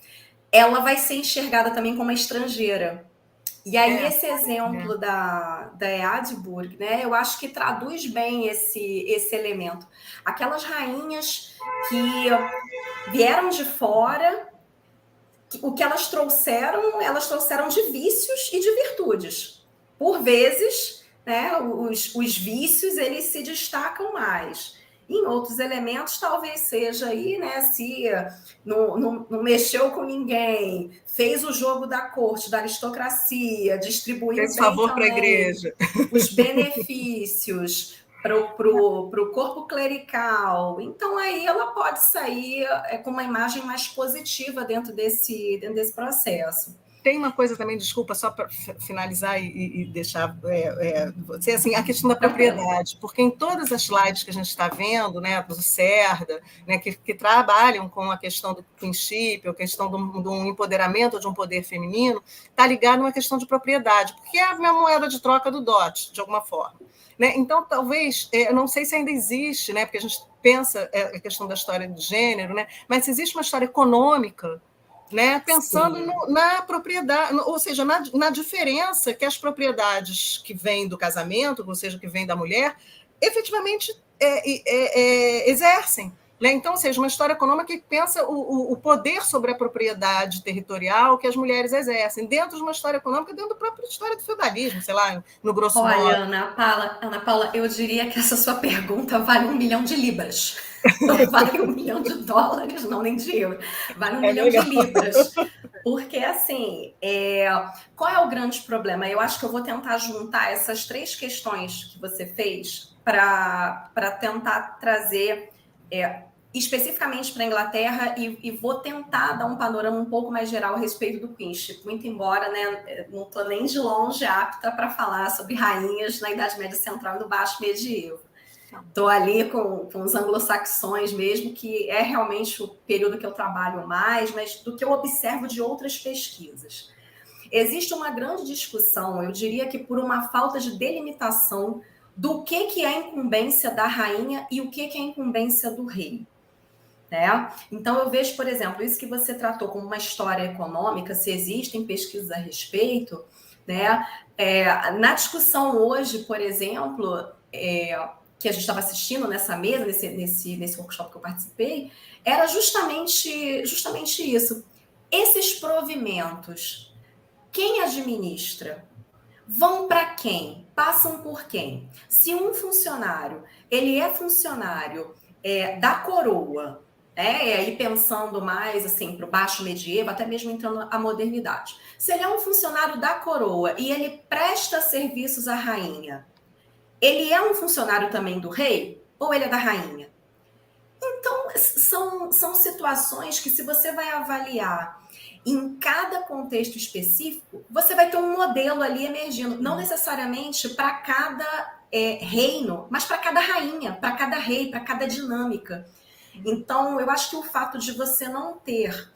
ela vai ser enxergada também como uma estrangeira. E aí esse exemplo da Eadburh, né, eu acho que traduz bem esse elemento. Aquelas rainhas que vieram de fora, o que elas trouxeram de vícios e de virtudes. Por vezes, né, os vícios eles se destacam mais. Em outros elementos, talvez seja aí, né, se não mexeu com ninguém, fez o jogo da corte, da aristocracia, distribuiu fez bem favor para a também igreja, os benefícios para o corpo clerical. Então, aí ela pode sair com uma imagem mais positiva dentro desse processo. Tem uma coisa também, desculpa, só para finalizar e deixar você, assim, a questão da propriedade, porque em todas as slides que a gente está vendo, né, do Cerda, né, que trabalham com a questão do princípio, a questão do empoderamento de um poder feminino, está ligado a uma questão de propriedade, porque é a minha moeda de troca do dote, de alguma forma. Né? Então, talvez, eu não sei se ainda existe, né, porque a gente pensa a questão da história de gênero, né, mas se existe uma história econômica, né, pensando na propriedade, ou seja, na diferença que as propriedades que vêm do casamento, ou seja, que vêm da mulher, efetivamente exercem. Né? Então, ou seja, uma história econômica que pensa o poder sobre a propriedade territorial que as mulheres exercem, dentro de uma história econômica, dentro da própria história do feudalismo, sei lá, no grosso modo. Olha, Ana Paula, eu diria que essa sua pergunta vale 1 milhão de libras. Não vale 1 milhão de dólares, não, nem de euros. Vale 1 milhão de libras. Porque, assim, qual é o grande problema? Eu acho que eu vou tentar juntar essas 3 questões que você fez para tentar trazer especificamente para a Inglaterra e vou tentar dar um panorama um pouco mais geral a respeito do Queenship, muito embora, né, não estou nem de longe apta para falar sobre rainhas na Idade Média Central e no Baixo Medievo. Estou ali com os anglo-saxões mesmo, que é realmente o período que eu trabalho mais, mas do que eu observo de outras pesquisas. Existe uma grande discussão, eu diria que por uma falta de delimitação do que é a incumbência da rainha e o que é a incumbência do rei. Né? Então, eu vejo, por exemplo, isso que você tratou como uma história econômica, se existem pesquisas a respeito, né? Na discussão hoje, por exemplo, que a gente estava assistindo nessa mesa, nesse workshop que eu participei, era justamente isso. Esses provimentos, quem administra? Vão para quem? Passam por quem? Se um funcionário, ele é funcionário da coroa, né? E aí pensando mais assim para o baixo medievo, até mesmo entrando a modernidade. Se ele é um funcionário da coroa e ele presta serviços à rainha, ele é um funcionário também do rei ou ele é da rainha? Então, são situações que, se você vai avaliar em cada contexto específico, você vai ter um modelo ali emergindo, não necessariamente para cada reino, mas para cada rainha, para cada rei, para cada dinâmica. Então, eu acho que o fato de você não ter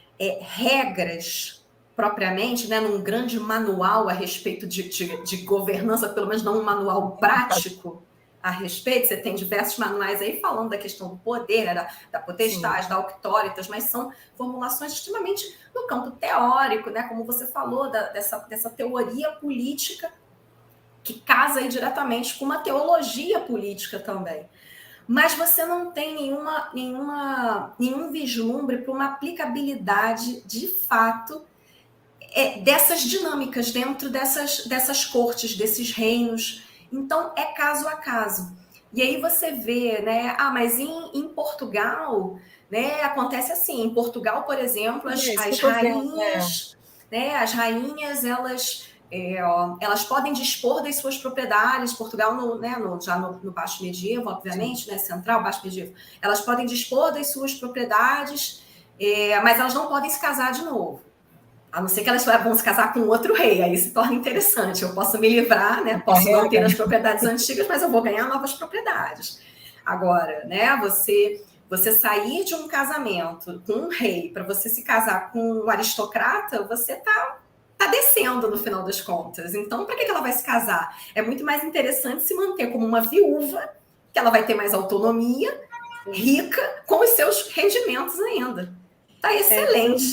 regras propriamente, né, num grande manual a respeito de governança, pelo menos não um manual prático a respeito, você tem diversos manuais aí falando da questão do poder, né, da potestade, sim, da auctoritas, mas são formulações extremamente no campo teórico, né, como você falou, dessa teoria política que casa aí diretamente com uma teologia política também. Mas você não tem nenhum vislumbre para uma aplicabilidade de fato dessas dinâmicas dentro dessas cortes, desses reinos. Então, é caso a caso. E aí você vê, né? Mas em Portugal, né, acontece assim. Em Portugal, por exemplo, as rainhas, né, as rainhas, elas podem dispor das suas propriedades. Portugal, já no Baixo Medievo, obviamente, né, Central, Baixo Medievo, elas podem dispor das suas propriedades, mas elas não podem se casar de novo. A não ser que elas vão se casar com outro rei, aí se torna interessante. Eu posso me livrar, né? Posso não ter as propriedades antigas, mas eu vou ganhar novas propriedades. Agora, né? Você sair de um casamento com um rei para você se casar com um aristocrata, você tá descendo no final das contas. Então, para que ela vai se casar? É muito mais interessante se manter como uma viúva, que ela vai ter mais autonomia, rica, com os seus rendimentos ainda. Tá excelente.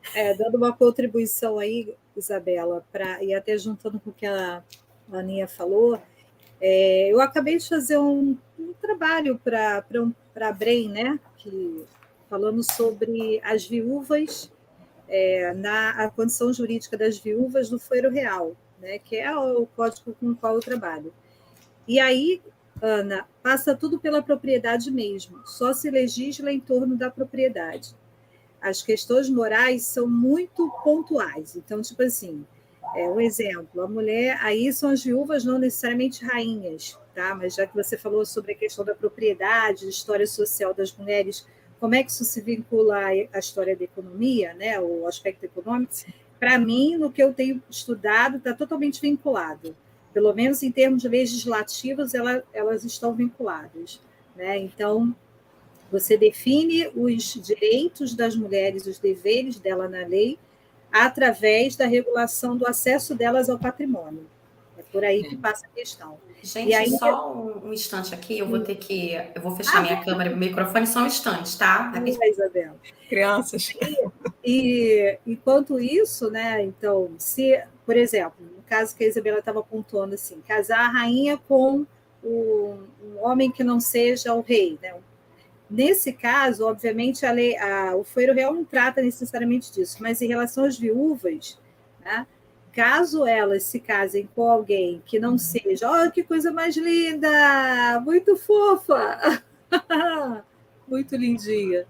Dando uma contribuição aí, Isabela, e até juntando com o que a Aninha falou, eu acabei de fazer um trabalho para a BREM, né? Falando sobre as viúvas, a condição jurídica das viúvas do fuero real, né? Que é o código com o qual eu trabalho. E aí, Ana, passa tudo pela propriedade mesmo, só se legisla em torno da propriedade. As questões morais são muito pontuais. Então, tipo assim, um exemplo, a mulher, aí são as viúvas, não necessariamente rainhas, tá? Mas já que você falou sobre a questão da propriedade, história social das mulheres, como é que isso se vincula à história da economia, né? O aspecto econômico? Para mim, no que eu tenho estudado, está totalmente vinculado. Pelo menos em termos legislativos, elas estão vinculadas, né? Então, você define os direitos das mulheres, os deveres dela na lei, através da regulação do acesso delas ao patrimônio. É por aí que passa a questão. Gente, e aí, só um instante aqui, eu vou fechar minha câmera e microfone só um instante, tá? Isabela. Crianças. E enquanto isso, né? Então, se, por exemplo, no caso que a Isabela estava apontando assim, casar a rainha com um homem que não seja o rei, né? Nesse caso, obviamente, o fuero real não trata necessariamente disso, mas em relação às viúvas, né, caso elas se casem com alguém que não seja, que coisa mais linda, muito fofa, muito lindinha.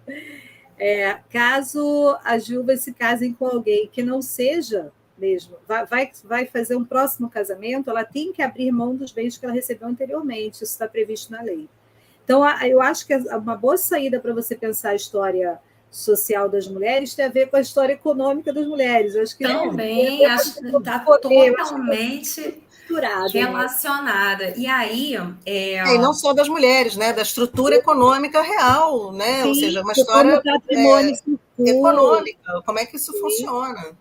Caso as viúvas se casem com alguém que não seja mesmo, vai fazer um próximo casamento, ela tem que abrir mão dos bens que ela recebeu anteriormente, isso está previsto na lei. Então, eu acho que uma boa saída para você pensar a história social das mulheres tem a ver com a história econômica das mulheres. Eu acho que também acho que está totalmente relacionada. Né? E aí... E não só das mulheres, né? Da estrutura econômica real, né? Sim, ou seja, uma história econômica. Como é que isso funciona?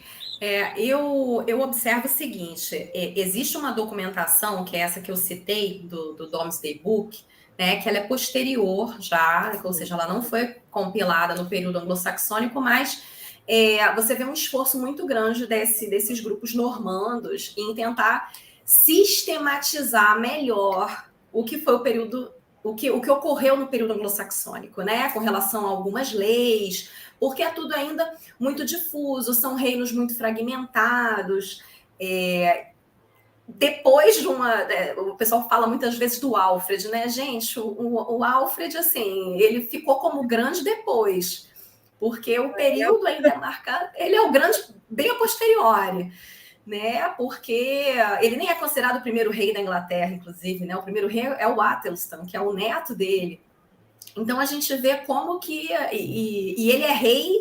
Eu observo o seguinte, existe uma documentação, que é essa que eu citei, do Domesday Book, né, que ela é posterior já, ou seja, ela não foi compilada no período anglo-saxônico, mas você vê um esforço muito grande desses grupos normandos em tentar sistematizar melhor o que foi o período, o que ocorreu no período anglo-saxônico, né, com relação a algumas leis, porque é tudo ainda muito difuso, são reinos muito fragmentados. Depois de o pessoal fala muitas vezes do Alfred, né, gente? O Alfred, assim, ele ficou como grande depois, porque o período ainda é marcado, ele é o grande bem a posteriori, né? Porque ele nem é considerado o primeiro rei da Inglaterra, inclusive, né? O primeiro rei é o Athelstan, que é o neto dele. Então a gente vê como que e ele é rei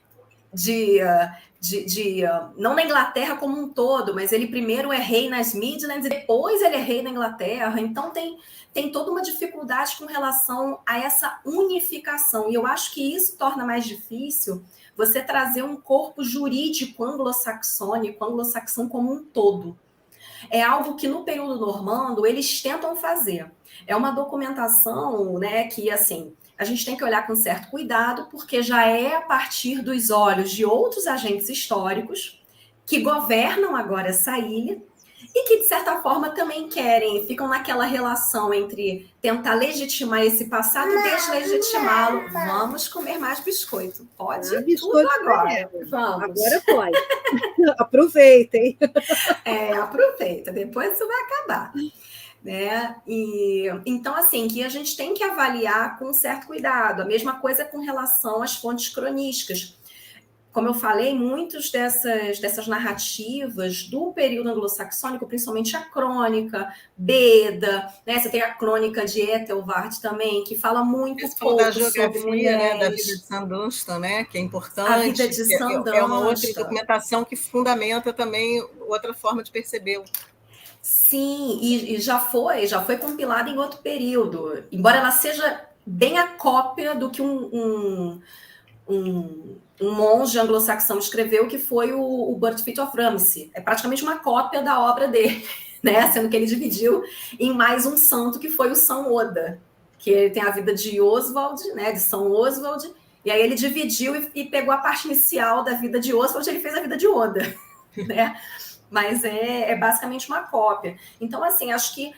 não na Inglaterra como um todo, mas ele primeiro é rei nas Midlands e depois ele é rei na Inglaterra. Então tem toda uma dificuldade com relação a essa unificação. E eu acho que isso torna mais difícil você trazer um corpo jurídico anglo-saxônico, anglo-saxão como um todo. É algo que no período normando eles tentam fazer. É uma documentação, né, que assim, a gente tem que olhar com certo cuidado, porque já é a partir dos olhos de outros agentes históricos que governam agora essa ilha e que, de certa forma, também ficam naquela relação entre tentar legitimar esse passado e deslegitimá-lo. Vamos comer mais biscoito. Pode tudo agora. Vamos. Agora pode. Aproveitem. Aproveita. Depois isso vai acabar. Né? Então, assim, que a gente tem que avaliar com certo cuidado. A mesma coisa com relação às fontes cronísticas. Como eu falei, muitas dessas narrativas do período anglo-saxônico, principalmente a crônica, Beda, né? Você tem a crônica de Ethelwald também, que fala muito pouco da geografia, sobre mulheres. Né? Da vida de Sandunstan, né? Que é importante. A vida de Sandunstan. É uma outra documentação que fundamenta também outra forma de perceber. Sim, e já foi compilada em outro período, embora ela seja bem a cópia do que um monge anglo-saxão escreveu, que foi o Burtfeet of Ramsey. É praticamente uma cópia da obra dele, né? Sendo que ele dividiu em mais um santo, que foi o São Oda, que ele tem a vida de Oswald, né? De São Oswald, E aí ele dividiu e pegou a parte inicial da vida de Oswald, ele fez a vida de Oda, né? Mas é basicamente uma cópia. Então, assim, acho que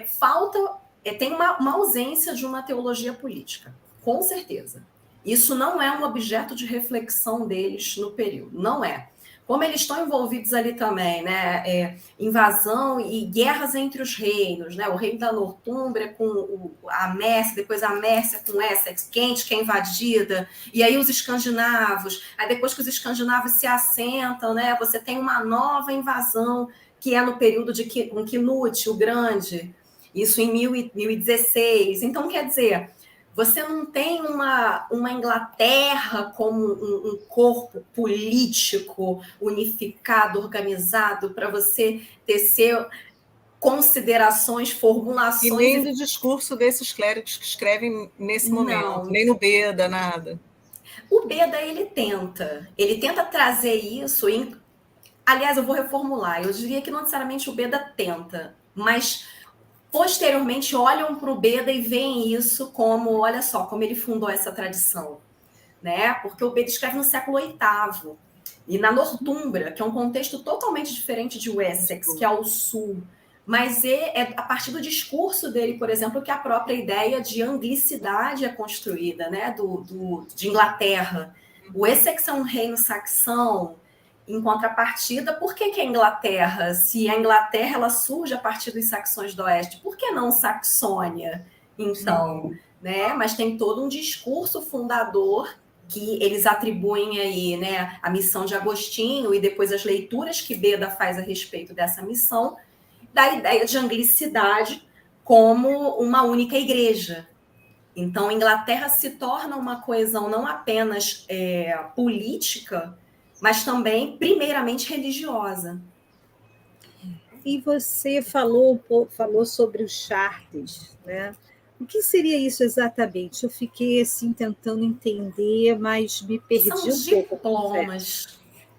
tem uma ausência de uma teologia política, com certeza. Isso não é um objeto de reflexão deles no período, não é. Como eles estão envolvidos ali também, né? Invasão e guerras entre os reinos, né? O reino da Nortúmbria com a Mércia, depois a Mércia com Essex, Kent, que é invadida, e aí os escandinavos. Aí depois que os escandinavos se assentam, né? Você tem uma nova invasão, que é no período de Knut, o Grande, isso em 1016. Então, quer dizer, você não tem uma Inglaterra como um corpo político unificado, organizado, para você tecer considerações, formulações. E nem do discurso desses clérigos que escrevem nesse momento, nem no Beda, nada. O Beda, ele tenta trazer isso. Aliás, eu vou reformular. Eu diria que não necessariamente o Beda tenta, mas posteriormente olham para o Beda e veem isso como, olha só, como ele fundou essa tradição, né? Porque o Beda escreve no século VIII, e na Nortúmbria, que é um contexto totalmente diferente de Wessex, que é ao sul, mas é a partir do discurso dele, por exemplo, que a própria ideia de anglicidade é construída, né? De Inglaterra. O Wessex é um reino saxão. Em contrapartida, por que a Inglaterra? Se a Inglaterra ela surge a partir dos saxões do Oeste, por que não Saxônia? Então, né? Mas tem todo um discurso fundador que eles atribuem aí, né, a missão de Agostinho e depois as leituras que Beda faz a respeito dessa missão, da ideia de anglicidade como uma única igreja. Então, a Inglaterra se torna uma coesão não apenas política, mas também, primeiramente, religiosa. E você falou sobre os chartes, né? O que seria isso exatamente? Eu fiquei assim tentando entender, mas me perdi um pouco. São diplomas.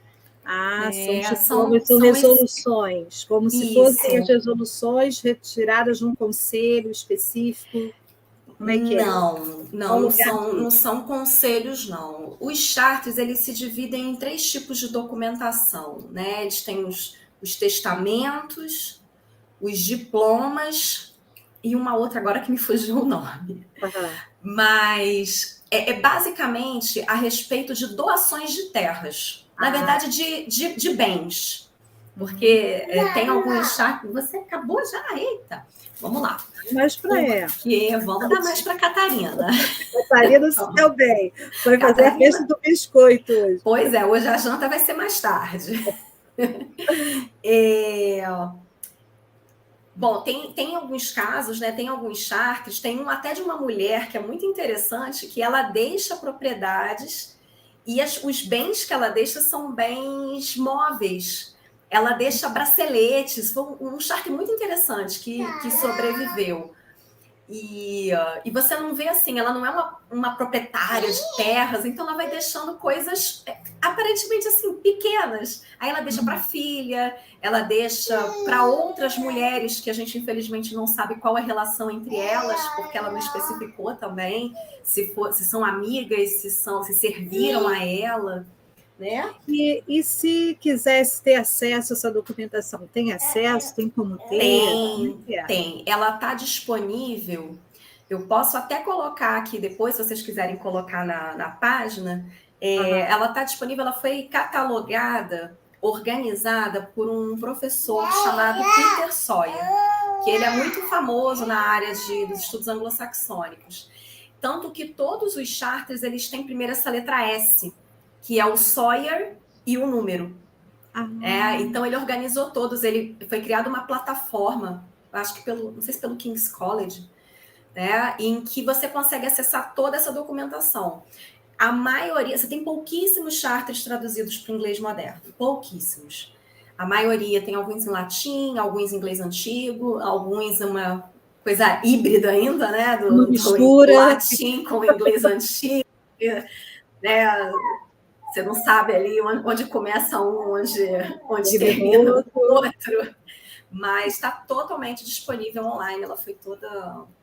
São resoluções, como se fossem as resoluções retiradas de um conselho específico. Como é que não são conselhos, não. Os charters, eles se dividem em 3 tipos de documentação, né? Eles têm os testamentos, os diplomas e uma outra agora que me fugiu o nome. Uhum. Mas é basicamente a respeito de doações de terras. Na verdade, de bens. Porque tem alguns charters... Você acabou já? Eita! Vamos lá. Mais para ela. Vamos dar mais para a Catarina. Catarina se deu bem. Foi fazer a festa do biscoito hoje. Pois é, hoje a janta vai ser mais tarde. Bom, tem alguns casos, né? Tem alguns charters, tem um até de uma mulher que é muito interessante, que ela deixa propriedades e os bens que ela deixa são bens móveis. Ela deixa braceletes, foi um charter muito interessante que sobreviveu. E você não vê assim, ela não é uma proprietária de terras, então ela vai deixando coisas aparentemente assim, pequenas. Aí ela deixa para a filha, ela deixa para outras mulheres que a gente infelizmente não sabe qual é a relação entre elas, porque ela não especificou também se são amigas, se serviram a ela. Né? E se quisesse ter acesso a essa documentação, tem acesso? Tem como ter? Tem. Ela está disponível. Eu posso até colocar aqui depois, se vocês quiserem colocar na página. Ela está disponível, ela foi catalogada, organizada por um professor chamado Peter Sawyer, que ele é muito famoso na área dos estudos anglo-saxônicos. Tanto que todos os charters, eles têm primeiro essa letra S, que é o Sawyer e o número. Então, ele organizou todos. Ele foi criada uma plataforma, acho que não sei se pelo King's College, né, em que você consegue acessar toda essa documentação. A maioria, você tem pouquíssimos charters traduzidos para o inglês moderno, pouquíssimos. A maioria tem alguns em latim, alguns em inglês antigo, alguns uma coisa híbrida ainda, né, do latim com o inglês antigo, né? Você não sabe ali onde começa um, onde termina o outro. Mas está totalmente disponível online. Ela foi toda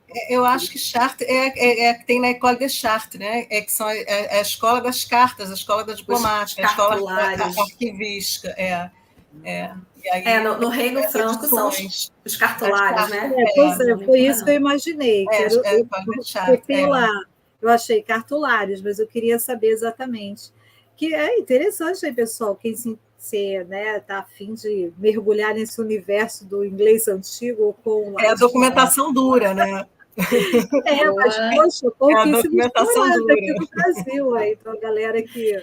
Eu acho que Chartres que tem na École des Chartres, né? Que são a escola das cartas, a escola da diplomática, a escola arquivística. E aí, no Reino Franco são os cartulários, né? Foi isso que eu imaginei. Eu achei cartulários, mas eu queria saber exatamente. Que é interessante aí, pessoal, quem se está a fim de mergulhar nesse universo do inglês antigo com a documentação dura, né? Mas, poxa, pouquíssimos dura aqui no Brasil, aí, então a galera que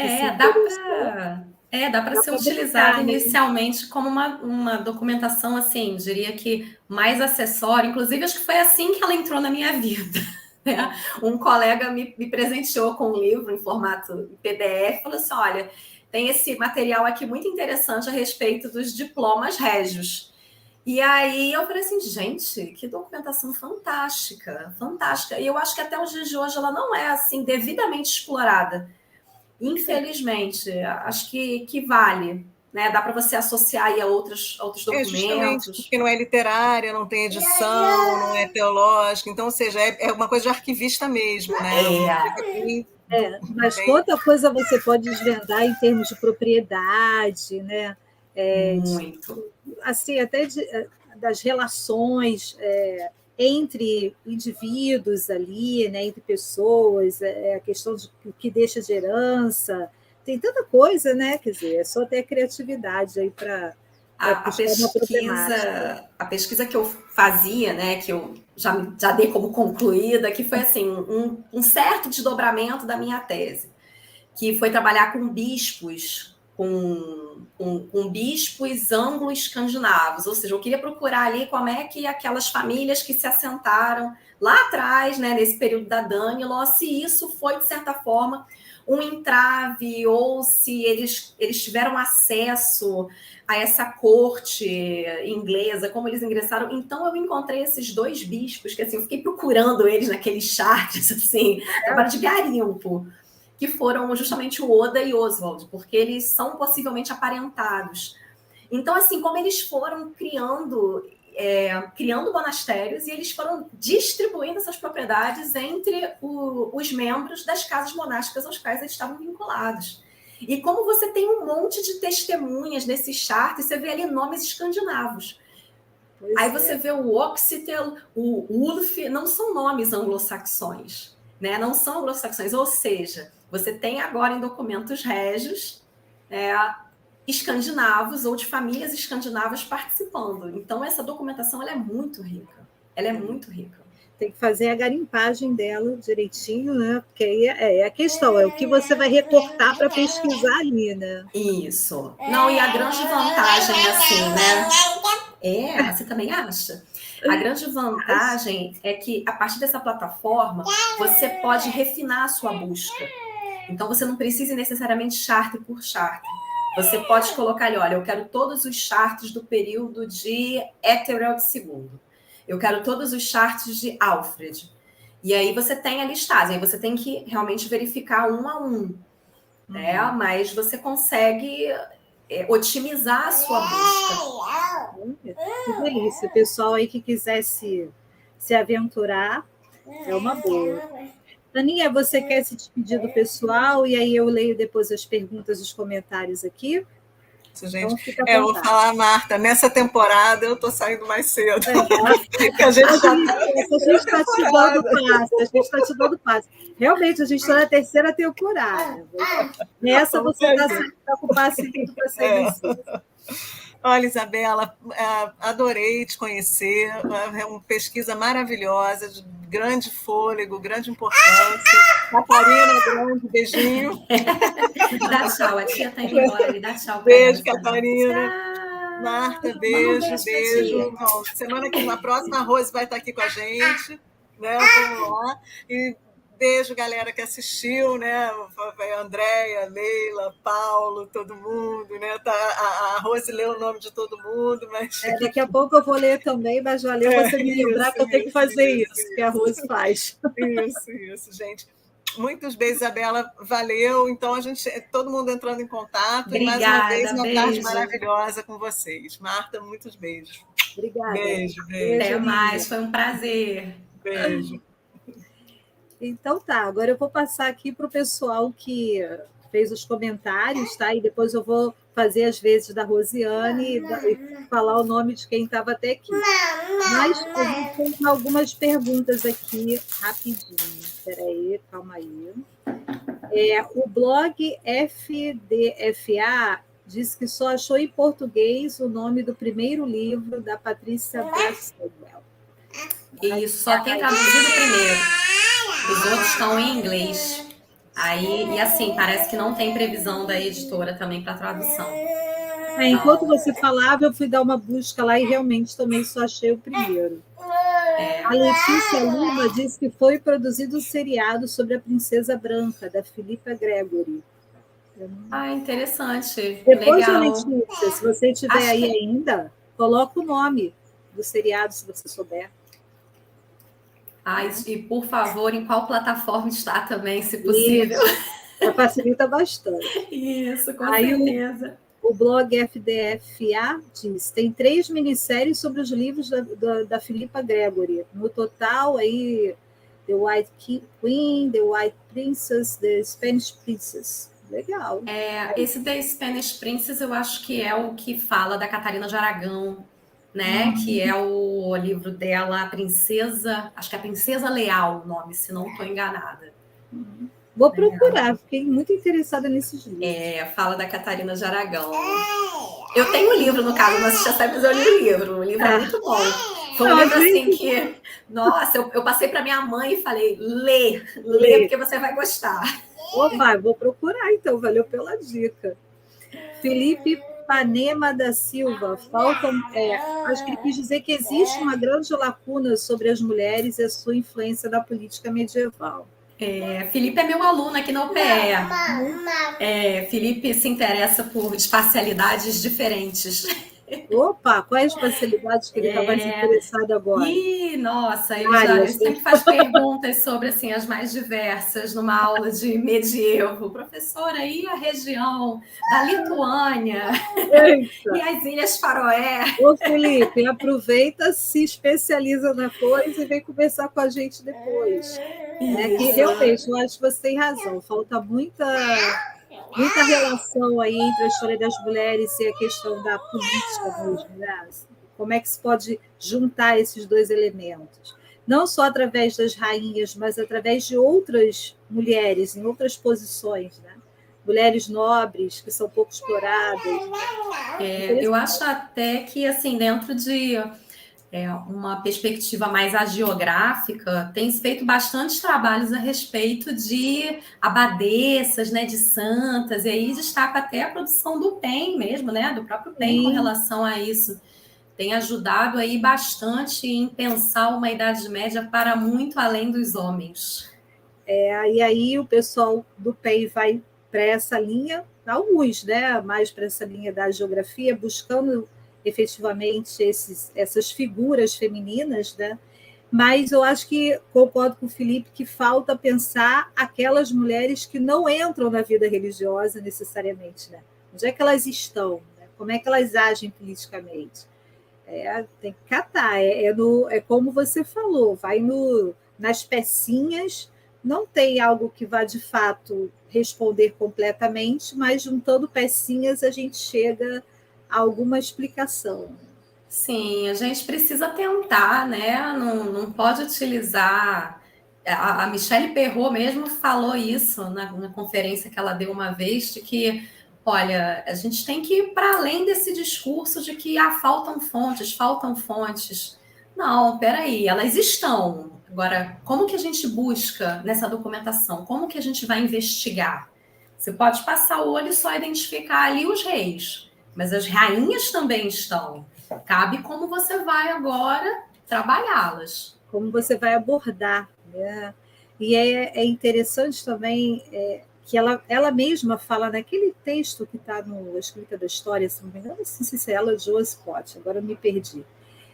dá para ser utilizada inicialmente como uma documentação, assim, diria que mais acessória. Inclusive, acho que foi assim que ela entrou na minha vida. Né? Um colega me presenteou com um livro em formato PDF e falou assim, olha, tem esse material aqui muito interessante a respeito dos diplomas régios. E aí eu falei assim, gente, que documentação fantástica, fantástica. E eu acho que até os dias de hoje ela não é assim devidamente explorada. Infelizmente, acho que vale, né? Dá para você associar aí a outros documentos. Justamente porque não é literária, não tem edição, não é teológica, então, ou seja, é uma coisa de arquivista mesmo, né? Mas quanta coisa você pode desvendar em termos de propriedade, né? Muito. Assim, até das relações entre indivíduos ali, né, entre pessoas, a questão de o que deixa de herança, tem tanta coisa, né? Quer dizer, é só ter a criatividade aí para a pesquisa que eu fazia, né, que eu já dei como concluída, que foi assim um certo desdobramento da minha tese, que foi trabalhar com bispos, com bispos anglo-escandinavos, ou seja, eu queria procurar ali como é que aquelas famílias que se assentaram lá atrás, né, nesse período da Danelaw, se isso foi, de certa forma, um entrave, ou se eles tiveram acesso a essa corte inglesa, como eles ingressaram. Então, eu encontrei esses dois bispos, que assim, eu fiquei procurando eles naqueles charts, assim, trabalho de garimpo, que foram justamente o Oda e Oswald, porque eles são possivelmente aparentados. Então, assim, como eles foram criando monastérios e eles foram distribuindo essas propriedades entre os membros das casas monásticas aos quais eles estavam vinculados. E como você tem um monte de testemunhas nesses charts, você vê ali nomes escandinavos. Aí você vê o Oxtel, o Ulf, não são nomes anglo-saxões, né? Não são anglo-saxões, ou seja, você tem agora em documentos régios escandinavos ou de famílias escandinavas participando. Então, essa documentação ela é muito rica. Ela é muito rica. Tem que fazer a garimpagem dela direitinho, né? Porque aí é a questão, é o que você vai recortar para pesquisar ali, né? Isso. Não, e a grande vantagem, assim, né? Você também acha? A grande vantagem é que, a partir dessa plataforma, você pode refinar a sua busca. Então, você não precisa necessariamente charter por charter. Você pode colocar ali, olha, eu quero todos os charts do período de Ethelred II. Eu quero todos os charts de Alfred. E aí você tem a listagem. Aí você tem que realmente verificar um a um. Né? Mas você consegue otimizar a sua busca. Que delícia. O pessoal aí que quiser se aventurar, é uma boa. Aninha, você quer se despedir do pessoal? E aí eu leio depois as perguntas e os comentários aqui. Gente, eu vou falar, Marta, nessa temporada eu estou saindo mais cedo. Porque a gente está te dando passe. Realmente, a gente está na terceira temporada. Nessa você está com o passe livre para sair mais cedo. Olha, Isabela, adorei te conhecer, é uma pesquisa maravilhosa, de grande fôlego, grande importância. Catarina, grande beijinho. Dá tchau, a tia está indo embora ali, dá tchau. Beijo, Catarina. Tchau. Marta, beijo. Bom, na próxima, a Rose vai estar aqui com a gente, né? Vamos lá. E beijo, galera que assistiu, né? A Andréia, Leila, Paulo, todo mundo, né? A Rose leu o nome de todo mundo, mas... daqui a pouco eu vou ler também, mas valeu você me lembrar que eu tenho que fazer isso, que a Rose faz. Isso, gente. Muitos beijos, Isabela. Valeu. Então, todo mundo entrando em contato. Obrigada, e mais uma vez, uma beijo. tarde maravilhosa com vocês. Marta, muitos beijos. Obrigada. Beijo. Até mais, foi um prazer. Beijo. Então tá, agora eu vou passar aqui para o pessoal que fez os comentários, tá? E depois eu vou fazer as vezes da Rosiane e falar o nome de quem estava até aqui. Mas a gente tem algumas perguntas aqui, rapidinho. Espera aí, calma aí. O blog FDFA diz que só achou em português o nome do primeiro livro da Patrícia Brasswell. Isso, só tem traduzido o primeiro. Os outros estão em inglês. Aí, e assim, parece que não tem previsão da editora também para tradução. Enquanto você falava, eu fui dar uma busca lá e realmente também só achei o primeiro. A Letícia Lima disse que foi produzido um seriado sobre a Princesa Branca, da Philippa Gregory. Interessante. Depois, legal. Letícia, se você estiver aí ainda, coloca o nome do seriado, se você souber. E por favor, em qual plataforma está também, se possível. Isso, facilita bastante. Isso, com certeza. O blog FDFA diz, tem 3 minisséries sobre os livros da Philippa Gregory. No total, aí, The White Queen, The White Princess, The Spanish Princess. Legal. Esse The Spanish Princess, eu acho que é o que fala da Catarina de Aragão, né? Que é o livro dela, a Princesa, acho que é a Princesa Leal o nome, se não estou enganada. Vou procurar, fiquei muito interessada nesses livros. Fala da Catarina de Aragão. Eu tenho o livro, no caso, não assisti a série, mas eu li o livro. O livro é muito bom. Foi um livro assim que... Nossa, eu passei para minha mãe e falei, lê, porque você vai gostar. Opa, vou procurar então, valeu pela dica. Felipe Panema da Silva, acho que ele quis dizer que existe uma grande lacuna sobre as mulheres e a sua influência na política medieval. Felipe é meu aluno aqui na UPE. Felipe se interessa por espacialidades diferentes. Opa, quais especialidades que ele está mais interessado agora? Nossa, ele sempre faz perguntas sobre assim, as mais diversas numa aula de medievo. Professora, e a região da Lituânia? E as Ilhas Faroé? Ô, Felipe, aproveita, se especializa na coisa e vem conversar com a gente depois. Que realmente, eu acho que você tem razão, falta muita relação aí entre a história das mulheres e a questão da política mesmo, né? Como é que se pode juntar esses dois elementos? Não só através das rainhas, mas através de outras mulheres em outras posições, né? Mulheres nobres que são pouco exploradas. Eu acho até que, assim, dentro de uma perspectiva mais hagiográfica, tem se feito bastante trabalhos a respeito de abadesas, né, de santas, e aí destaca até a produção do PEN mesmo, né, do próprio PEN com relação a isso. Tem ajudado aí bastante em pensar uma Idade Média para muito além dos homens. E aí o pessoal do PEN vai para essa linha, alguns, né, mais para essa linha da geografia, buscando efetivamente essas figuras femininas, né? Mas eu acho que concordo com o Felipe que falta pensar aquelas mulheres que não entram na vida religiosa necessariamente, né? Onde é que elas estão? Né? Como é que elas agem politicamente? Tem que catar, como você falou, vai nas pecinhas, não tem algo que vá de fato responder completamente, mas juntando pecinhas a gente chega alguma explicação. Sim, a gente precisa tentar, né? Não pode utilizar... A Michelle Perrot mesmo falou isso na conferência que ela deu uma vez, de que, olha, a gente tem que ir para além desse discurso de que faltam fontes. Não, peraí, elas estão. Agora, como que a gente busca nessa documentação? Como que a gente vai investigar? Você pode passar o olho e só identificar ali os reis, mas as rainhas também estão. Cabe como você vai agora trabalhá-las. Como você vai abordar, né? E é interessante também que ela mesma fala naquele texto que está no Escrita da História, se não me engano, não sei se é ela, Joe Scott, agora eu me perdi,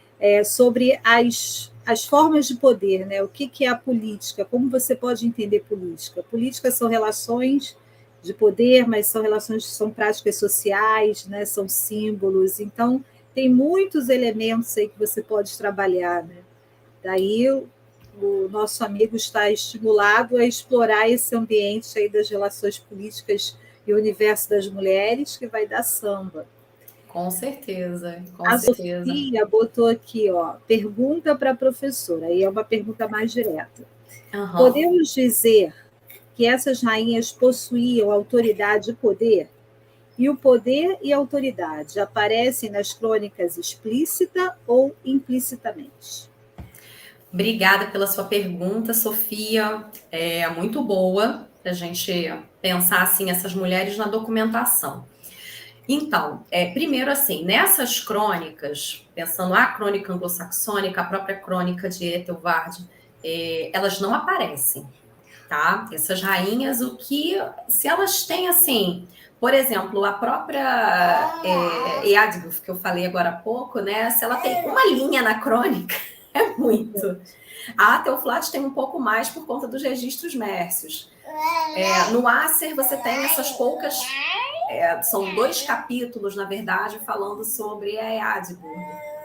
sobre as formas de poder, né? O que é a política, como você pode entender política. Política são relações de poder, mas são relações que são práticas sociais, né? São símbolos, então tem muitos elementos aí que você pode trabalhar, né? Daí o nosso amigo está estimulado a explorar esse ambiente aí das relações políticas e o universo das mulheres, que vai dar samba. Com certeza, com A certeza. Sofia botou aqui, ó, pergunta para a professora, aí é uma pergunta mais direta. Uhum. Podemos dizer que essas rainhas possuíam autoridade e poder? E o poder e a autoridade aparecem nas crônicas explícita ou implicitamente? Obrigada pela sua pergunta, Sofia. É muito boa para a gente pensar assim essas mulheres na documentação. Então, primeiro assim, nessas crônicas, pensando a crônica anglo-saxônica, a própria crônica de Ethelwald, elas não aparecem, tá? Essas rainhas, se elas têm assim, por exemplo, a própria Eadgulf, que eu falei agora há pouco, né? Se ela tem uma linha na crônica, é muito. A Teoflate tem um pouco mais por conta dos registros mércios. No Acer, você tem essas poucas... são 2 capítulos, na verdade, falando sobre a Eadburh.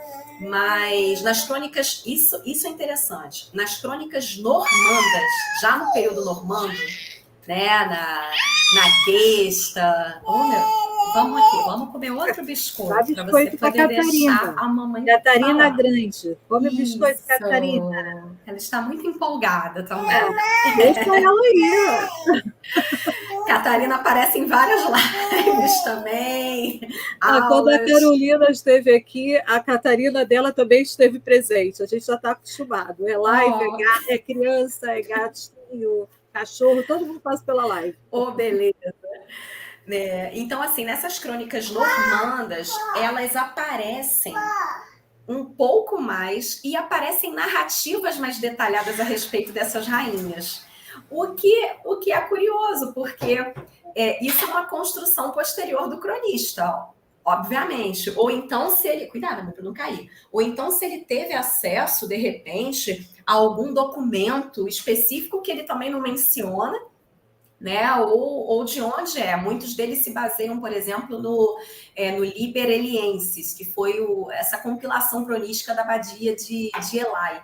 Mas nas crônicas... Isso é interessante. Nas crônicas normandas, já no período normando, né, na Gesta... Vamos aqui, vamos comer outro biscoito para você poder deixar a mamãe Catarina falar. Grande. Come o biscoito, Catarina. Ela está muito empolgada também. Deixa ela aí. Catarina aparece em várias lives também. Quando a Carolina esteve aqui, a Catarina dela também esteve presente. A gente já está acostumado. É live, é criança, é gatinho, cachorro, todo mundo passa pela live. Beleza. Então, assim, nessas crônicas normandas, elas aparecem um pouco mais e aparecem narrativas mais detalhadas a respeito dessas rainhas. O que é curioso, porque isso é uma construção posterior do cronista, obviamente. Ou então, se ele... Cuidado, para não cair. Ou então, se ele teve acesso, de repente, a algum documento específico que ele também não menciona, né? Ou de onde é. Muitos deles se baseiam, por exemplo, no Liber Eliensis, que foi essa compilação cronística da abadia de Ely.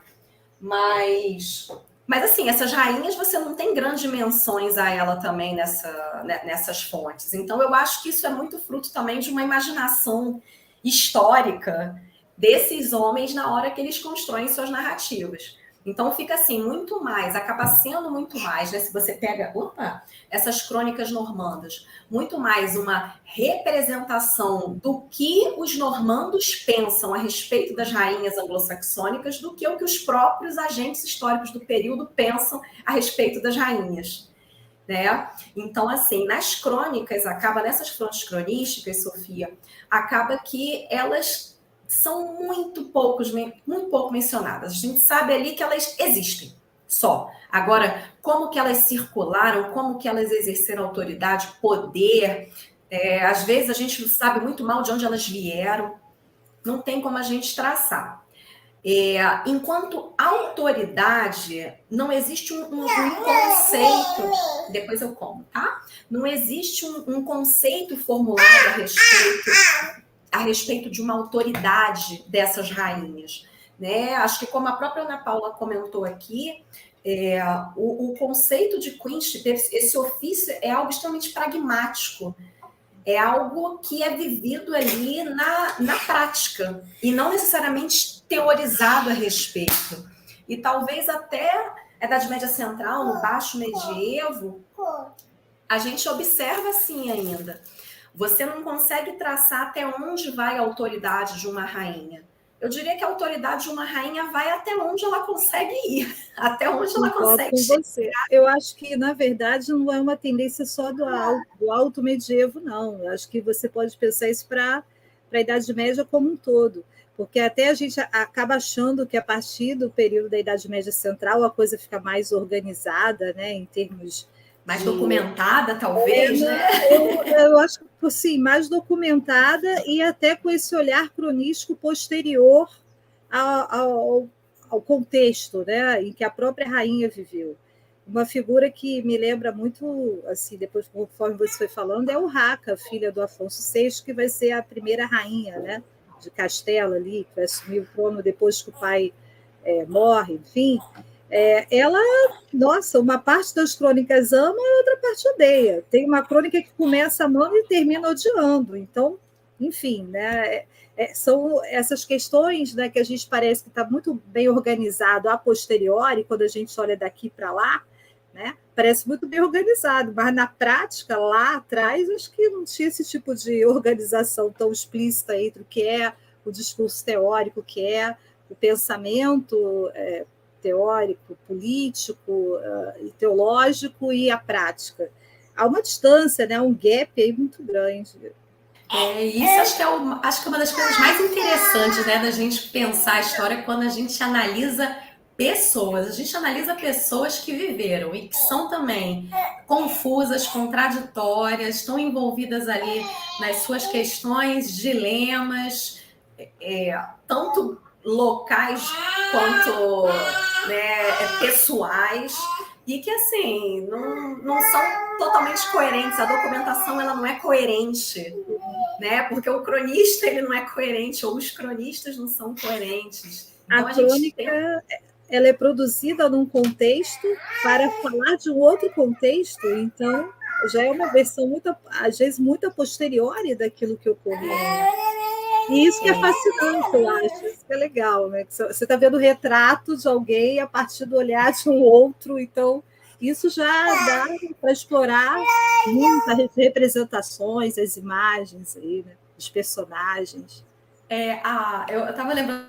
Mas assim, essas rainhas, você não tem grandes menções a ela também nessas fontes. Então, eu acho que isso é muito fruto também de uma imaginação histórica desses homens na hora que eles constroem suas narrativas. Então, fica assim, muito mais, acaba sendo muito mais, né? Se você pega, essas crônicas normandas, muito mais uma representação do que os normandos pensam a respeito das rainhas anglo-saxônicas do que o que os próprios agentes históricos do período pensam a respeito das rainhas, né? Então, assim, nas crônicas, nessas fontes cronísticas, Sofia, acaba que elas são muito pouco mencionadas. A gente sabe ali que elas existem, só. Agora, como que elas circularam, como que elas exerceram autoridade, poder, às vezes a gente sabe muito mal de onde elas vieram, não tem como a gente traçar. Enquanto autoridade, não existe um conceito, depois eu como, tá? Não existe um conceito formulado a respeito de uma autoridade dessas rainhas, né? Acho que como a própria Ana Paula comentou aqui, o conceito de queenship, esse ofício é algo extremamente pragmático, é algo que é vivido ali na prática e não necessariamente teorizado a respeito. E talvez até a Idade Média Central, no Baixo Medievo, a gente observa assim ainda. Você não consegue traçar até onde vai a autoridade de uma rainha. Eu diria que a autoridade de uma rainha vai até onde ela consegue ir, até onde ela consegue chegar. Eu acho que, na verdade, não é uma tendência só do alto medievo, não. Eu acho que você pode pensar isso para a Idade Média como um todo, porque até a gente acaba achando que, a partir do período da Idade Média Central, a coisa fica mais organizada, né, em termos... Mais documentada, talvez, né? Eu acho que sim, mais documentada e até com esse olhar cronístico posterior ao contexto, né, em que a própria rainha viveu. Uma figura que me lembra muito, assim, depois, conforme você foi falando, é o Raca, filha do Afonso VI, que vai ser a primeira rainha, né, de Castela ali, que vai assumir o trono depois que o pai morre, enfim. ela, nossa, uma parte das crônicas ama e outra parte odeia. Tem uma crônica que começa amando e termina odiando. Então, enfim, né? São essas questões, né, que a gente parece que está muito bem organizado a posteriori, quando a gente olha daqui para lá, né? Parece muito bem organizado, mas na prática, lá atrás, acho que não tinha esse tipo de organização tão explícita entre o que é o discurso teórico, o que é o pensamento teórico, político e teológico e a prática. Há uma distância, né? Um gap aí muito grande. Isso acho que é uma das coisas mais interessantes, né, da gente pensar a história quando a gente analisa pessoas. A gente analisa pessoas que viveram e que são também confusas, contraditórias, estão envolvidas ali nas suas questões, dilemas, tanto locais quanto, né, pessoais, e que, assim, não são totalmente coerentes. A documentação, ela não é coerente, né? Porque o cronista, ele não é coerente, ou os cronistas não são coerentes. Então, a crônica, ela é produzida num contexto para falar de um outro contexto, então já é uma versão, às vezes, muito a posteriori daquilo que ocorreu. E isso que é fascinante, eu acho, isso que é legal, né? Você está vendo o retrato de alguém a partir do olhar de um outro, então isso já dá para explorar muitas representações, as imagens aí, né? Os personagens. Eu estava lembrando.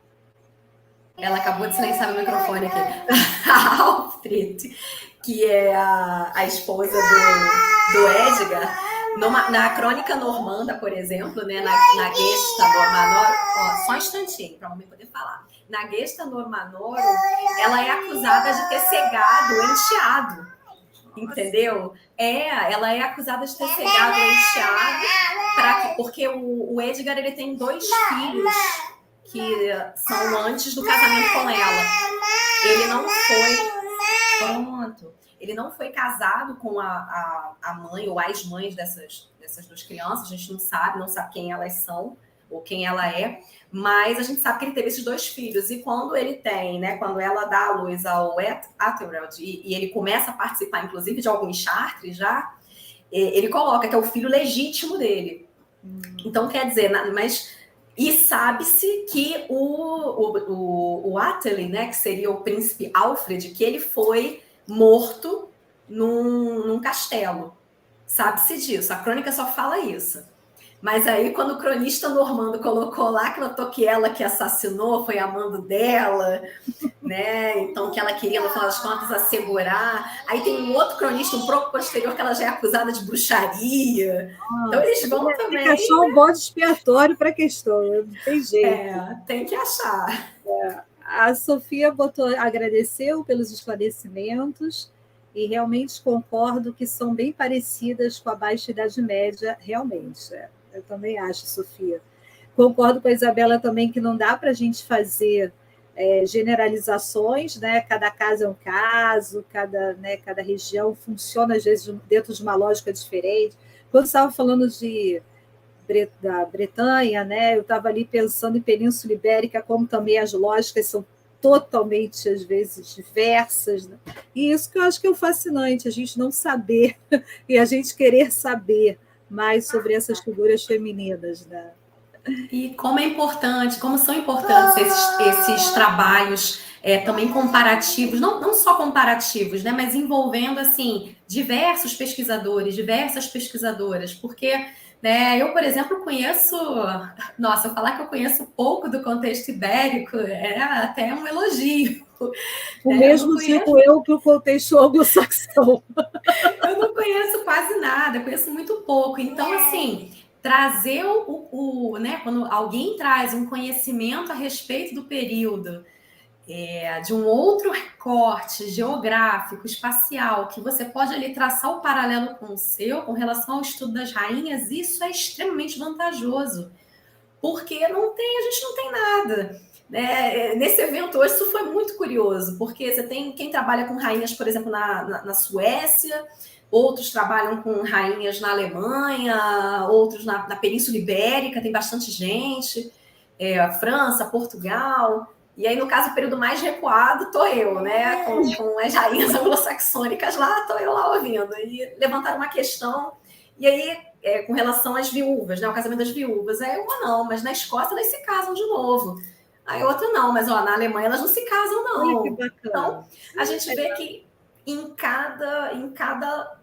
Ela acabou de silenciar meu microfone aqui. A Alfred, que é a esposa do Edgar. Na crônica normanda, por exemplo, né, na Gesta Normanoro, só um instantinho para a mamãe poder falar. Na Gesta Normanoro, ela é acusada de ter cegado o enteado, entendeu? Ela é acusada de ter cegado o enteado, porque o Edgar, ele tem 2 filhos que são antes do casamento com ela. Ele não foi... Pronto. Ele não foi casado com a mãe ou as mães dessas 2 crianças. A gente não sabe quem elas são ou quem ela é, mas a gente sabe que ele teve esses 2 filhos. E quando ele tem, né, quando ela dá à luz ao Athelred, e ele começa a participar, inclusive, de alguns chartres já, ele coloca que é o filho legítimo dele. Então, quer dizer, e sabe-se que o Ateli, né, que seria o príncipe Alfred, que ele foi morto num castelo. Sabe-se disso. A crônica só fala isso. Mas aí, quando o cronista normando colocou lá que notou que ela que assassinou foi amando dela, né? Então, que ela queria, no final das contas, assegurar. Aí tem um outro cronista, um pouco posterior, que ela já é acusada de bruxaria. Então, eles vão também... Tem que achar um bode expiatório para a questão, não tem jeito. Tem que achar. A Sofia agradeceu pelos esclarecimentos e realmente concordo que são bem parecidas com a Baixa Idade Média, realmente. Eu também acho, Sofia. Concordo com a Isabela também que não dá para a gente fazer generalizações, né? Cada caso é um caso, cada região funciona, às vezes, dentro de uma lógica diferente. Quando estava falando da Bretanha, né? Eu estava ali pensando em Península Ibérica, como também as lógicas são totalmente, às vezes, diversas. Né? E isso que eu acho que é o fascinante, a gente não saber e a gente querer saber mais sobre essas figuras femininas. Né? E como é importante, como são importantes esses trabalhos também comparativos, não só comparativos, né, mas envolvendo assim diversos pesquisadores, diversas pesquisadoras, porque né, eu, por exemplo, falar que eu conheço pouco do contexto ibérico é até um elogio. O mesmo digo eu que o contexto anglo-saxão. Eu não conheço quase nada, eu conheço muito pouco. Então, assim, trazer né, quando alguém traz um conhecimento a respeito do período, de um outro recorte geográfico, espacial, que você pode ali traçar o paralelo com o seu, com relação ao estudo das rainhas, isso é extremamente vantajoso, porque a gente não tem nada. Nesse evento hoje, isso foi muito curioso, porque você tem quem trabalha com rainhas, por exemplo, na Suécia, outros trabalham com rainhas na Alemanha, outros na Península Ibérica, tem bastante gente, a França, Portugal, E aí, no caso, o período mais recuado, estou eu, né? Com as rainhas anglo-saxônicas lá, estou eu lá ouvindo. E levantaram uma questão, e aí, com relação às viúvas, né? O casamento das viúvas. Aí uma não, mas na Escócia elas se casam de novo. Aí outra não, mas ó, na Alemanha elas não se casam, não. Olha que bacana. Então, a gente vê que em cada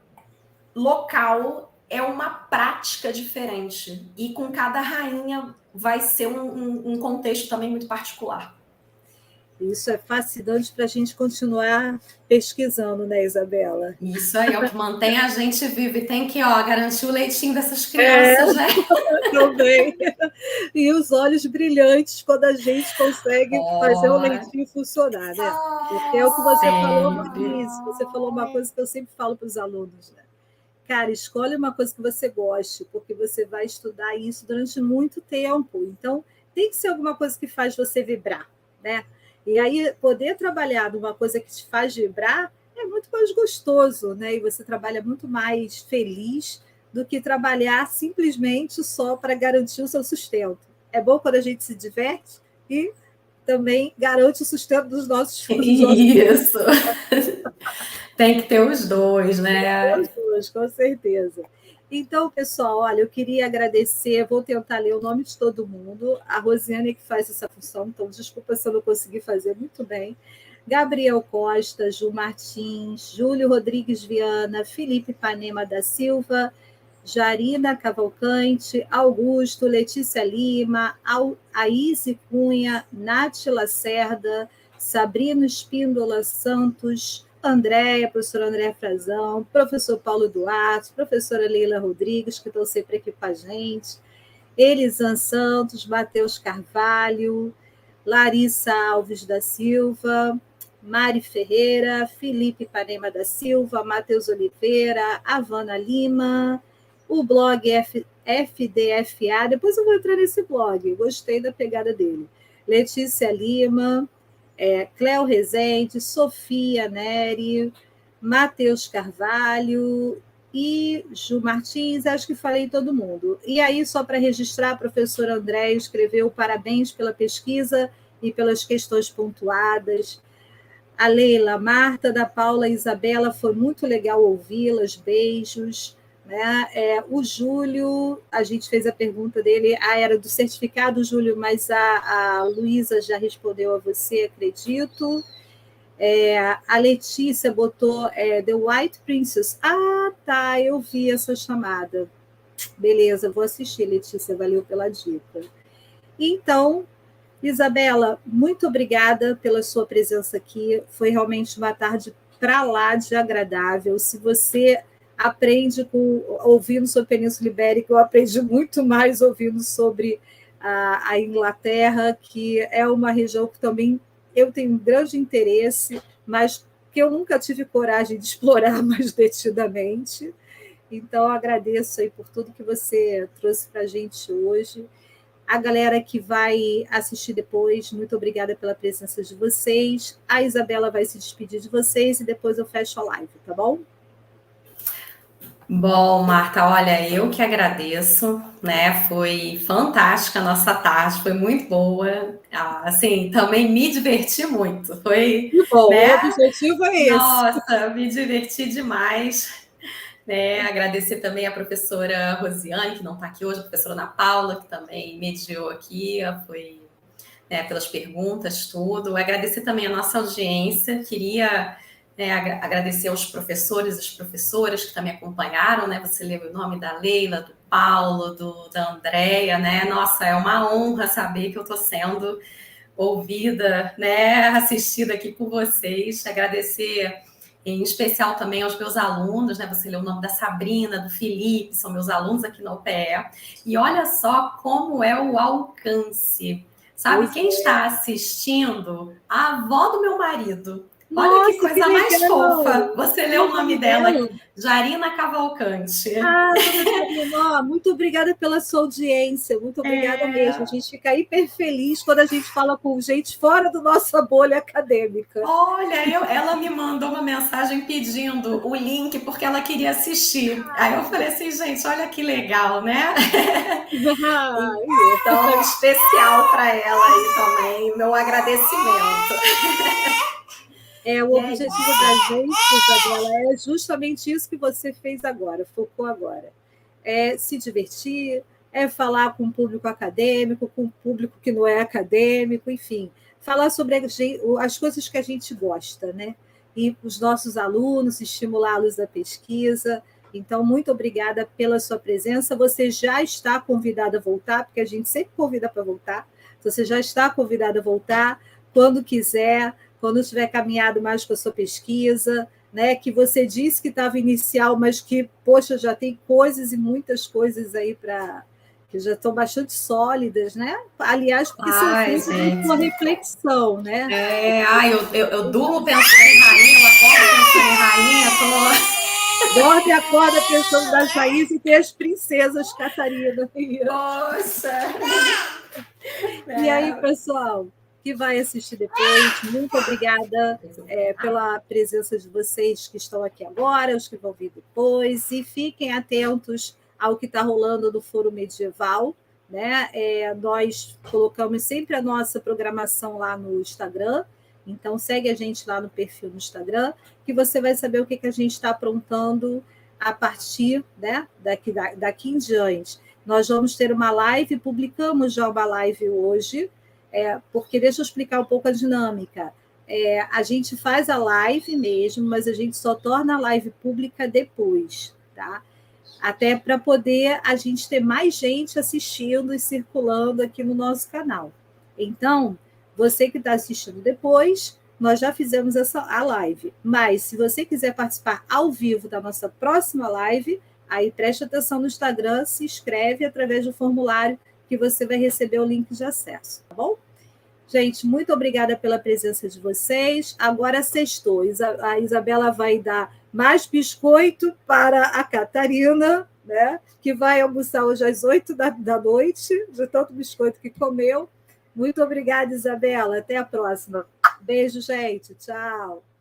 local é uma prática diferente. E com cada rainha vai ser um contexto também muito particular. Isso é fascinante para a gente continuar pesquisando, né, Isabela? Isso aí é o que mantém a gente viva. E tem que, garantir o leitinho dessas crianças, né? Também. E os olhos brilhantes quando a gente consegue fazer o leitinho funcionar, né? Porque é o que você falou no início. Você falou uma coisa que eu sempre falo para os alunos, né? Cara, escolhe uma coisa que você goste, porque você vai estudar isso durante muito tempo. Então, tem que ser alguma coisa que faz você vibrar, né? E aí, poder trabalhar numa coisa que te faz vibrar é muito mais gostoso, né? E você trabalha muito mais feliz do que trabalhar simplesmente só para garantir o seu sustento. É bom quando a gente se diverte e também garante o sustento dos nossos filhos. Isso! Tem que ter os dois, né? Tem que ter os dois, com certeza. Então, pessoal, olha, eu queria agradecer, vou tentar ler o nome de todo mundo. A Rosiane é que faz essa função, então desculpa se eu não consegui fazer muito bem. Gabriel Costa, Ju Martins, Júlio Rodrigues Viana, Felipe Panema da Silva, Jarina Cavalcante, Augusto, Letícia Lima, Aíse Cunha, Nath Lacerda, Sabrina Espíndola Santos, Andréia, professora Andréia Frazão, professor Paulo Duarte, professora Leila Rodrigues, que estão sempre aqui com a gente, Elisan Santos, Matheus Carvalho, Larissa Alves da Silva, Mari Ferreira, Felipe Panema da Silva, Matheus Oliveira, Havana Lima, o blog FDFA, depois eu vou entrar nesse blog, gostei da pegada dele, Letícia Lima, Cléo Rezende, Sofia Neri, Matheus Carvalho e Ju Martins, acho que falei todo mundo. E aí, só para registrar, a professora Andréia escreveu parabéns pela pesquisa e pelas questões pontuadas. A Leila, Marta, da Paula e Isabela, foi muito legal ouvi-las, beijos. Né? O Júlio, a gente fez a pergunta dele, era do certificado, Júlio, mas a Luísa já respondeu a você, acredito. A Letícia botou The White Princess. Ah, tá, eu vi essa chamada. Beleza, vou assistir, Letícia, valeu pela dica. Então, Isabela, muito obrigada pela sua presença aqui. Foi realmente uma tarde para lá de agradável. Se você aprende ouvindo sobre a Península Ibérica, eu aprendi muito mais ouvindo sobre a Inglaterra, que é uma região que também eu tenho um grande interesse, mas que eu nunca tive coragem de explorar mais detidamente. Então, agradeço aí por tudo que você trouxe para a gente hoje. A galera que vai assistir depois, muito obrigada pela presença de vocês. A Isabela vai se despedir de vocês e depois eu fecho a live, tá bom? Bom, Marta, olha, eu que agradeço, né? Foi fantástica a nossa tarde, foi muito boa. Assim, também me diverti muito. Foi, bom, né? O objetivo é esse. Nossa, me diverti demais. Né? Agradecer também a professora Rosiane, que não está aqui hoje, a professora Ana Paula, que também mediou aqui, foi, né, pelas perguntas, tudo. Agradecer também a nossa audiência, queria agradecer aos professores e as professoras que também acompanharam, né? Você leu o nome da Leila, do Paulo, da Andréia, né? Nossa, é uma honra saber que eu estou sendo ouvida, né? Assistida aqui por vocês. Agradecer em especial também aos meus alunos, né? Você leu o nome da Sabrina, do Felipe, são meus alunos aqui na UPE. E olha só como é o alcance. Sabe, quem está assistindo? A avó do meu marido. Olha que Nossa, coisa mais legal! fofa. Você leu o nome dela, Jarina Cavalcante. Ah, dona Jarina, ó, muito obrigada pela sua audiência, muito obrigada mesmo. A gente fica hiper feliz quando a gente fala com gente fora da nossa bolha acadêmica. Olha, ela me mandou uma mensagem pedindo o link porque ela queria assistir. Aí eu falei assim, gente, olha que legal, né? Então, especial para ela aí também, meu agradecimento. O objetivo da gente, Isabela, é justamente isso que você fez agora, focou agora. É se divertir, é falar com o público acadêmico, com o público que não é acadêmico, enfim, falar sobre as coisas que a gente gosta, né? E os nossos alunos, estimulá-los à pesquisa. Então, muito obrigada pela sua presença. Você já está convidada a voltar, porque a gente sempre convida para voltar. Você já está convidada a voltar quando quiser, quando tiver caminhado mais com a sua pesquisa, né, que você disse que estava inicial, mas que, poxa, já tem coisas e muitas coisas aí que já estão bastante sólidas, né? Aliás, porque são frutos de uma reflexão, né? Eu durmo pensando em rainha, eu acordo pensando em rainha, Dorme e acorda pensando nas raízes e tem as princesas Catarina. Poxa! E aí, pessoal, que vai assistir depois, muito obrigada pela presença de vocês que estão aqui agora, os que vão vir depois, e fiquem atentos ao que está rolando no Foro Medieval, né? Nós colocamos sempre a nossa programação lá no Instagram, então segue a gente lá no perfil no Instagram, que você vai saber o que a gente está aprontando a partir, né, daqui em diante. Nós vamos ter uma live, publicamos já uma live hoje, porque deixa eu explicar um pouco a dinâmica. A gente faz a live mesmo, mas a gente só torna a live pública depois, tá? Até para poder a gente ter mais gente assistindo e circulando aqui no nosso canal. Então, você que está assistindo depois, nós já fizemos a live, mas se você quiser participar ao vivo da nossa próxima live, aí preste atenção no Instagram, se inscreve através do formulário que você vai receber o link de acesso, tá bom? Gente, muito obrigada pela presença de vocês. Agora sextou. A Isabela vai dar mais biscoito para a Catarina, né? Que vai almoçar hoje às 8 da noite, de tanto biscoito que comeu. Muito obrigada, Isabela. Até a próxima. Beijo, gente. Tchau.